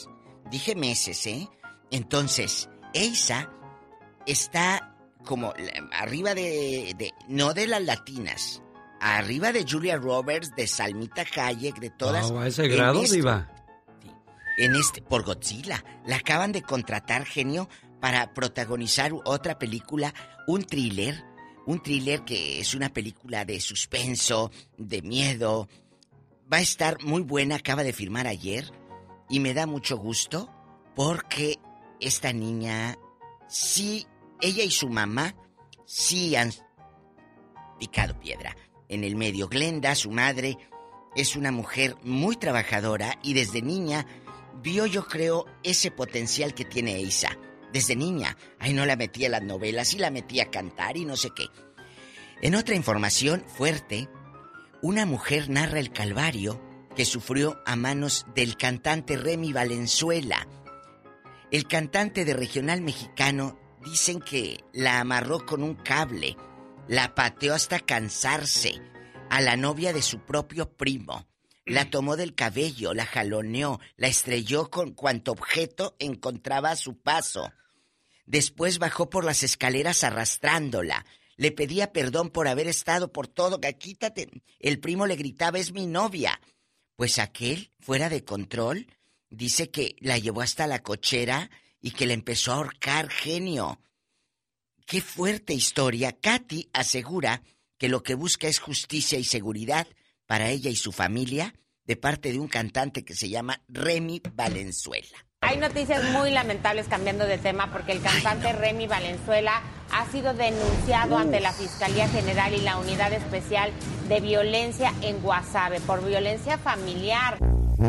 Dije meses, ¿eh? Entonces, Eiza está como arriba de, de... No de las latinas. Arriba de Julia Roberts, de Salmita Hayek, de todas.
Oh, ¿a ese grado,
este,
diva?
Sí, en este... Por Godzilla. La acaban de contratar, genio, para protagonizar otra película, un thriller. Un thriller que es una película de suspenso, de miedo. Va a estar muy buena, acaba de firmar ayer. Y me da mucho gusto porque esta niña, sí, ella y su mamá, sí han picado piedra en el medio. Glenda, su madre, es una mujer muy trabajadora y desde niña vio, yo creo, ese potencial que tiene Eiza. Desde niña, ahí no la metía en las novelas y la metía a cantar y no sé qué. En otra información fuerte, una mujer narra el calvario que sufrió a manos del cantante Remy Valenzuela. El cantante de regional mexicano dicen que la amarró con un cable, la pateó hasta cansarse a la novia de su propio primo, la tomó del cabello, la jaloneó, la estrelló con cuanto objeto encontraba a su paso. Después bajó por las escaleras arrastrándola. Le pedía perdón por haber estado por todo. Quítate. El primo le gritaba, es mi novia. Pues aquel, fuera de control, dice que la llevó hasta la cochera y que le empezó a ahorcar, genio. ¡Qué fuerte historia! Katy asegura que lo que busca es justicia y seguridad para ella y su familia de parte de un cantante que se llama Remy Valenzuela.
Hay noticias muy lamentables cambiando de tema porque el cantante no. Remy Valenzuela ha sido denunciado Uf. ante la Fiscalía General y la Unidad Especial de Violencia en Guasave por violencia familiar.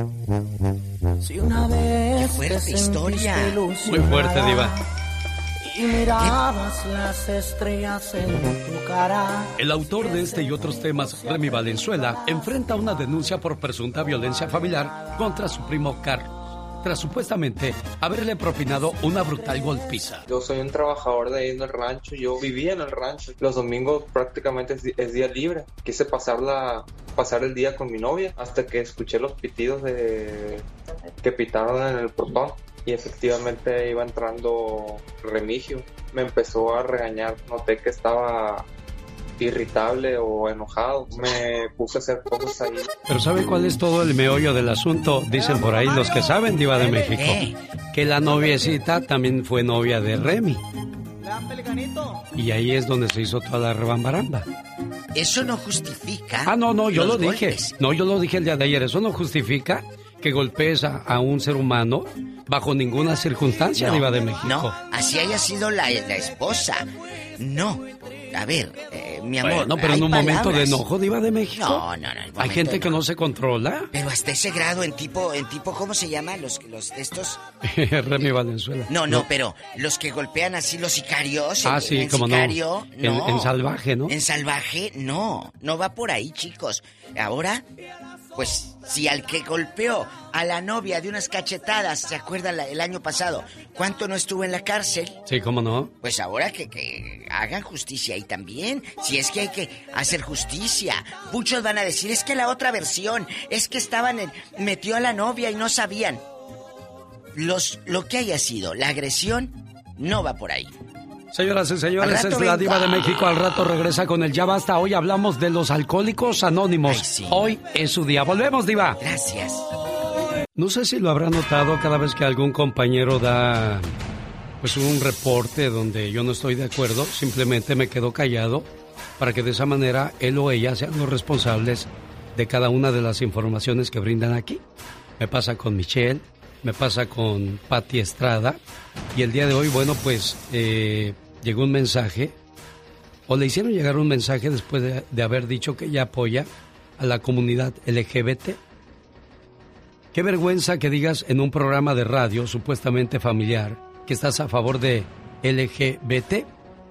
Si una vez
¡Qué fuerte historia!
Muy fuerte, diva.
Y mirabas las estrellas en tu cara.
El autor de este y otros temas, Remy Valenzuela, enfrenta una denuncia por presunta violencia familiar contra su primo Carlos, tras supuestamente haberle propinado una brutal golpiza.
Yo soy un trabajador de ahí en el rancho, yo vivía en el rancho. Los domingos prácticamente es, es día libre. Quise pasarla, pasar el día con mi novia hasta que escuché los pitidos de que pitaron en el portón. Y efectivamente iba entrando Remigio. Me empezó a regañar. Noté que estaba irritable o enojado. Me puse a hacer cosas ahí.
Pero ¿sabe cuál es todo el meollo del asunto? Dicen por ahí los que saben, diva de México, que la noviecita también fue novia de Remy. Y ahí es donde se hizo toda la rebambaramba.
Eso no justifica.
Ah, no, no, yo lo
golpes.
dije. No, yo lo dije el día de ayer. Eso no justifica que golpees a, a un ser humano bajo ninguna circunstancia,
no,
diva de México.
No, así haya sido la, la esposa. No. A ver, eh, mi amor.
No, pero en un
palabras.
momento de enojo, diva de México.
No, no, no.
Hay gente no. que no se controla.
Pero hasta ese grado, en tipo, en tipo, ¿cómo se llama? Los, los estos.
Remy Valenzuela.
No, no, no, pero los que golpean así los sicarios.
Ah,
en,
sí,
en
como
sicario,
no.
no.
En, en salvaje, ¿no?
En salvaje, no. No va por ahí, chicos. Ahora, pues, si al que golpeó a la novia de unas cachetadas, ¿se acuerdan la, el año pasado? ¿Cuánto no estuvo en la cárcel?
Sí, ¿cómo no?
Pues ahora que, que hagan justicia ahí también. Si es que hay que hacer justicia. Muchos van a decir, es que la otra versión, es que estaban en, metió a la novia y no sabían. Los, lo que haya sido, la agresión no va por ahí.
Señoras y señores, es la diva de México. Al rato regresa con el Ya Basta. Hoy hablamos de los alcohólicos anónimos. Ay, sí. Hoy es su día. Volvemos, diva.
Gracias.
No sé si lo habrá notado cada vez que algún compañero da pues un reporte donde yo no estoy de acuerdo, simplemente me quedo callado para que de esa manera él o ella sean los responsables de cada una de las informaciones que brindan aquí. Me pasa con Michelle, me pasa con Pati Estrada, y el día de hoy, bueno, pues eh, llegó un mensaje, o le hicieron llegar un mensaje después de, de haber dicho que ella apoya a la comunidad L G B T. Qué vergüenza que digas en un programa de radio supuestamente familiar que estás a favor de L G B T.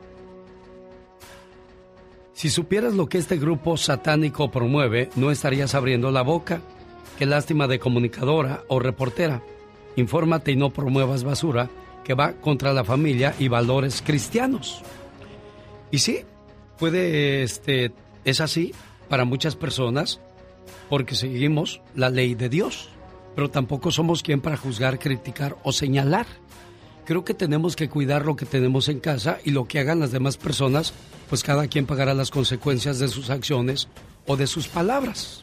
Si supieras lo que este grupo satánico promueve, no estarías abriendo la boca. Qué lástima de comunicadora o reportera. Infórmate y no promuevas basura que va contra la familia y valores cristianos. Y sí, puede, este, es así para muchas personas porque seguimos la ley de Dios. pero tampoco somos quien para juzgar, criticar o señalar. Creo que tenemos que cuidar lo que tenemos en casa y lo que hagan las demás personas, pues cada quien pagará las consecuencias de sus acciones o de sus palabras.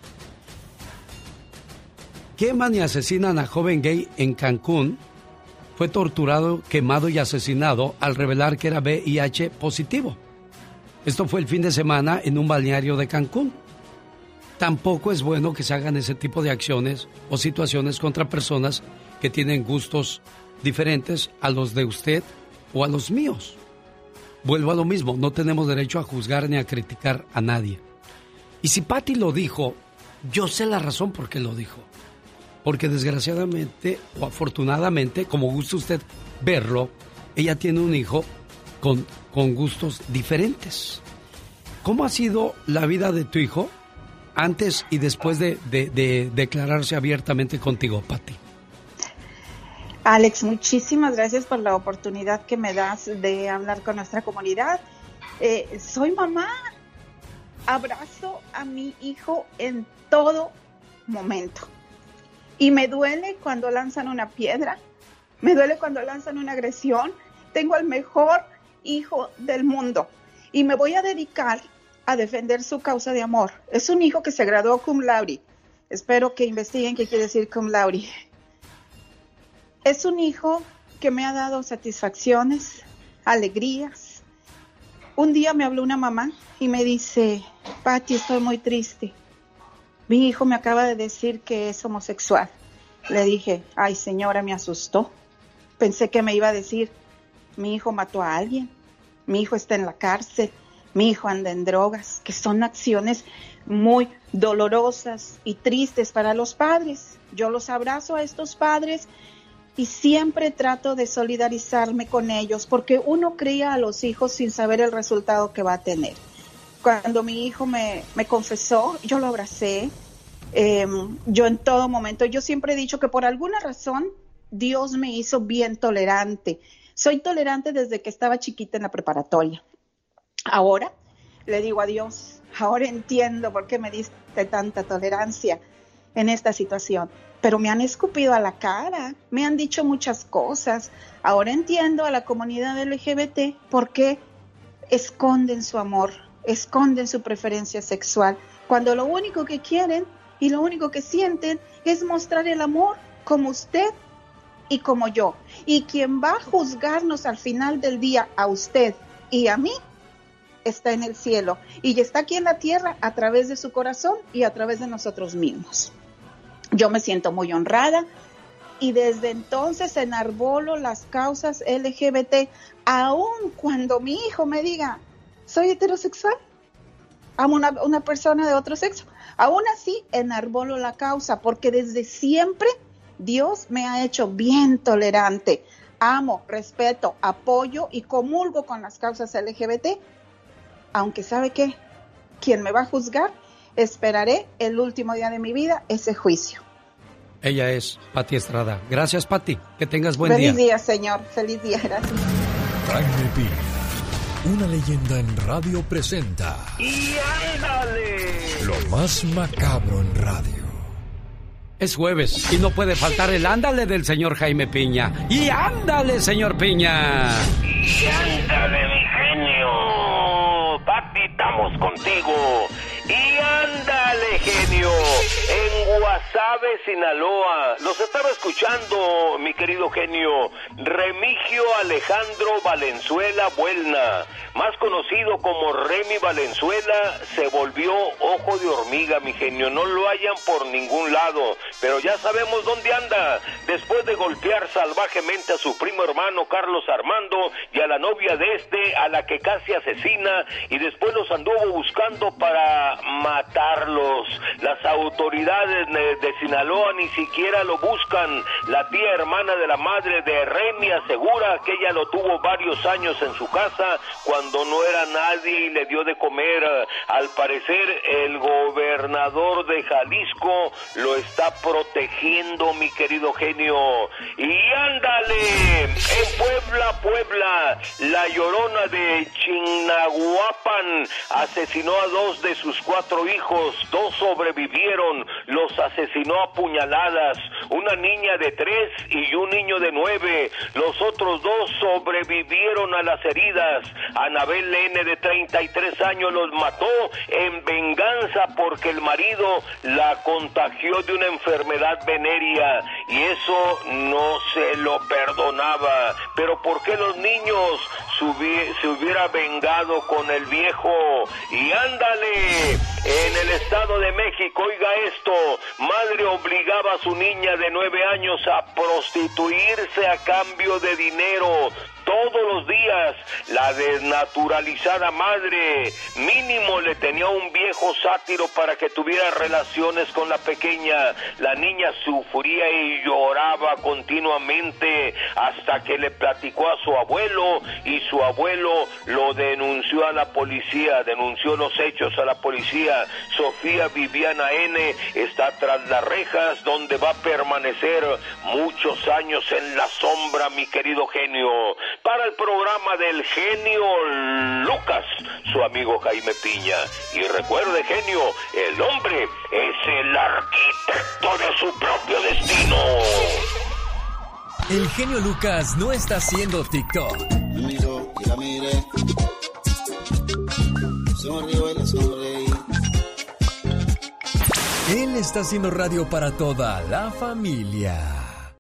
Queman y asesinan a joven gay en Cancún. Fue torturado, quemado y asesinado al revelar que era V I H positivo. Esto fue el fin de semana en un balneario de Cancún. Tampoco es bueno que se hagan ese tipo de acciones o situaciones contra personas que tienen gustos diferentes a los de usted o a los míos. Vuelvo a lo mismo, no tenemos derecho a juzgar ni a criticar a nadie. Y si Patti lo dijo, yo sé la razón por qué lo dijo. Porque desgraciadamente o afortunadamente, como gusta usted verlo, ella tiene un hijo con, con gustos diferentes. ¿Cómo ha sido la vida de tu hijo antes y después de, de, de declararse abiertamente contigo, Patti?
Alex, muchísimas gracias por la oportunidad que me das de hablar con nuestra comunidad. Eh, soy mamá. Abrazo a mi hijo en todo momento. Y me duele cuando lanzan una piedra, me duele cuando lanzan una agresión. Tengo al mejor hijo del mundo y me voy a dedicar a defender su causa de amor. Es un hijo que se graduó cum laude. Espero que investiguen qué quiere decir cum laude. Es un hijo que me ha dado satisfacciones, alegrías. Un día me habló una mamá y me dice, Patti, estoy muy triste. Mi hijo me acaba de decir que es homosexual. Le dije, ay señora, me asustó. Pensé que me iba a decir, mi hijo mató a alguien, mi hijo está en la cárcel, mi hijo anda en drogas, que son acciones muy dolorosas y tristes para los padres. Yo los abrazo a estos padres y siempre trato de solidarizarme con ellos, porque uno cría a los hijos sin saber el resultado que va a tener. Cuando mi hijo me, me confesó, yo lo abracé, eh, yo en todo momento, yo siempre he dicho que por alguna razón Dios me hizo bien tolerante. Soy tolerante desde que estaba chiquita en la preparatoria. Ahora le digo a Dios, ahora entiendo por qué me diste tanta tolerancia en esta situación. Pero me han escupido a la cara, me han dicho muchas cosas. Ahora entiendo a la comunidad L G B T por qué esconden su amor, esconden su preferencia sexual, cuando lo único que quieren y lo único que sienten es mostrar el amor como usted y como yo. Y quien va a juzgarnos al final del día, a usted y a mí, está en el cielo y está aquí en la tierra a través de su corazón y a través de nosotros mismos. Yo me siento muy honrada y desde entonces enarbolo las causas L G B T, aun cuando mi hijo me diga, soy heterosexual, amo una, una persona de otro sexo. Aún así, enarbolo la causa, porque desde siempre Dios me ha hecho bien tolerante. Amo, respeto, apoyo y comulgo con las causas L G B T. Aunque ¿sabe qué? Quien me va a juzgar, esperaré el último día de mi vida ese juicio.
Ella es Patti Estrada. Gracias, Patti. Que tengas buen
Feliz
día.
Feliz día, señor. Feliz día, gracias.
Jaime Piña, una leyenda en radio presenta.
¡Y ándale!
Lo más macabro en radio.
Es jueves y no puede faltar el ándale del señor Jaime Piña. ¡Y ándale, señor Piña!
¡Y ándale, mi genio! Pati, estamos contigo. ¡Y ándale, genio! En Guasave, Sinaloa. Los estaba escuchando, mi querido genio. Remigio Alejandro Valenzuela Buelna, más conocido como Remy Valenzuela, se volvió ojo de hormiga, mi genio. No lo hallan por ningún lado, pero ya sabemos dónde anda. Después de golpear salvajemente a su primo hermano Carlos Armando y a la novia de este, a la que casi asesina, y después los anduvo buscando para matarlos. Las autoridades de Sinaloa ni siquiera lo buscan. La tía hermana de la madre de Remy asegura que ella lo tuvo varios años en su casa cuando no era nadie y le dio de comer. Al parecer parecer el gobernador de Jalisco lo está protegiendo, mi querido genio. Y ándale, en Puebla, Puebla, la Llorona de Chignahuapan asesinó a dos de sus cuatro hijos, dos sobrevivieron, los asesinó a puñaladas, una niña de tres y un niño de nueve, los otros dos sobrevivieron a las heridas. Anabel N de treinta y tres años los mató en venganza porque el marido la contagió de una enfermedad venérea y eso no se lo perdonaba. Pero ¿por qué los niños se, hubi- se hubiera vengado con el viejo? Y ándale, en el Estado de México, oiga esto, madre obligaba a su niña de nueve años a prostituirse a cambio de dinero. Todos los días, la desnaturalizada madre mínimo le tenía un viejo sátiro para que tuviera relaciones con la pequeña. La niña sufría y lloraba continuamente hasta que le platicó a su abuelo y su abuelo lo denunció a la policía, denunció los hechos a la policía. Sofía Viviana N está tras las rejas donde va a permanecer muchos años en la sombra, mi querido genio. Para el programa del genio Lucas, su amigo Jaime Piña. Y recuerde, genio, el hombre es el arquitecto de su propio destino.
El genio Lucas no está haciendo TikTok. Él está haciendo radio para toda la familia.